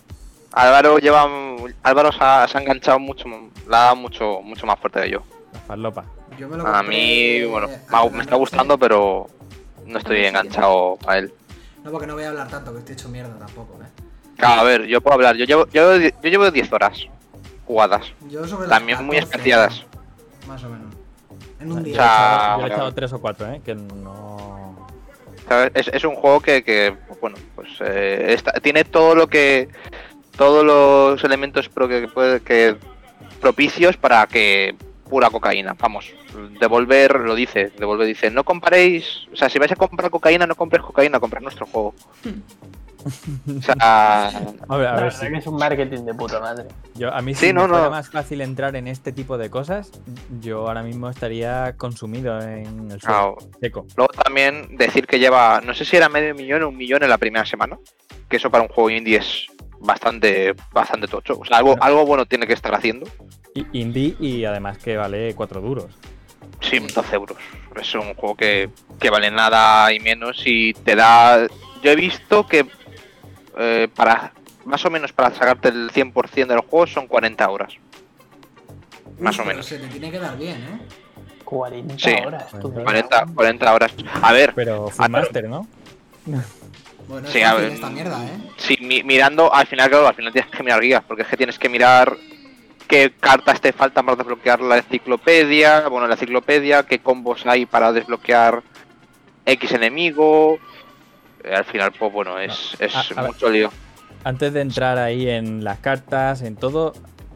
S4: Álvaro se ha enganchado mucho, le ha dado mucho más fuerte que yo.
S1: La farlopa.
S2: Yo me lo
S4: A
S2: compré
S4: mí, bueno,
S2: hace
S4: me
S2: la
S4: está
S2: noche.
S4: gustando, pero no estoy enganchado a él.
S2: No, porque no voy a hablar tanto, que estoy hecho mierda tampoco,
S4: Claro, a ver, yo puedo hablar, yo llevo 10 horas jugadas,
S2: Yo sobre las
S4: también muy
S2: 14,
S4: especiadas.
S2: Más o menos. En un
S1: Yo he
S2: día.
S4: O sea,
S1: echado- yo he echado 3 o 4, que no...
S4: ¿Sabes? Es un juego que bueno, pues tiene todo lo que... Todos los elementos que propicios para que pura cocaína. Vamos, Devolver lo dice. Devolver dice, no comparéis... O sea, si vais a comprar cocaína, no compréis cocaína, comprad nuestro juego. O sea...
S1: A
S5: La
S1: ver
S5: verdad
S1: si...
S5: que es un marketing de puta madre.
S1: A mí
S4: Sí,
S1: si
S4: no,
S1: me fuera
S4: no.
S1: más fácil entrar en este tipo de cosas, yo ahora mismo estaría consumido en el
S4: Claro.
S1: suelo seco.
S4: Luego también decir que lleva, no sé si era medio millón o 1 millón en la primera semana. Que eso para un juego indie es bastante tocho. O sea, algo bueno tiene que estar haciendo.
S1: Indie y además que vale 4 duros.
S4: Sí, 12 euros. Es un juego que vale nada y menos y te da... Yo he visto que para más o menos para sacarte el 100% del juego son 40 horas. Más o menos.
S2: Se te tiene que dar bien, ¿eh?
S5: 40
S4: Sí,
S5: horas. tú.
S4: 40 horas. A ver,
S1: Pero Full Master, ¿no?
S2: Bueno,
S4: Sí,
S2: es
S4: a
S2: fácil
S4: ver.
S2: esta mierda, ¿eh?
S4: sí, mirando, al final tienes que mirar guías, porque es que tienes que mirar qué cartas te faltan para desbloquear la enciclopedia, qué combos hay para desbloquear X enemigo. Al final, pues bueno, es
S1: A ver.
S4: mucho lío.
S1: Antes de entrar ahí en las cartas, en todo,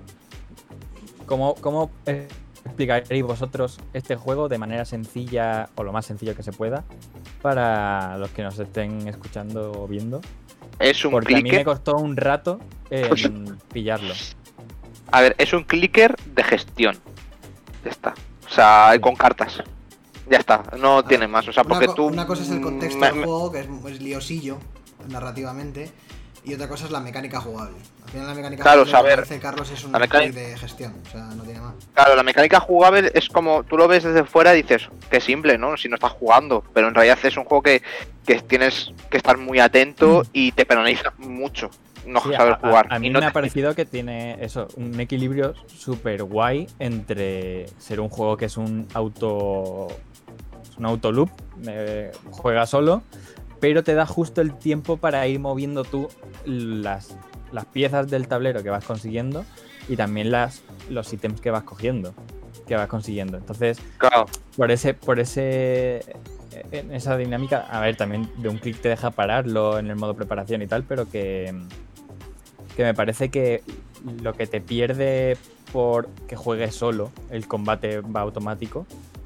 S1: ¿cómo explicaréis vosotros este juego de manera sencilla o lo más sencillo que se pueda para los que nos estén escuchando o viendo?
S4: Es un
S1: Porque a mí me
S4: clicker.
S1: costó un rato en pillarlo.
S4: A ver, es un clicker de gestión. Ya está. O sea, con cartas. Ya está, no tiene más. O sea, porque tú.
S2: Una cosa es el contexto del juego, que es liosillo narrativamente, y otra cosa es la mecánica jugable. Al final la mecánica
S4: Claro,
S2: jugable,
S4: saber-
S2: como dice Carlos, es un
S4: la mecánica-
S2: clic de gestión, o sea, no tiene más.
S4: Claro, la mecánica jugable es como tú lo ves desde fuera y dices, qué simple, ¿no? Si no estás jugando. Pero en realidad es un juego que tienes que estar muy atento y te penaliza mucho no
S1: Sí,
S4: saber jugar.
S1: a mí
S4: y no
S1: me ha
S4: te-
S1: parecido que tiene eso, un equilibrio súper guay entre ser un juego que es un autoloop, juega solo, pero te da justo el tiempo para ir moviendo tú las piezas del tablero que vas consiguiendo y también los ítems que vas cogiendo, que vas consiguiendo. Entonces,
S4: Claro,
S1: en esa dinámica, a ver, también de un clic te deja pararlo en el modo preparación y tal, pero que me parece que lo que te pierde por que juegues solo, el combate va automático,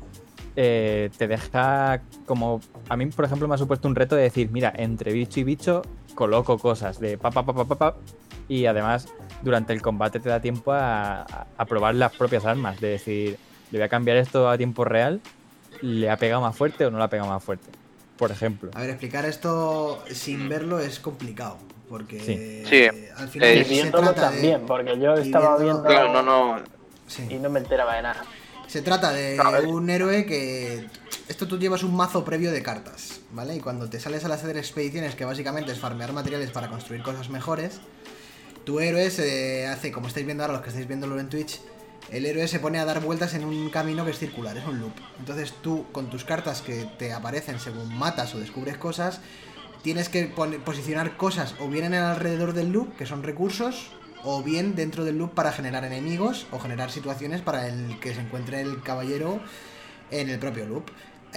S1: te deja como... A mí, por ejemplo, me ha supuesto un reto de decir, mira, entre bicho y bicho coloco cosas de pa, y además durante el combate te da tiempo a probar las propias armas, de decir, le voy a cambiar esto a tiempo real, ¿le ha pegado más fuerte o no le ha pegado más fuerte? Por ejemplo.
S2: A ver, explicar esto sin verlo es complicado, porque
S1: Sí.
S2: al final
S5: Y
S2: se
S5: viéndolo
S2: trata
S5: también,
S2: de...
S5: porque yo
S2: y
S5: estaba
S2: viéndolo-
S5: viendo
S4: claro, no.
S2: Sí.
S5: y no me enteraba de nada.
S2: Se trata de
S4: A ver.
S2: un héroe que... Esto tú llevas un mazo previo de cartas, ¿vale? Y cuando te sales a hacer expediciones, que básicamente es farmear materiales para construir cosas mejores, tu héroe se hace, como estáis viendo ahora los que estáis viéndolo en Twitch, el héroe se pone a dar vueltas en un camino que es circular, es un loop. Entonces tú, con tus cartas que te aparecen según matas o descubres cosas, tienes que posicionar cosas o bien en el alrededor del loop, que son recursos, o bien dentro del loop para generar enemigos o generar situaciones para el que se encuentre el caballero en el propio loop.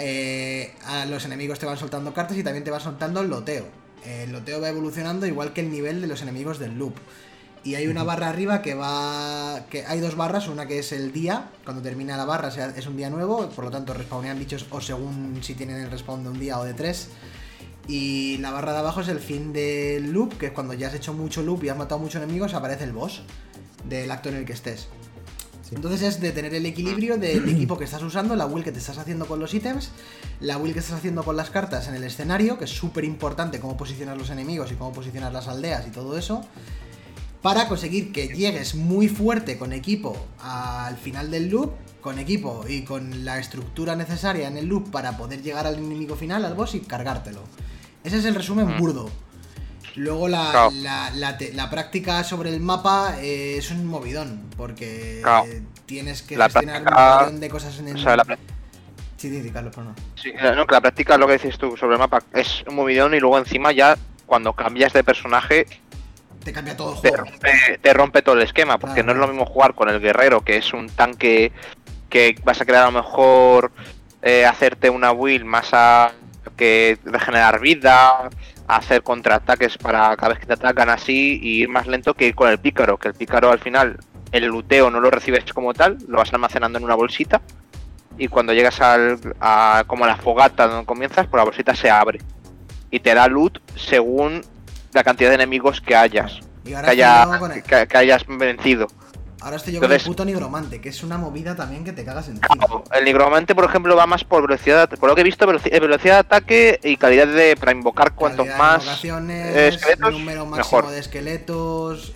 S2: A los enemigos te van soltando cartas y también te van soltando el loteo. El loteo va evolucionando igual que el nivel de los enemigos del loop. Y hay una barra arriba que hay dos barras, una que es el día, cuando termina la barra es un día nuevo, por lo tanto respawnean bichos o según si tienen el respawn de un día o de 3. Y la barra de abajo es el fin del loop, que es cuando ya has hecho mucho loop y has matado muchos enemigos, aparece el boss del acto en el que estés.
S1: Sí.
S2: Entonces es de tener el equilibrio del equipo que estás usando, la build que te estás haciendo con los ítems, la build que estás haciendo con las cartas en el escenario, que es súper importante cómo posicionar los enemigos y cómo posicionar las aldeas y todo eso, para conseguir que llegues muy fuerte con equipo al final del loop, con equipo y con la estructura necesaria en el loop para poder llegar al enemigo final, al boss, y cargártelo. Ese es el resumen burdo. Luego
S4: Claro.
S2: la práctica sobre el mapa es un movidón, porque
S4: Claro.
S2: tienes que
S4: La
S2: gestionar un
S4: práctica-
S2: montón de cosas en el...
S4: O sea,
S2: Sí, Carlos, por no.
S4: sí, no, que la práctica, lo que dices tú sobre el mapa, es un movidón y luego encima ya cuando cambias de personaje
S2: Te cambia todo el
S4: te
S2: juego.
S4: te rompe todo el esquema, porque
S2: Claro,
S4: no es lo
S2: claro.
S4: mismo jugar con el guerrero, que es un tanque que vas a crear a lo mejor hacerte una build más a que regenerar vida, hacer contraataques para cada vez que te atacan así y ir más lento que ir con el pícaro, que el pícaro al final el luteo no lo recibes como tal, lo vas almacenando en una bolsita y cuando llegas como a la fogata donde comienzas, pues la bolsita se abre y te da loot según la cantidad de enemigos que hayas.
S2: Y ahora estoy yo con el-
S4: Que hayas vencido.
S2: Ahora estoy yo con
S4: Entonces-
S2: el puto nigromante, que es una movida también que te cagas encima.
S4: Claro, el nigromante, por ejemplo, va más por velocidad, por lo que he visto, velocidad de ataque y calidad para invocar cuantos
S2: Calidad de
S4: más
S2: invocaciones,
S4: esqueletos,
S2: número máximo
S4: mejor.
S2: de esqueletos,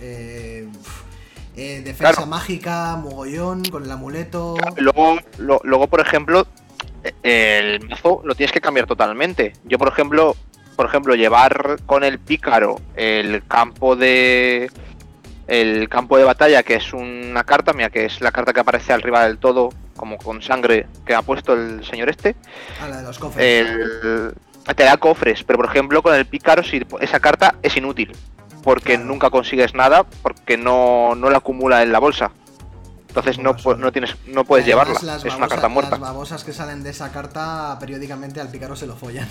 S2: defensa
S4: Claro.
S2: mágica, mogollón, con el amuleto.
S4: Luego, por ejemplo, el mazo lo tienes que cambiar totalmente. Yo, por ejemplo, llevar con el pícaro el campo de batalla, que es una carta, mira, que es la carta que aparece arriba del todo, como con sangre, que ha puesto el señor este.
S2: A la de los cofres.
S4: Te da cofres, pero por ejemplo con el pícaro esa carta es inútil, porque
S2: Claro.
S4: nunca consigues nada, porque no la acumula en la bolsa. Entonces no puedes
S2: Además,
S4: llevarla,
S2: las
S4: es una carta muerta.
S2: Las babosas que salen de esa carta periódicamente al pícaro se lo follan.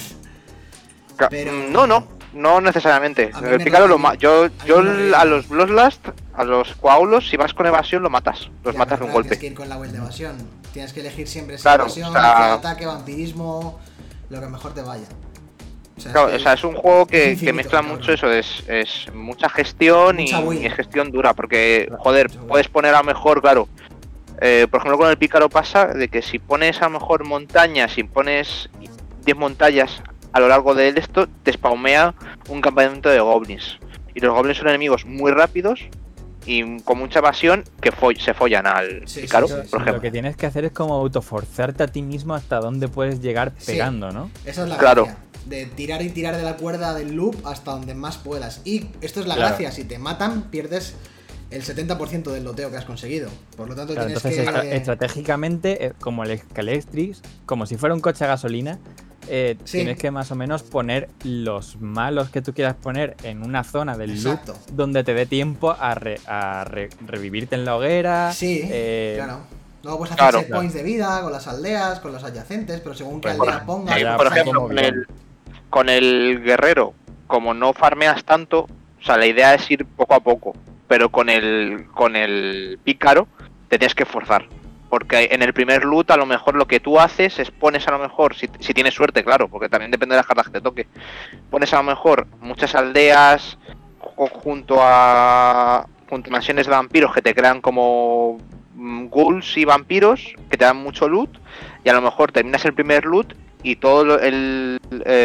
S2: pero-
S4: No necesariamente.
S2: A mí
S4: El
S2: me
S4: pícaro
S2: lo-
S4: lo ma- yo
S2: a mí me lo digo.
S4: a los Bloodlust, a los coágulos, si vas con evasión lo matas, los
S2: Ya,
S4: matas de
S2: pero
S4: un
S2: claro,
S4: golpe.
S2: Tienes que ir con la web de evasión. Tienes que elegir siempre esa
S4: Claro,
S2: evasión,
S4: o sea-
S2: ataque, vampirismo, lo que mejor te vaya. O sea,
S4: Claro,
S2: es que
S4: o sea, es un juego que
S2: infinito,
S4: mezcla
S2: cabrón.
S4: mucho eso, es mucha gestión
S2: Mucha
S4: y
S2: build.
S4: es gestión dura, porque, joder,
S2: Mucha build.
S4: puedes poner a lo mejor, claro, por ejemplo con el pícaro pasa de que si pones a lo mejor montañas, si pones 10 montañas a lo largo de esto, te spawnea un campamento de goblins. Y los goblins son enemigos muy rápidos y con mucha evasión que se follan al
S2: Sí,
S4: pícaro,
S2: sí, sí,
S4: por
S2: sí.
S4: ejemplo.
S1: Lo que tienes que hacer es como autoforzarte a ti mismo hasta dónde puedes llegar
S2: Sí.
S1: pegando, ¿no?
S2: Esa es la
S4: Claro.
S2: gracia. De tirar y tirar de la cuerda del loop hasta donde más puedas. Y esto es la
S1: Claro.
S2: gracia, si te matan, pierdes el 70% del loteo que has conseguido. Por lo tanto,
S1: Claro,
S2: tienes
S1: entonces
S2: que...
S1: estratégicamente, como el Scalextrix, como si fuera un coche a gasolina,
S2: Sí.
S1: tienes que más o menos poner los malos que tú quieras poner en una zona del
S2: Exacto.
S1: loop donde te dé tiempo a revivirte en la hoguera.
S2: Sí,
S1: eh,
S2: claro. Luego puedes hacer
S4: claro.
S2: set points de vida con las aldeas, con los adyacentes, pero según qué
S1: Pues,
S2: aldea pongas...
S1: ya,
S4: Por
S1: pues,
S4: ejemplo,
S1: como
S4: con el guerrero, como no farmeas tanto, o sea, la idea es ir poco a poco, pero con el pícaro te tienes que forzar. Porque en el primer loot a lo mejor lo que tú haces es pones a lo mejor, si tienes suerte, claro, porque también depende de las cartas que te toque, pones a lo mejor muchas aldeas junto a mansiones de vampiros que te crean como ghouls y vampiros que te dan mucho loot, y a lo mejor terminas el primer loot y todo el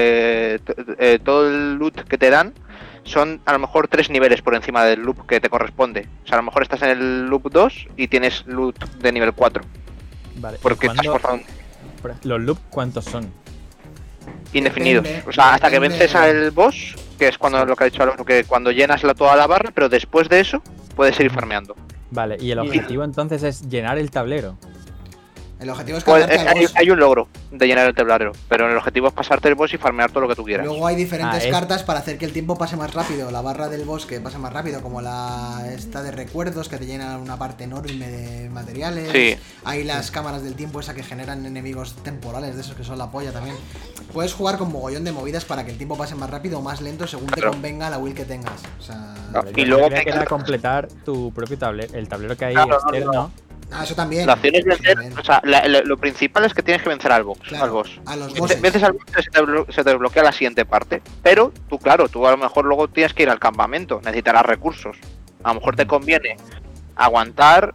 S4: loot que te dan son a lo mejor 3 niveles por encima del loop que te corresponde. O sea, a lo mejor estás en el loop 2 y tienes loot de nivel 4.
S1: Vale, ¿y
S4: Porque te has
S1: cuándo-
S4: forzado
S1: los loops cuántos son?
S4: indefinidos.
S2: Depende,
S4: O sea, hasta que
S2: depende.
S4: vences al boss, que es cuando lo que ha dicho Alonso, que cuando llenas toda la barra, pero después de eso puedes seguir farmeando.
S1: Vale, y el
S5: Y-
S1: objetivo entonces es llenar el tablero.
S2: El objetivo es
S4: Pues,
S2: cargarte al boss.
S4: hay un logro de llenar el tablero, pero el objetivo es pasarte el boss y farmear todo lo que tú quieras.
S2: Luego hay diferentes
S1: es-
S2: cartas para hacer que el tiempo pase más rápido. La barra del boss que pase más rápido, como la esta de recuerdos que te llena una parte enorme de materiales.
S4: Sí.
S2: Hay las cámaras del tiempo esa que generan enemigos temporales, de esos que son la polla también. Puedes jugar con mogollón de movidas para que el tiempo pase más rápido o más lento según te
S4: Claro.
S2: convenga la will que tengas. O sea,
S4: Claro.
S1: Yo
S4: Y luego
S1: creía
S4: que-
S1: que era completar tu propio tablero, el tablero que hay
S4: Claro, no,
S1: externo.
S2: eso también.
S4: La opción es
S2: eso
S4: vencer,
S2: también.
S4: o sea, lo principal es que tienes que vencer al boss.
S2: Claro,
S4: al boss.
S2: a los
S4: Si
S2: bosses.
S4: vences al boss se te desbloquea la siguiente parte. Pero tú, claro, tú a lo mejor luego tienes que ir al campamento, necesitarás recursos. A lo mejor te conviene aguantar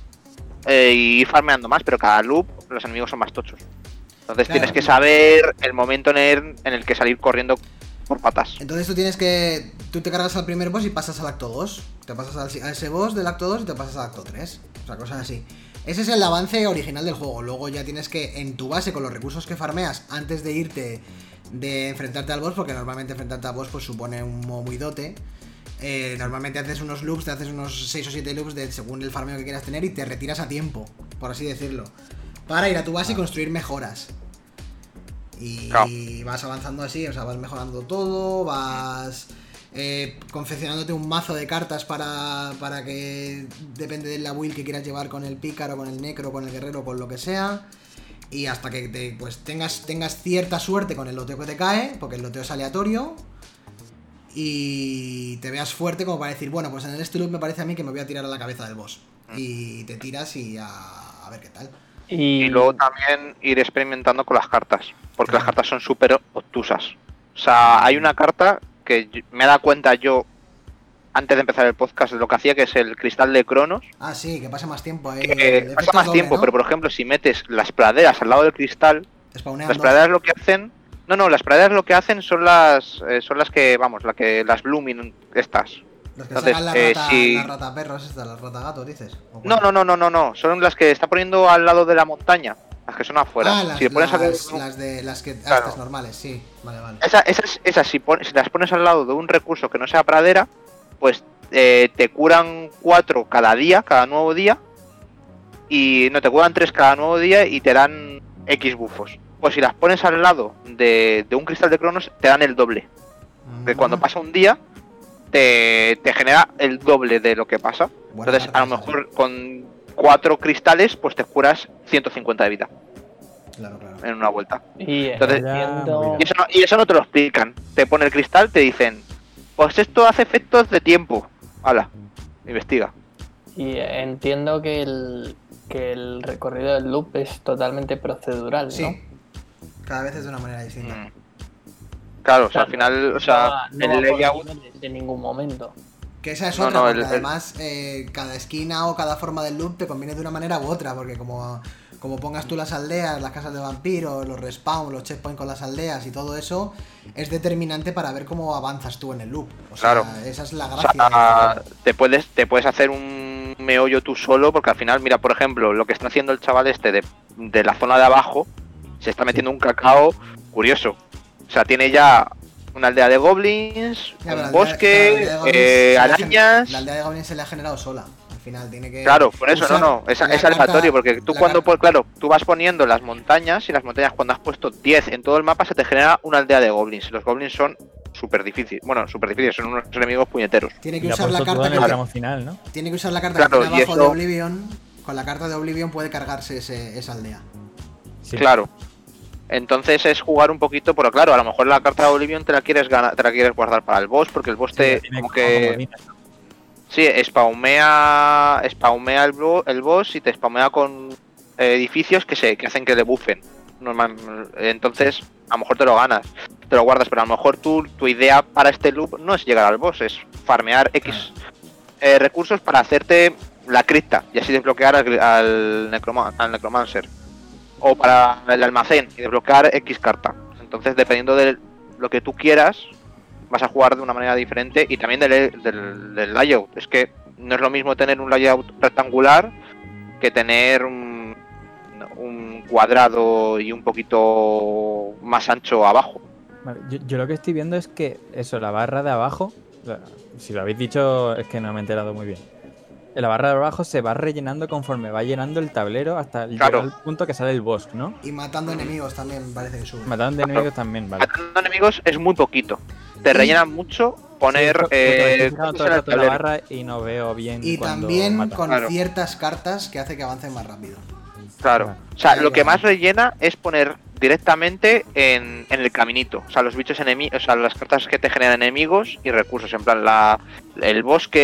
S4: y ir farmeando más, pero cada loop los enemigos son más tochos. Entonces
S2: Claro.
S4: tienes que saber el momento en el que salir corriendo por patas.
S2: Entonces tú te cargas al primer boss y pasas al acto 2. Te pasas a ese boss del acto 2 y te pasas al acto 3. O sea, cosas así. Ese es el avance original del juego. Luego ya tienes que, en tu base, con los recursos que farmeas, antes de irte de enfrentarte al boss, porque normalmente enfrentarte al boss pues supone un modo muy dote. Normalmente haces unos loops, te haces unos 6 o 7 loops según el farmeo que quieras tener y te retiras a tiempo, por así decirlo. Para ir a tu base y construir mejoras. Y
S4: Claro.
S2: vas avanzando así, o sea, vas mejorando todo, vas confeccionándote un mazo de cartas para que depende de la build que quieras llevar con el pícaro, con el necro, con el guerrero, con lo que sea. Y hasta que pues tengas cierta suerte con el loteo que te cae, porque el loteo es aleatorio. Y te veas fuerte como para decir, bueno, pues en este loop me parece a mí que me voy a tirar a la cabeza del boss. Y te tiras y a ver qué tal.
S4: Y luego también ir experimentando con las cartas, porque las cartas son súper obtusas. O sea, hay una carta que me he dado cuenta yo antes de empezar el podcast lo que hacía, que es el cristal de Cronos.
S2: Ah, sí, que pasa más tiempo ahí.
S4: Que pasa más tiempo, ¿no? Pero por ejemplo, si metes las praderas al lado del cristal, las praderas lo que hacen... No, las praderas lo que hacen son las que, vamos, las blooming estas.
S2: Las que
S4: Entonces,
S2: sacan la rata perros, la rata gato, dices.
S4: No, son las que está poniendo al lado de la montaña, las que son afuera.
S2: Ah,
S4: si le pones
S2: las que
S4: claro.
S2: estas normales, sí, vale.
S4: Esas si las pones al lado de un recurso que no sea pradera, pues te curan 4 cada nuevo día, y no te curan 3 cada nuevo día y te dan X bufos. Pues si las pones al lado de un cristal de Cronos, te dan el doble. Que cuando pasa un día, te genera el doble de lo que pasa. Entonces, a lo mejor con 4 cristales, pues te curas 150 de vida.
S2: Claro.
S4: En una vuelta.
S5: Y,
S4: entonces, y eso no te lo explican. Te pone el cristal, te dicen, pues esto hace efectos de tiempo. Hala, investiga.
S5: Y entiendo que el recorrido del loop es totalmente procedural, ¿no?
S2: Sí. Cada vez es de una manera distinta.
S4: Claro, o sea, al final, o sea,
S5: el layout en ningún momento.
S2: Que esa es otra, porque además cada esquina o cada forma del loop te conviene de una manera u otra, porque como pongas tú las aldeas, las casas de vampiros, los respawn, los checkpoints con las aldeas y todo eso, es determinante para ver cómo avanzas tú en el loop. O sea,
S4: claro.
S2: Esa es la gracia.
S4: O sea, te puedes hacer un meollo tú solo, porque al final, mira, por ejemplo, lo que está haciendo el chaval de la zona de abajo, se está metiendo un cacao curioso. O sea, tiene ya una aldea de goblins, un bosque, arañas...
S2: La aldea de goblins se le ha generado sola. Al final tiene que...
S4: Claro, por eso es aleatorio, porque tú tú vas poniendo las montañas, y las montañas cuando has puesto 10 en todo el mapa se te genera una aldea de goblins. Los goblins son súper difíciles, son unos enemigos puñeteros.
S2: Tiene que usar la carta
S1: que final, ¿no?
S2: Tiene que usar la carta que tiene abajo de Oblivion. Con la carta de Oblivion puede cargarse esa aldea.
S4: Sí. Claro. Entonces es jugar un poquito, pero claro, a lo mejor la carta de Oblivion te la quieres guardar para el boss, porque el boss como que... Sí, spawnea el boss y te spawnea con edificios que hacen que le buffen. Entonces, a lo mejor te lo ganas, te lo guardas, pero a lo mejor tu idea para este loop no es llegar al boss, es farmear X recursos para hacerte la cripta y así desbloquear al necromancer. O para el almacén y desbloquear X carta. Entonces, dependiendo de lo que tú quieras, vas a jugar de una manera diferente. Y también del layout. Es que no es lo mismo tener un layout rectangular que tener un cuadrado y un poquito más ancho abajo.
S1: Vale, yo lo que estoy viendo es que eso, la barra de abajo, si lo habéis dicho es que no me he enterado muy bien. La barra de abajo se va rellenando conforme va llenando el tablero hasta llegar al punto que sale el boss, ¿no?
S2: Y matando enemigos también parece que sube.
S1: Matando enemigos también, vale.
S4: Matando enemigos es muy poquito. Te rellenan mucho poner
S1: toda la barra y no veo bien.
S2: Y también con ciertas cartas que hace que avancen más rápido.
S4: Claro. O sea, lo que más rellena es poner directamente en el caminito. O sea, los bichos enemigos, o sea, las cartas que te generan enemigos y recursos. En plan, el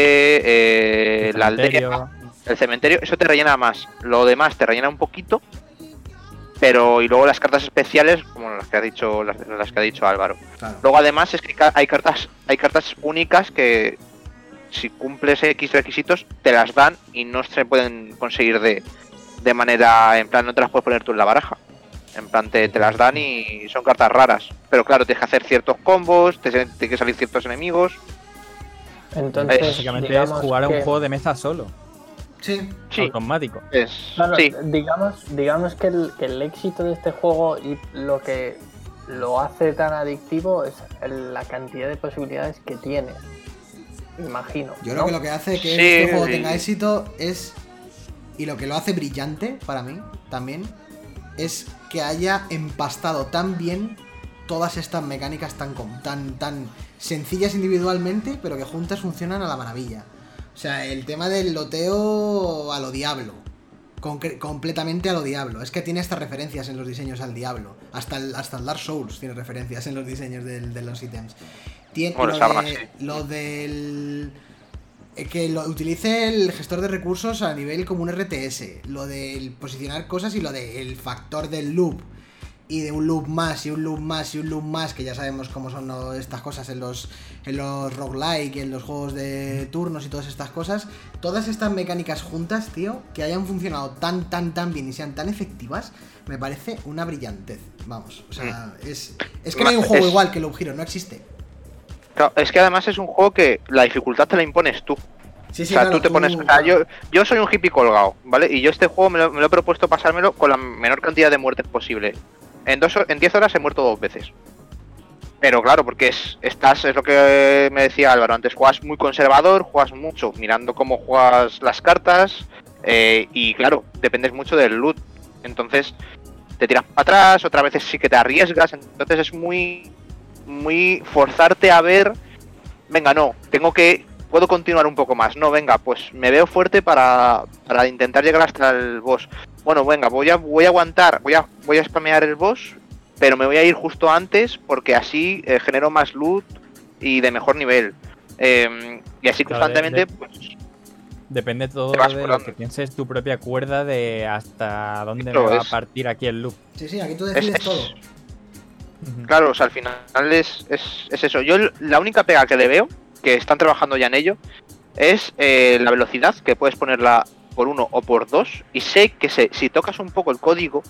S4: bosque, la aldea, el cementerio, eso te rellena más. Lo demás te rellena un poquito. Pero, y luego las cartas especiales, como las que ha dicho Álvaro. Claro. Luego además es que hay cartas únicas que si cumples X requisitos te las dan y no se pueden conseguir de manera, en plan, no te las puedes poner tú en la baraja. En plan, te las dan y son cartas raras. Pero claro, tienes que hacer ciertos combos, tienen que salir ciertos enemigos.
S5: Entonces,
S1: básicamente es jugar a un juego de mesa solo.
S2: Sí.
S1: Automático.
S5: Claro,
S4: sí.
S5: Digamos que el éxito de este juego y lo que lo hace tan adictivo es la cantidad de posibilidades que tienes. Imagino.
S2: Yo creo que lo que hace que este juego tenga éxito es... Y lo que lo hace brillante, para mí, también, es que haya empastado tan bien todas estas mecánicas tan sencillas individualmente, pero que juntas funcionan a la maravilla. O sea, el tema del loteo a lo Diablo. Completamente a lo Diablo. Es que tiene hasta referencias en los diseños al Diablo. Hasta el Dark Souls tiene referencias en los diseños de los ítems. Tiene lo del... Que lo utilice el gestor de recursos a nivel como un RTS. Lo del posicionar cosas y lo del factor del loop. y de un loop más y un loop más y un loop más, que ya sabemos cómo son estas cosas en los roguelike y en los juegos de turnos y todas estas cosas, todas estas mecánicas juntas, tío, que hayan funcionado tan bien y sean tan efectivas, me parece una brillantez. Vamos, o sea, es que no hay un juego igual que Loop Hero, no existe.
S4: Claro, es que además es un juego que la dificultad te la impones tú.
S2: Sí,
S4: o sea,
S2: claro,
S4: tú te pones... O sea, yo soy un hippie colgado, ¿vale? Y yo este juego me lo he propuesto pasármelo con la menor cantidad de muertes posible. En 10 horas he muerto 2 veces. Pero claro, porque es lo que me decía Álvaro antes, juegas muy conservador, juegas mucho mirando cómo juegas las cartas, y claro, dependes mucho del loot. Entonces te tiras para atrás, otras veces sí que te arriesgas, entonces es muy forzarte a ver, venga, no, puedo continuar un poco más, no, venga, pues me veo fuerte para intentar llegar hasta el boss. Bueno, venga, voy a aguantar, voy a spamear el boss, pero me voy a ir justo antes porque así genero más loot y de mejor nivel. Y así constantemente, pues...
S1: Depende todo de lo que pienses, tu propia cuerda de hasta dónde me va a partir aquí el loop.
S2: Sí, aquí tú decides todo.
S4: Claro, o sea, al final es eso. Yo la única pega que le veo, que están trabajando ya en ello, es la velocidad, que puedes ponerla por 1 o por 2. Y sé que si tocas un poco el código,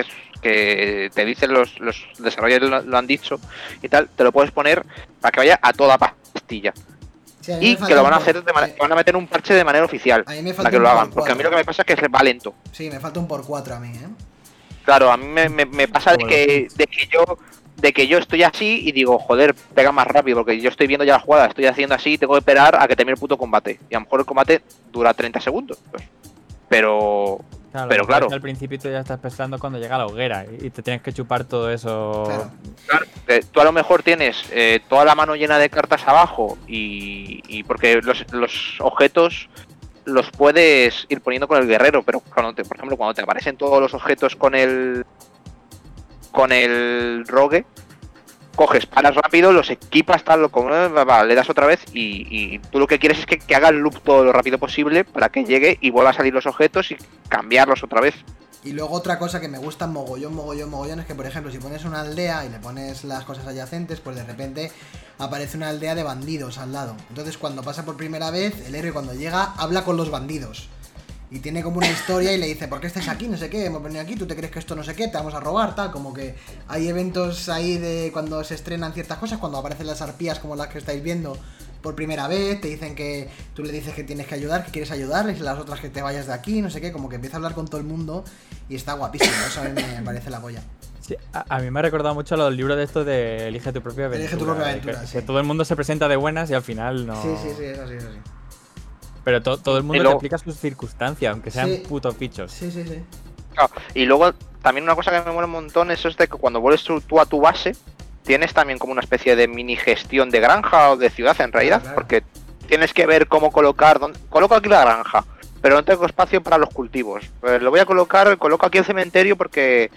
S4: que te dicen los desarrolladores, lo han dicho y tal, te lo puedes poner para que vaya a toda pastilla. Sí, y que lo van a hacer van a meter un parche de manera oficial para que lo hagan, porque a mí lo que me pasa es que va lento.
S2: Sí, me falta un por 4 a mí,
S4: Claro, a mí me pasa de que yo estoy así y digo, joder, pega más rápido, porque yo estoy viendo ya la jugada, estoy haciendo así y tengo que esperar a que termine el puto combate. Y a lo mejor el combate dura 30 segundos, pues. Pero claro.
S1: Al principio tú ya estás pensando cuando llega la hoguera y te tienes que chupar todo eso.
S4: Claro, tú a lo mejor tienes toda la mano llena de cartas abajo y porque los objetos los puedes ir poniendo con el guerrero, pero por ejemplo, cuando te aparecen todos los objetos con el rogue, coges, paras rápido, los equipas, tal, le das otra vez y tú lo que quieres es que haga el loop todo lo rápido posible para que llegue y vuelva a salir los objetos y cambiarlos otra vez.
S2: Y luego otra cosa que me gusta mogollón es que, por ejemplo, si pones una aldea y le pones las cosas adyacentes, pues de repente aparece una aldea de bandidos al lado. Entonces cuando pasa por primera vez, el héroe cuando llega habla con los bandidos. Y tiene como una historia y le dice, ¿por qué estáis aquí? No sé qué, hemos venido aquí, ¿tú te crees que esto no sé qué? Te vamos a robar, tal. Como que hay eventos ahí de cuando se estrenan ciertas cosas, cuando aparecen las arpías como las que estáis viendo por primera vez, te dicen que tú le dices que tienes que ayudar, que quieres ayudarles, y las otras que te vayas de aquí, no sé qué, como que empieza a hablar con todo el mundo y está guapísimo, eso a mí me parece la polla.
S1: Sí, a mí me ha recordado mucho los libros de estos de Elige tu propia aventura.
S2: Elige tu propia aventura,
S1: que todo el mundo se presenta de buenas y al final no...
S2: Sí, eso sí.
S1: Pero todo el mundo te explica sus circunstancias, aunque sean putos bichos.
S2: Sí.
S4: Claro, y luego también una cosa que me mola un montón es de que cuando vuelves tú a tu base, tienes también como una especie de mini gestión de granja o de ciudad en realidad, claro. Porque tienes que ver cómo coloco aquí la granja, pero no tengo espacio para los cultivos. Pues lo voy a coloco aquí el cementerio porque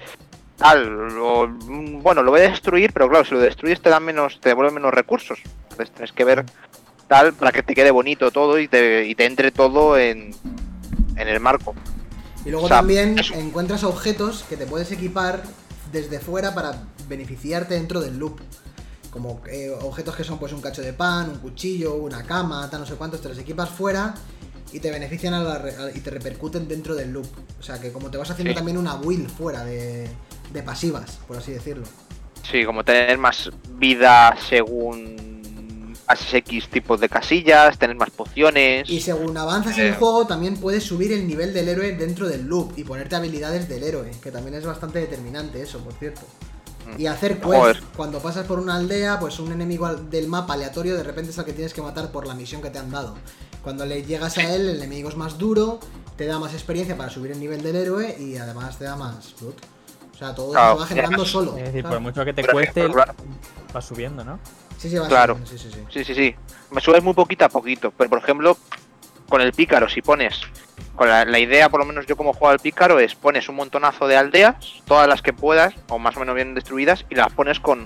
S4: lo voy a destruir, pero claro, si lo destruyes te devuelven menos recursos. Entonces tienes que ver tal para que te quede bonito todo y te entre todo en el marco.
S2: Y luego también encuentras objetos que te puedes equipar desde fuera para beneficiarte dentro del loop. Como objetos que son pues un cacho de pan, un cuchillo, una cama, tal no sé cuántos, te los equipas fuera y te benefician y te repercuten dentro del loop. O sea que como te vas haciendo también una build fuera de pasivas, por así decirlo.
S4: Sí, como tener más vida según haces X tipos de casillas, tener más pociones.
S2: Y según avanzas en el juego también puedes subir el nivel del héroe dentro del loop y ponerte habilidades del héroe, que también es bastante determinante eso, por cierto. Y hacer quests. Cuando pasas por una aldea, pues un enemigo del mapa aleatorio de repente es el que tienes que matar por la misión que te han dado. Cuando le llegas a él, el enemigo es más duro, te da más experiencia para subir el nivel del héroe y además te da más loot. O sea, todo se va generando solo.
S1: Es decir, por mucho que te cueste, va subiendo, ¿no?
S2: Sí, va
S4: claro.
S2: Subiendo,
S4: sí. Me subes muy poquito a poquito. Pero, por ejemplo, con el pícaro, si pones... Con la idea, por lo menos yo como juego al pícaro, es pones un montonazo de aldeas, todas las que puedas, o más o menos bien destruidas, y las pones con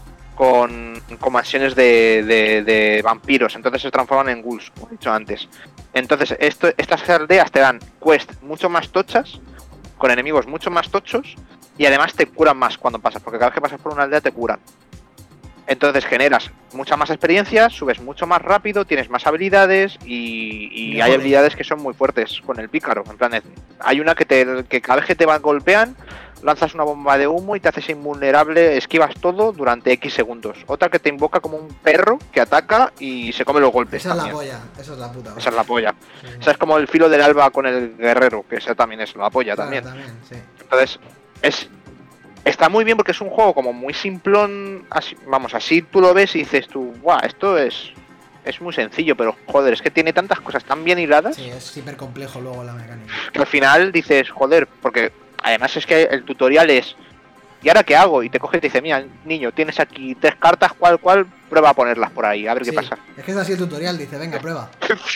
S4: mansiones de vampiros. Entonces se transforman en ghouls, como he dicho antes. Entonces, estas aldeas te dan quests mucho más tochas, con enemigos mucho más tochos, y además te curan más cuando pasas, porque cada vez que pasas por una aldea te curan. Entonces generas mucha más experiencia, subes mucho más rápido, tienes más habilidades y hay habilidades que son muy fuertes con el pícaro. En plan, hay una que cada vez que te golpean, lanzas una bomba de humo y te haces invulnerable, esquivas todo durante X segundos. Otra que te invoca como un perro que ataca y se come los golpes.
S2: Esa
S4: también.
S2: es la polla, esa es la puta.
S4: Esa es la polla.
S2: Sí.
S4: Esa es como el filo del alba con el guerrero, que esa también es la polla
S2: Claro,
S4: también.
S2: sí.
S4: Entonces, está muy bien porque es un juego como muy simplón, así tú lo ves y dices tú, ¡guau! Esto es muy sencillo, pero joder, es que tiene tantas cosas tan bien hiladas
S2: Sí, es hiper complejo luego la mecánica.
S4: que al final dices, joder, porque además es que el tutorial es, ¿y ahora qué hago? Y te coge y te dice, mira, niño, tienes aquí 3 cartas, ¿cuál? Prueba a ponerlas por ahí, a ver qué
S2: Sí,
S4: pasa.
S2: es que es así el tutorial, dice, venga, prueba.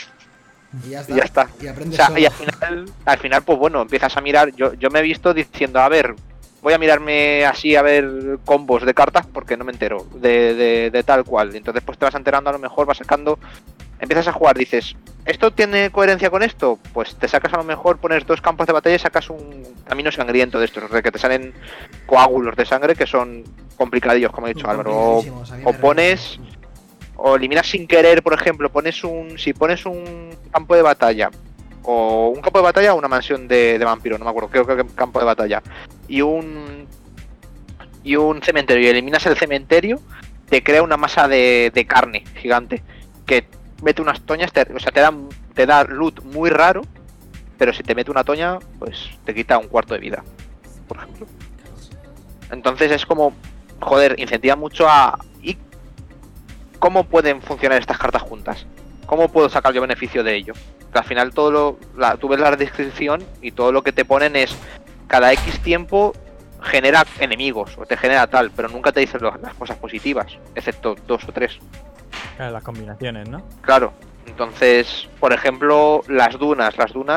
S2: Y ya está.
S4: Y ya está.
S2: Y
S4: O
S2: aprendes
S4: sea,
S2: solo.
S4: y al final, pues bueno, empiezas a mirar, yo me he visto diciendo, a ver, voy a mirarme así a ver combos de cartas porque no me entero de tal cual. Entonces pues te vas enterando, a lo mejor vas sacando, empiezas a jugar, dices, ¿esto tiene coherencia con esto? Pues te sacas a lo mejor, pones 2 campos de batalla y sacas un camino sangriento de estos, de que te salen coágulos de sangre que son complicadillos, como ha dicho Álvaro.
S2: Complicadísimos, a mí me
S4: O pones, o eliminas sin querer, por ejemplo, si pones un campo de batalla, o un campo de batalla o una mansión de vampiro, no me acuerdo, creo que campo de batalla, y un cementerio, y eliminas el cementerio, te crea una masa de carne gigante que mete unas toñas, te da loot muy raro, pero si te mete una toña, pues te quita un cuarto de vida, por ejemplo. Entonces es como, joder, incentiva mucho ¿y cómo pueden funcionar estas cartas juntas? ¿Cómo puedo sacar yo beneficio de ello? Que al final tú ves la descripción y todo lo que te ponen es cada X tiempo genera enemigos o te genera tal, pero nunca te dicen las cosas positivas, excepto 2 o 3.
S1: Claro, las combinaciones, ¿no?
S4: Claro, entonces, por ejemplo, las dunas,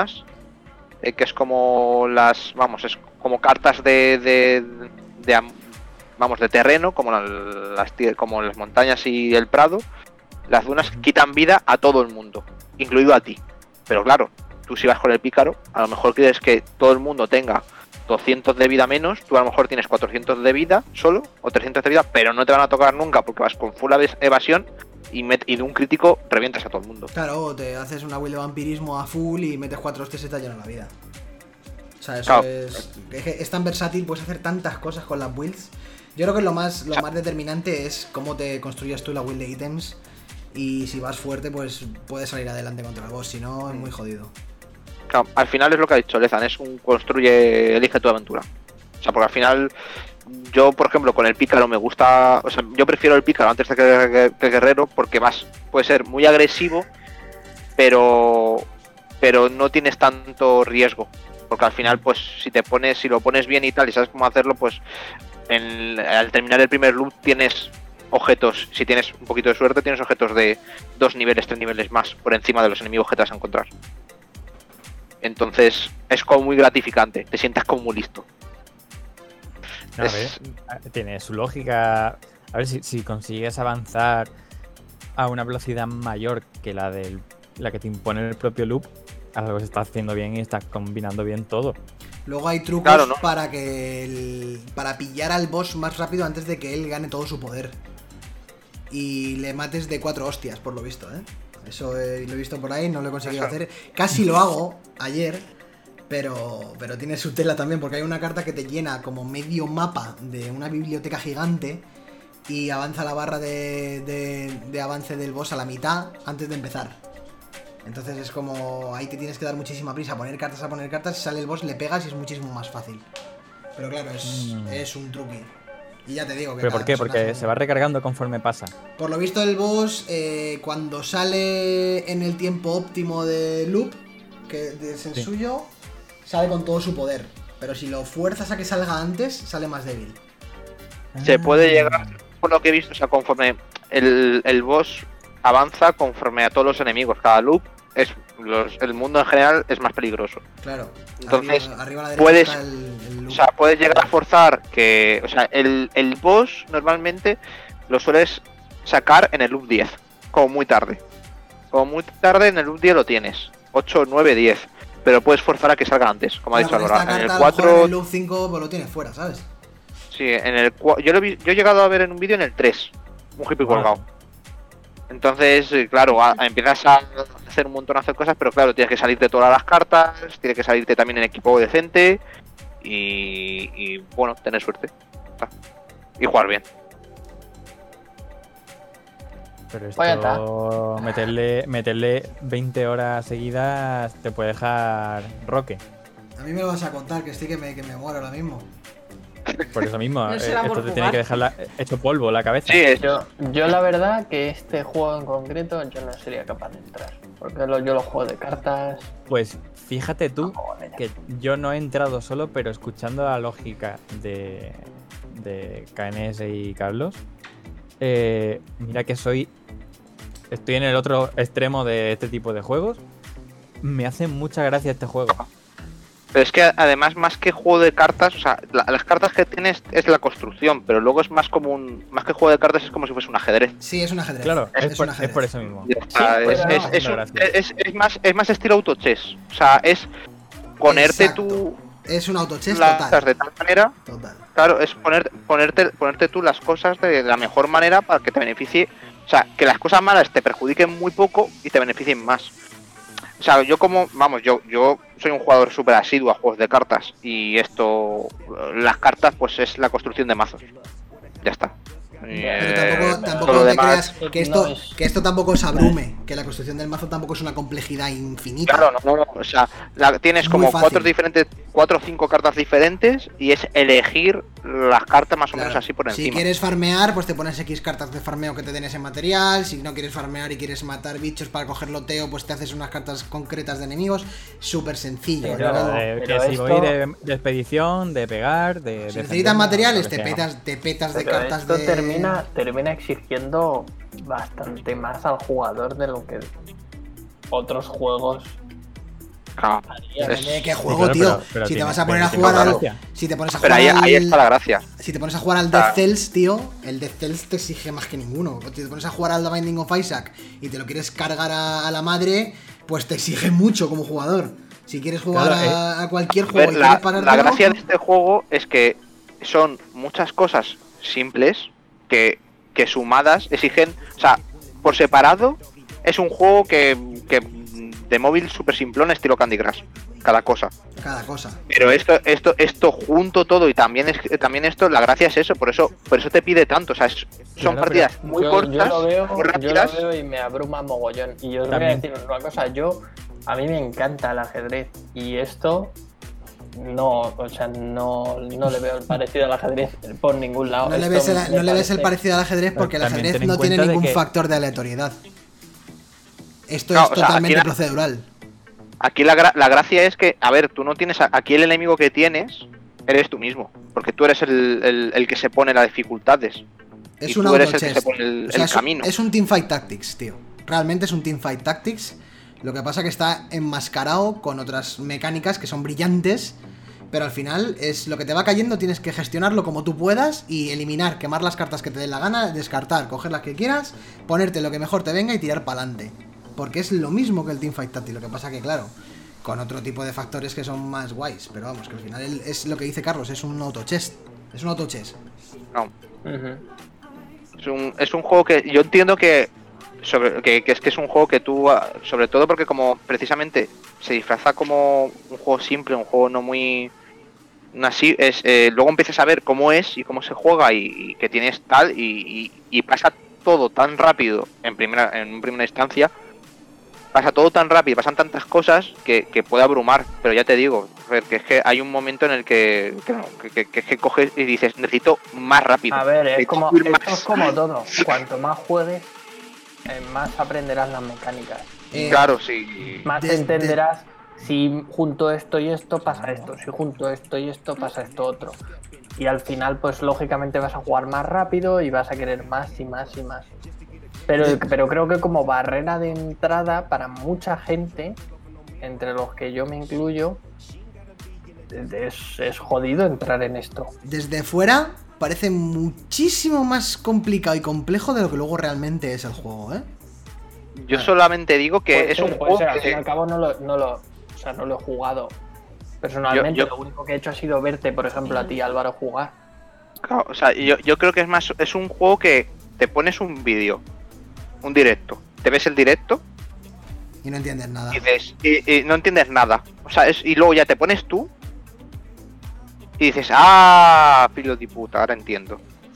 S4: que es como es como cartas de terreno, como las montañas y el prado. Las dunas quitan vida a todo el mundo, incluido a ti. Pero claro, tú si vas con el pícaro, a lo mejor quieres que todo el mundo tenga 200 de vida menos, tú a lo mejor tienes 400 de vida solo, o 300 de vida, pero no te van a tocar nunca porque vas con full evasión y de un crítico revientas a todo el mundo.
S2: Claro, te haces una build de vampirismo a full y metes 4 hostias y te llena la vida. O sea, eso
S4: Claro.
S2: es tan versátil, puedes hacer tantas cosas con las builds. Yo creo que lo más determinante es cómo te construyas tú la build de ítems. Y si vas fuerte, pues puedes salir adelante contra el boss, si no, es muy jodido.
S4: Claro, al final es lo que ha dicho Lezan, es un elige tu aventura. O sea, porque al final, yo por ejemplo con el pícaro me gusta, o sea, yo prefiero el pícaro antes de que el guerrero porque puede ser muy agresivo, pero no tienes tanto riesgo. Porque al final, pues si lo pones bien y tal y sabes cómo hacerlo, pues al terminar el primer loop tienes objetos, si tienes un poquito de suerte, tienes objetos de 2 niveles, 3 niveles más por encima de los enemigos que te vas a encontrar. Entonces es como muy gratificante, te sientas como muy listo.
S1: A ver, tiene su lógica. A ver si consigues avanzar a una velocidad mayor que la que te impone el propio loop, algo se está haciendo bien y estás combinando bien todo.
S2: Luego hay trucos
S4: Claro, ¿no?
S2: para para pillar al boss más rápido antes de que él gane todo su poder. Y le mates de 4 hostias, por lo visto, ¿eh? Eso lo he visto por ahí, no lo he conseguido hacer. Casi lo hago ayer, pero tiene su tela también, porque hay una carta que te llena como medio mapa de una biblioteca gigante y avanza la barra de avance del boss a la mitad antes de empezar. Entonces es como, ahí te tienes que dar muchísima prisa a poner cartas, si sale el boss le pegas y es muchísimo más fácil. Pero claro, es un truqui. Y ya te digo que...
S1: ¿Pero por qué? Porque se va recargando conforme pasa.
S2: Por lo visto el boss, cuando sale en el tiempo óptimo de loop, que es el suyo, sale con todo su poder. Pero si lo fuerzas a que salga antes, sale más débil.
S4: Se puede llegar, por lo que he visto, o sea, conforme el boss avanza conforme a todos los enemigos. Cada loop el mundo en general es más peligroso.
S2: Claro.
S4: Entonces,
S2: arriba a la derecha
S4: puedes,
S2: está el loop.
S4: o sea, puedes llegar a forzar que, o sea, el boss normalmente lo sueles sacar en el loop 10, como muy tarde. Como muy tarde en el loop 10 lo tienes, 8, 9, 10. pero puedes forzar a que salgan antes, como ha dicho
S2: Con esta
S4: Alora. En el
S2: carta, a lo mejor
S4: 4,
S2: en el Loop 5 pues lo tienes fuera, ¿sabes?
S4: sí, en el yo he llegado a ver en un vídeo en el 3, un hippie colgado. Entonces, claro, empiezas a hacer un montonazo de cosas, pero claro, tienes que salirte todas las cartas, tienes que salirte también en equipo decente y bueno, tener suerte. Y jugar bien.
S1: Pero
S5: Pues ya
S1: esto, meterle 20 horas seguidas te puede dejar roque.
S2: A mí me lo vas a contar, que sí que me muero ahora mismo.
S1: Por eso mismo,
S3: No será por
S1: esto te
S3: jugar.
S1: tiene que dejar hecho polvo la cabeza.
S4: Sí,
S5: Yo la verdad que este juego en concreto yo no sería capaz de entrar. Porque yo los juegos de cartas...
S1: Pues fíjate tú
S5: Joder.
S1: que yo no he entrado solo, pero escuchando la lógica de KNS y Carlos, mira que estoy en el otro extremo de este tipo de juegos. Me hace mucha gracia este juego.
S4: pero es que además, más que juego de cartas, o sea, las cartas que tienes es la construcción, pero luego es más como más que juego de cartas, es como si fuese un ajedrez.
S2: Sí, es un ajedrez.
S1: Claro, es
S2: un
S1: por
S2: ajedrez.
S1: eso mismo.
S4: Ya está,
S5: pues
S4: es-
S5: no,
S4: es- es
S1: no,
S4: un-
S1: gracias.
S4: es más estilo autochess. O sea, es ponerte
S2: Exacto. Es un autochess
S4: las
S2: total.
S4: de tal manera.
S2: Total.
S4: Claro, es ponerte tú las cosas de la mejor manera para que te beneficie. O sea, que las cosas malas te perjudiquen muy poco y te beneficien más. O sea, yo soy un jugador súper asiduo a juegos de cartas. Y las cartas, pues es la construcción de mazos. Ya está.
S2: Pero tampoco
S4: todo lo
S2: te
S4: demás-
S2: creas que
S5: no es-
S2: esto tampoco os abrume. Que la construcción del mazo tampoco es una complejidad infinita.
S4: Claro, no. O sea, tienes
S2: Es
S4: como
S2: muy fácil.
S4: 4 o 5 cartas diferentes y es elegir las cartas más o
S2: Claro.
S4: menos así por
S2: Si
S4: encima.
S2: quieres farmear, pues te pones X cartas de farmeo que te den ese material. Si no quieres farmear y quieres matar bichos para coger loteo, pues te haces unas cartas concretas de enemigos. Súper sencillo.
S5: Pero-
S2: ¿no?
S1: Que
S5: pero
S1: si
S5: esto-
S1: voy de expedición, de pegar, de
S2: Si
S1: defender,
S2: necesitas materiales,
S1: lo que
S2: te
S1: sea.
S2: petas de
S5: Pero
S2: cartas
S5: esto
S2: de.
S5: termina exigiendo bastante más al jugador de lo que otros juegos
S4: Claro.
S5: harían.
S2: Depende de qué
S1: Sí,
S2: juego,
S1: claro,
S2: tío.
S1: pero
S2: si te
S1: tiene-
S2: vas a poner a
S1: tiene
S2: jugar al.
S1: gracia.
S2: Si te pones a
S4: Pero
S2: jugar
S4: ahí
S2: al.
S4: está la gracia.
S2: Si te pones a jugar al
S4: Claro.
S2: Death Cells, tío, el Death Cells te exige más que ninguno. O si te pones a jugar al The Binding of Isaac y te lo quieres cargar a la madre, pues te exige mucho como jugador. Si quieres jugar
S1: Claro,
S2: a cualquier
S4: A
S2: juego
S4: ver,
S2: y
S4: la
S2: quieres pasártelo,
S4: gracia de este juego es que son muchas cosas simples que sumadas exigen. O sea, por separado es un juego que de móvil súper simplón estilo Candy Crush. Cada cosa.
S2: cada cosa.
S4: Pero esto junto todo y también esto, la gracia es eso, por eso te pide tanto, o sea, son
S1: Claro,
S4: partidas
S1: pero
S4: muy
S5: yo
S4: cortas,
S5: lo veo,
S4: muy
S5: yo
S4: rápidas.
S5: lo veo y me abruma mogollón. Y yo os voy a
S1: También.
S5: decir una cosa, a mí me encanta el ajedrez y esto no le veo el parecido al ajedrez por ningún lado.
S2: No le
S5: Esto
S2: ves el,
S5: me
S2: no le ves el
S5: parece-
S2: parecido al ajedrez porque el
S1: También
S2: ajedrez
S1: ten en
S2: no tiene
S1: cuenta de
S2: ningún
S1: que-
S2: factor de aleatoriedad. Esto
S4: No,
S2: es
S4: o sea,
S2: totalmente
S4: aquí
S2: procedural.
S4: Aquí la gracia es que, a ver, tú no tienes, aquí el enemigo que tienes eres tú mismo, porque tú eres el que se pone las dificultades.
S2: Es
S4: y
S2: un
S4: tú eres el que
S2: autochess.
S4: se pone el
S2: O sea,
S4: camino.
S2: es un teamfight tactics, tío. Realmente es un teamfight tactics. Lo que pasa que está enmascarado con otras mecánicas que son brillantes. Pero al final es lo que te va cayendo, tienes que gestionarlo como tú puedas y eliminar, quemar las cartas que te den la gana, descartar, coger las que quieras, ponerte lo que mejor te venga y tirar para adelante. Porque es lo mismo que el teamfight tactics. Lo que pasa que, claro, con otro tipo de factores que son más guays. Pero vamos, que al final es lo que dice Carlos, es un autochess. Es un autochess.
S4: No,
S5: Ujú.
S4: es un juego que yo entiendo que es un juego que tú, sobre todo porque como precisamente se disfraza como un juego simple, un juego no muy así, luego empiezas a ver cómo es y cómo se juega y que tienes tal y pasa todo tan rápido en primera instancia, pasa todo tan rápido, pasan tantas cosas que puede abrumar, pero ya te digo, que es que hay un momento en el que coges y dices, necesito más rápido.
S5: A ver,
S4: necesito ir más.
S5: esto es como todo. Cuanto más juegues, más aprenderás las mecánicas.
S4: Claro, sí.
S5: Más
S2: Desde-
S5: entenderás si junto esto y esto pasa esto, si junto esto y esto pasa esto otro. Y al final, pues lógicamente vas a jugar más rápido y vas a querer más y más y más. Pero creo que como barrera de entrada para mucha gente, entre los que yo me incluyo, es jodido entrar en esto.
S2: Desde fuera parece muchísimo más complicado y complejo de lo que luego realmente es el juego, ¿eh?
S4: Yo solamente digo que es un
S5: puede
S4: juego
S5: ser, al fin y
S4: que
S5: al cabo no lo sea, no lo he jugado personalmente.
S4: Yo-
S5: Lo único que he hecho ha sido verte, por ejemplo, a ti, Álvaro, jugar.
S4: Claro, o sea, yo creo que es un juego que te pones un vídeo, un directo, te ves el directo
S2: Y no entiendes nada.
S4: y dices, y no entiendes nada. O sea, y luego ya te pones tú y dices, filo de puta, ahora entiendo.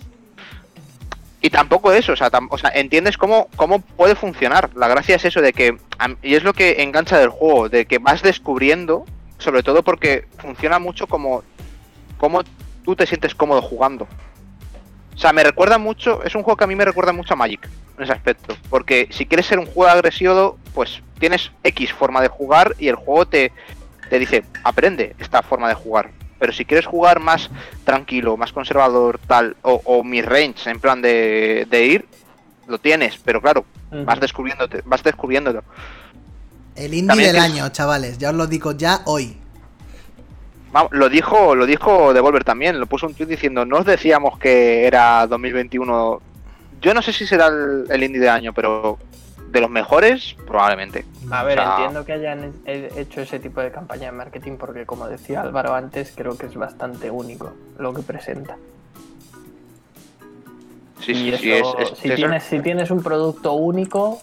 S4: Y tampoco eso, o sea, entiendes cómo puede funcionar. La gracia es eso de que, y es lo que engancha del juego, de que vas descubriendo, sobre todo porque funciona mucho como tú te sientes cómodo jugando. O sea, me recuerda mucho, es un juego que a mí me recuerda mucho a Magic en ese aspecto, porque si quieres ser un juego agresivo, pues tienes X forma de jugar y el juego te dice, aprende esta forma de jugar. Pero si quieres jugar más tranquilo, más conservador, tal, o mid-range, en plan de ir, lo tienes, pero claro, vas descubriéndolo.
S2: El indie
S4: También
S2: del
S4: es-
S2: año, chavales. Ya os lo digo ya hoy.
S4: Vamos, lo dijo Devolver también, lo puso un tweet diciendo, no os decíamos que era 2021. Yo no sé si será el indie de año, pero de los mejores, probablemente.
S5: A ver,
S4: O sea,
S5: entiendo que hayan hecho ese tipo de campaña de marketing porque, como decía Álvaro antes, creo que es bastante único lo que presenta.
S4: Sí,
S5: Y
S4: sí,
S5: eso,
S4: sí,
S5: si tienes un producto único,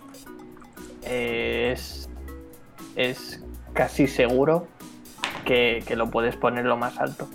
S5: es casi seguro que lo puedes poner lo más alto.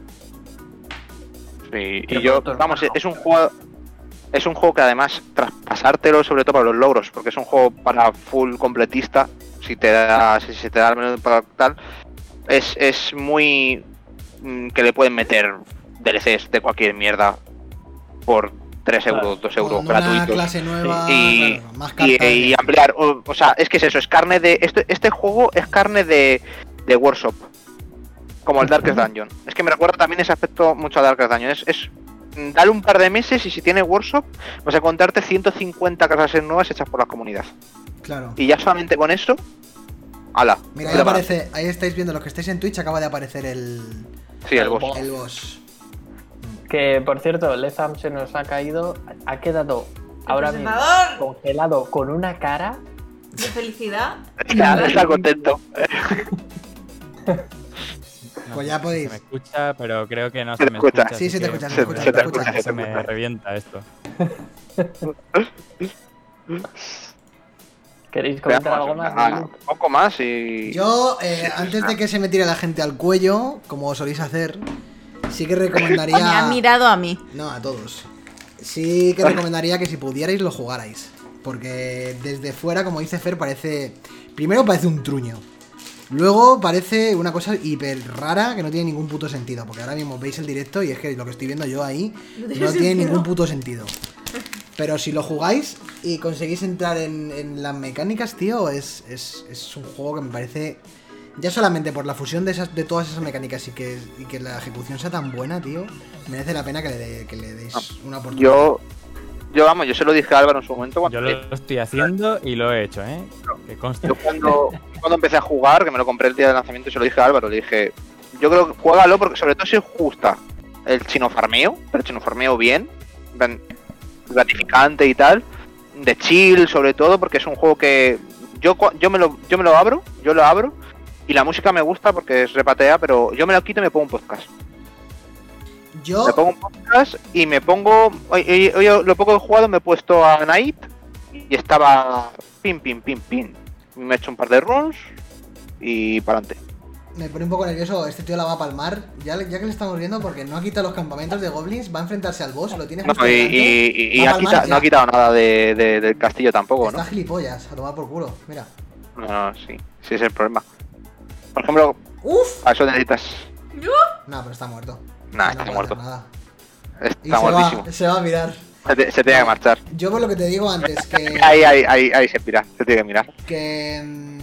S4: sí.
S5: ¿Qué
S4: Y yo,
S5: productos
S4: vamos,
S5: más?
S4: es un juego que además, tras pasártelo, sobre todo para los logros, porque es un juego para full completista, si se te da el menú para tal, es muy que le pueden meter DLCs de cualquier mierda por 3 euros, 2 euros
S2: Con una
S4: gratuitos.
S2: clase nueva,
S4: y,
S2: claro, más cartas.
S4: y ampliar, o sea, es que es eso, es carne de. Este juego es carne de Workshop, como el Darkest Dungeon. Es que me recuerda también ese aspecto mucho a Darkest Dungeon. Dale un par de meses y si tiene Workshop, vas a encontrarte 150 clases nuevas hechas por la comunidad.
S2: Claro.
S4: Y ya solamente con eso, ala.
S2: Mira, ahí
S4: tira para
S2: aparece, ahí estáis viendo los que estáis en Twitch, acaba de aparecer
S4: adelante. Sí, el boss.
S2: el boss.
S5: Que, por cierto, Lezam se nos ha caído, ha quedado ahora mismo
S3: presentador.
S5: congelado con una cara.
S3: De felicidad.
S4: Está contento.
S1: No
S2: Pues
S1: sé
S2: ya
S1: si
S2: podéis.
S1: Se me escucha, pero creo que no
S4: Se
S1: se
S4: te
S1: me
S4: escucha.
S1: escucha.
S2: Sí,
S1: así
S2: se te
S1: que
S2: escucha,
S4: se te escucha, se
S1: se me
S4: escucha.
S1: revienta esto.
S5: ¿Queréis comentar algo más?
S4: Un poco más y.
S2: Yo, antes de que se me tire la gente al cuello, como soléis hacer, sí que recomendaría.
S3: Me ha mirado a mí.
S2: No, a todos. Sí que recomendaría que si pudierais lo jugarais. Porque desde fuera, como dice Fer, parece. Primero parece un truño. Luego parece una cosa hiper rara que no tiene ningún puto sentido. Porque ahora mismo veis el directo y es que lo que estoy viendo yo ahí no tiene ningún puto sentido. Pero si lo jugáis y conseguís entrar en las mecánicas, tío, es un juego que me parece. Ya solamente por la fusión de todas esas mecánicas y que la ejecución sea tan buena, tío, merece la pena que le deis una oportunidad.
S4: Yo se lo dije a Álvaro en su momento
S1: Yo
S4: cuando,
S1: lo estoy haciendo y lo he hecho, ¿eh? Que conste.
S4: yo cuando empecé a jugar, que me lo compré el día del lanzamiento, se lo dije a Álvaro, le dije, yo creo que juégalo porque sobre todo si os gusta el chino farmeo, pero el chino farmeo bien, gratificante y tal, de chill sobre todo, porque es un juego que yo lo abro y la música me gusta porque es repatea, pero yo me lo quito y me pongo un podcast.
S2: Yo,
S4: Me pongo un podcast y me pongo. Hoy lo poco que he jugado me he puesto a Night y estaba pin. Me he hecho un par de runs y para adelante.
S2: me pone un poco nervioso, este tío la va a palmar, ya que le estamos viendo, porque no ha quitado los campamentos de goblins, va a enfrentarse al boss, lo tiene justo delante,
S4: Y
S2: va a palmar
S4: no ha
S2: ya.
S4: quitado nada del castillo tampoco,
S2: Está
S4: ¿no?
S2: gilipollas, a tomar por culo, mira.
S4: No, sí es el problema. Por ejemplo,
S2: ¡Uf!
S4: a eso necesitas.
S2: No, pero está muerto.
S4: Nah,
S2: No
S4: está
S2: puede
S4: muerto.
S2: hacer nada. Y
S4: Está muertísimo.
S2: se va a mirar.
S4: Se tiene que marchar.
S2: Yo por lo que te digo antes, que...
S4: Ahí se mira, se tiene que mirar.
S2: Que...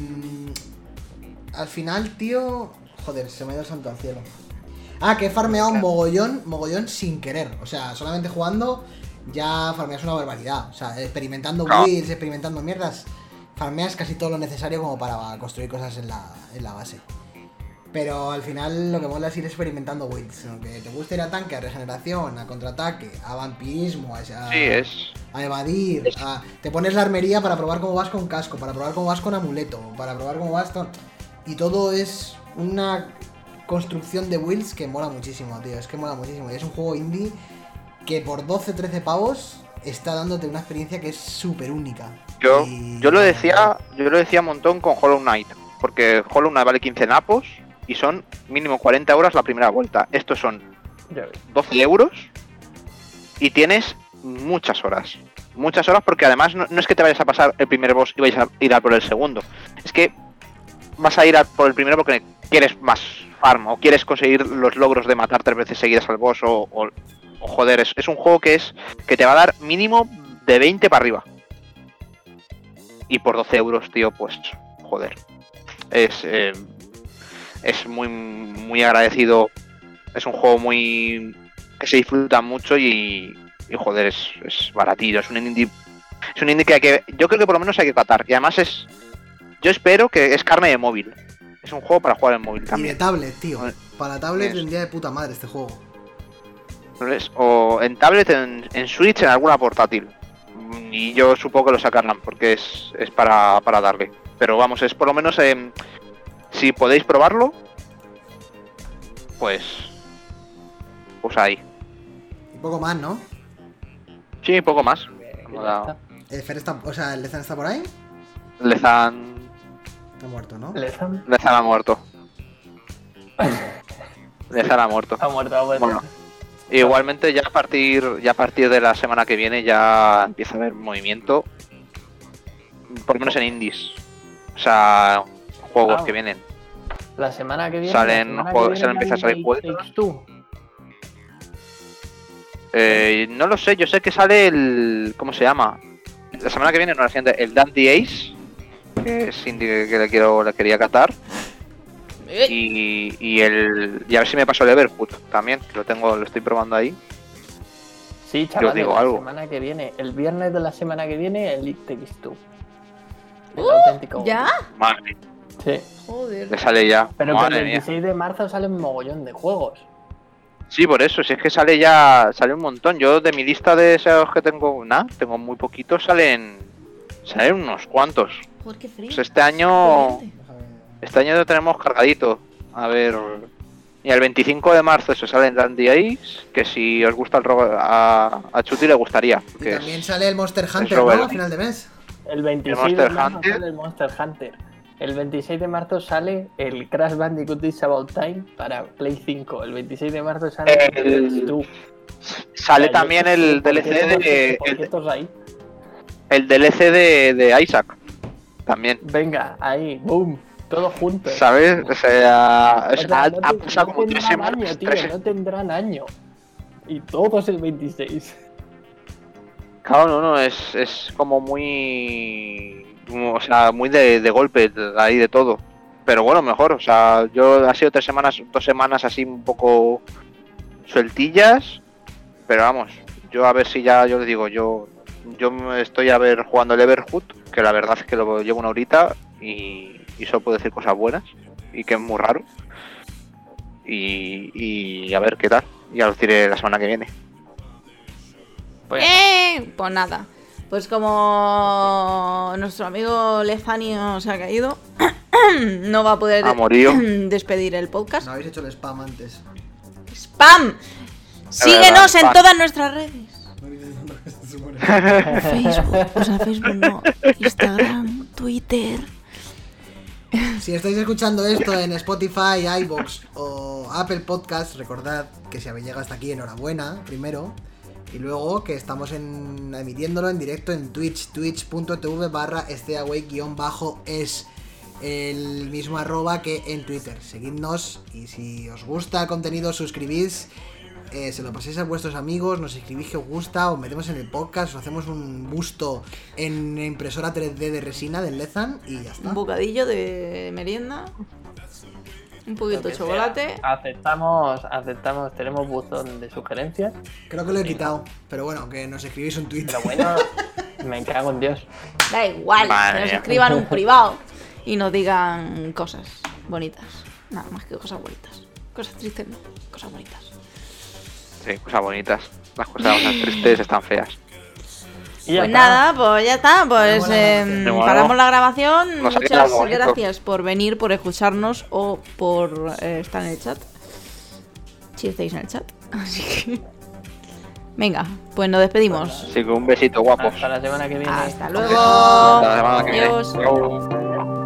S2: al final, tío... Joder, se me ha ido el santo al cielo. Ah, que he farmeado un mogollón sin querer. O sea, solamente jugando ya farmeas una barbaridad. O sea, experimentando builds, experimentando mierdas. Farmeas casi todo lo necesario como para construir cosas en la base. Pero al final lo que mola es ir experimentando builds. Aunque te guste ir a tanque, a regeneración, a contraataque, a vampirismo, a evadir. Te pones la armería para probar cómo vas con casco, para probar cómo vas con amuleto, para probar cómo vas con... Y todo es una construcción de builds que mola muchísimo, tío. Es que mola muchísimo. Y es un juego indie que por 12-13 pavos está dándote una experiencia que es súper única.
S4: Yo lo decía un montón con Hollow Knight, porque Hollow Knight vale 15 napos y son mínimo 40 horas la primera vuelta. Estos son 12 euros y tienes muchas horas. Muchas horas porque además no es que te vayas a pasar el primer boss y vayas a ir a por el segundo. Es que vas a ir a por el primero porque quieres más farm o quieres conseguir los logros de matar 3 veces seguidas al boss o joder, es un juego que te va a dar mínimo de 20 para arriba. Y por 12 euros, tío, pues joder. Es muy, muy agradecido. Es un juego muy que se disfruta mucho y joder, es baratillo. Es un indie que yo creo que por lo menos hay que catar. Y además yo espero que es carne de móvil. Es un juego para jugar en móvil también.
S2: Y de tablet, tío. Para tablet vendría de puta madre este juego.
S4: O en tablet, en Switch, en alguna portátil. Y yo supongo que lo sacarán porque es para darle. Pero vamos, es por lo menos si podéis probarlo, pues ahí.
S2: Un poco más, ¿no?
S4: Sí, poco más.
S2: ¿El Fer está, o sea, el Lezan está por ahí?
S4: Lezan
S2: Está muerto, ¿no?
S5: Lezan
S4: ha muerto. Lezan ha muerto.
S5: ha muerto.
S4: Bueno, igualmente ya a partir de la semana que viene ya empieza a haber movimiento, por lo menos en indies. O sea, juegos que vienen.
S5: La semana que viene
S4: Salen juegos, empieza a salir juegos. No lo sé, yo sé que sale el... ¿Cómo se llama? La semana que viene, no, la siguiente, el Dandy Ace, que es indie que le quería catar. Y a ver si me paso el Everhood también, que lo estoy probando ahí.
S5: Sí, chaval,
S4: digo
S5: la
S4: algo.
S5: semana que viene, el viernes de la semana que viene, el It Takes Two. El auténtico.
S3: ¿Ya?
S4: Madre,
S5: Sí.
S3: Joder.
S4: le sale ya.
S5: Pero que el
S4: Madre mía.
S5: 26 de marzo sale un mogollón de juegos.
S4: Sí, por eso, si es que sale un montón. Yo de mi lista de deseos que tengo, tengo muy poquitos, salen unos cuantos.
S3: Joder, qué frío.
S4: Pues este año
S2: Déjame-
S4: lo tenemos cargadito. A ver. Y el 25 de marzo eso sale en Dandy Ace, que si os gusta a Chuti le gustaría.
S2: Y
S4: Que
S2: también
S4: es,
S2: sale el Monster Hunter,
S4: Robert.
S2: ¿no? A final de mes.
S5: El 26
S4: Monster
S5: de marzo
S4: Hunter.
S5: sale el Monster Hunter. El 26 de marzo sale el Crash Bandicoot It's About Time para Play 5. El 26 de marzo sale el It Takes Two.
S4: sale
S5: O sea,
S4: también
S5: yo qué sé,
S4: el
S5: ¿por qué
S4: DLC
S5: todos-
S4: de
S5: por qué todos ahí?
S4: el DLC de Isaac. También.
S5: Venga, ahí, boom, todos juntos.
S4: ¿Sabes? O sea,
S5: O sea,
S4: ha
S5: no
S4: pasado como 3
S5: tendrán
S4: semanas.
S5: año, tío, no tendrán año. Y todos el 26.
S4: Claro, no, es como muy... O sea, muy de golpe, ahí de todo. Pero bueno, mejor, o sea, yo ha sido 2 semanas así un poco sueltillas. Pero vamos, yo a ver si ya, yo le digo, yo me estoy jugando el Everhood, que la verdad es que lo llevo una horita y solo puedo decir cosas buenas. Y que es muy raro. Y a ver qué tal. Ya os diré la semana que viene.
S3: Pues nada. Pues como nuestro amigo Lezanio se ha caído, no va a poder
S4: Amorío.
S3: despedir el podcast.
S2: No habéis hecho el spam antes.
S3: ¡Spam! Síguenos en
S4: spam.
S3: todas nuestras redes.
S2: No dices nombres, se supone.
S3: Facebook, o sea, Facebook no. Instagram, Twitter.
S2: Si estáis escuchando esto en Spotify, iVoox o Apple Podcast, recordad que si habéis llegado hasta aquí, enhorabuena, primero. Y luego que estamos emitiéndolo en directo en Twitch, twitch.tv/stayaway_es. El mismo @ que en Twitter. Seguidnos y si os gusta el contenido, suscribís. Se lo paséis a vuestros amigos, nos escribís que os gusta, os metemos en el podcast, os hacemos un busto en impresora 3D de resina del Lezan y ya está.
S3: Un bocadillo de merienda. Un poquito de chocolate.
S5: Aceptamos, tenemos buzón de sugerencias.
S2: Creo que lo he quitado, pero bueno, que nos escribís un tweet.
S5: Pero bueno, me cago en Dios.
S3: Da igual,
S4: Madre
S3: que nos
S4: mía.
S3: escriban un privado y nos digan cosas bonitas. Nada más que cosas bonitas. Cosas tristes no, cosas bonitas.
S4: Sí, cosas bonitas. Las cosas más tristes están feas.
S5: Y ya
S3: Pues
S5: está.
S3: nada, pues ya está, pues
S2: Bueno,
S3: paramos la grabación.
S4: Nos ha
S3: Muchas
S4: quedado bonito.
S3: gracias por venir, por escucharnos o por estar en el chat. Si estáis en el chat. Así que... Venga, pues nos despedimos.
S4: Así que un besito, guapos.
S5: Hasta la semana que viene.
S3: Hasta luego.
S4: Hasta la semana que viene.
S3: Adiós.
S4: Chao.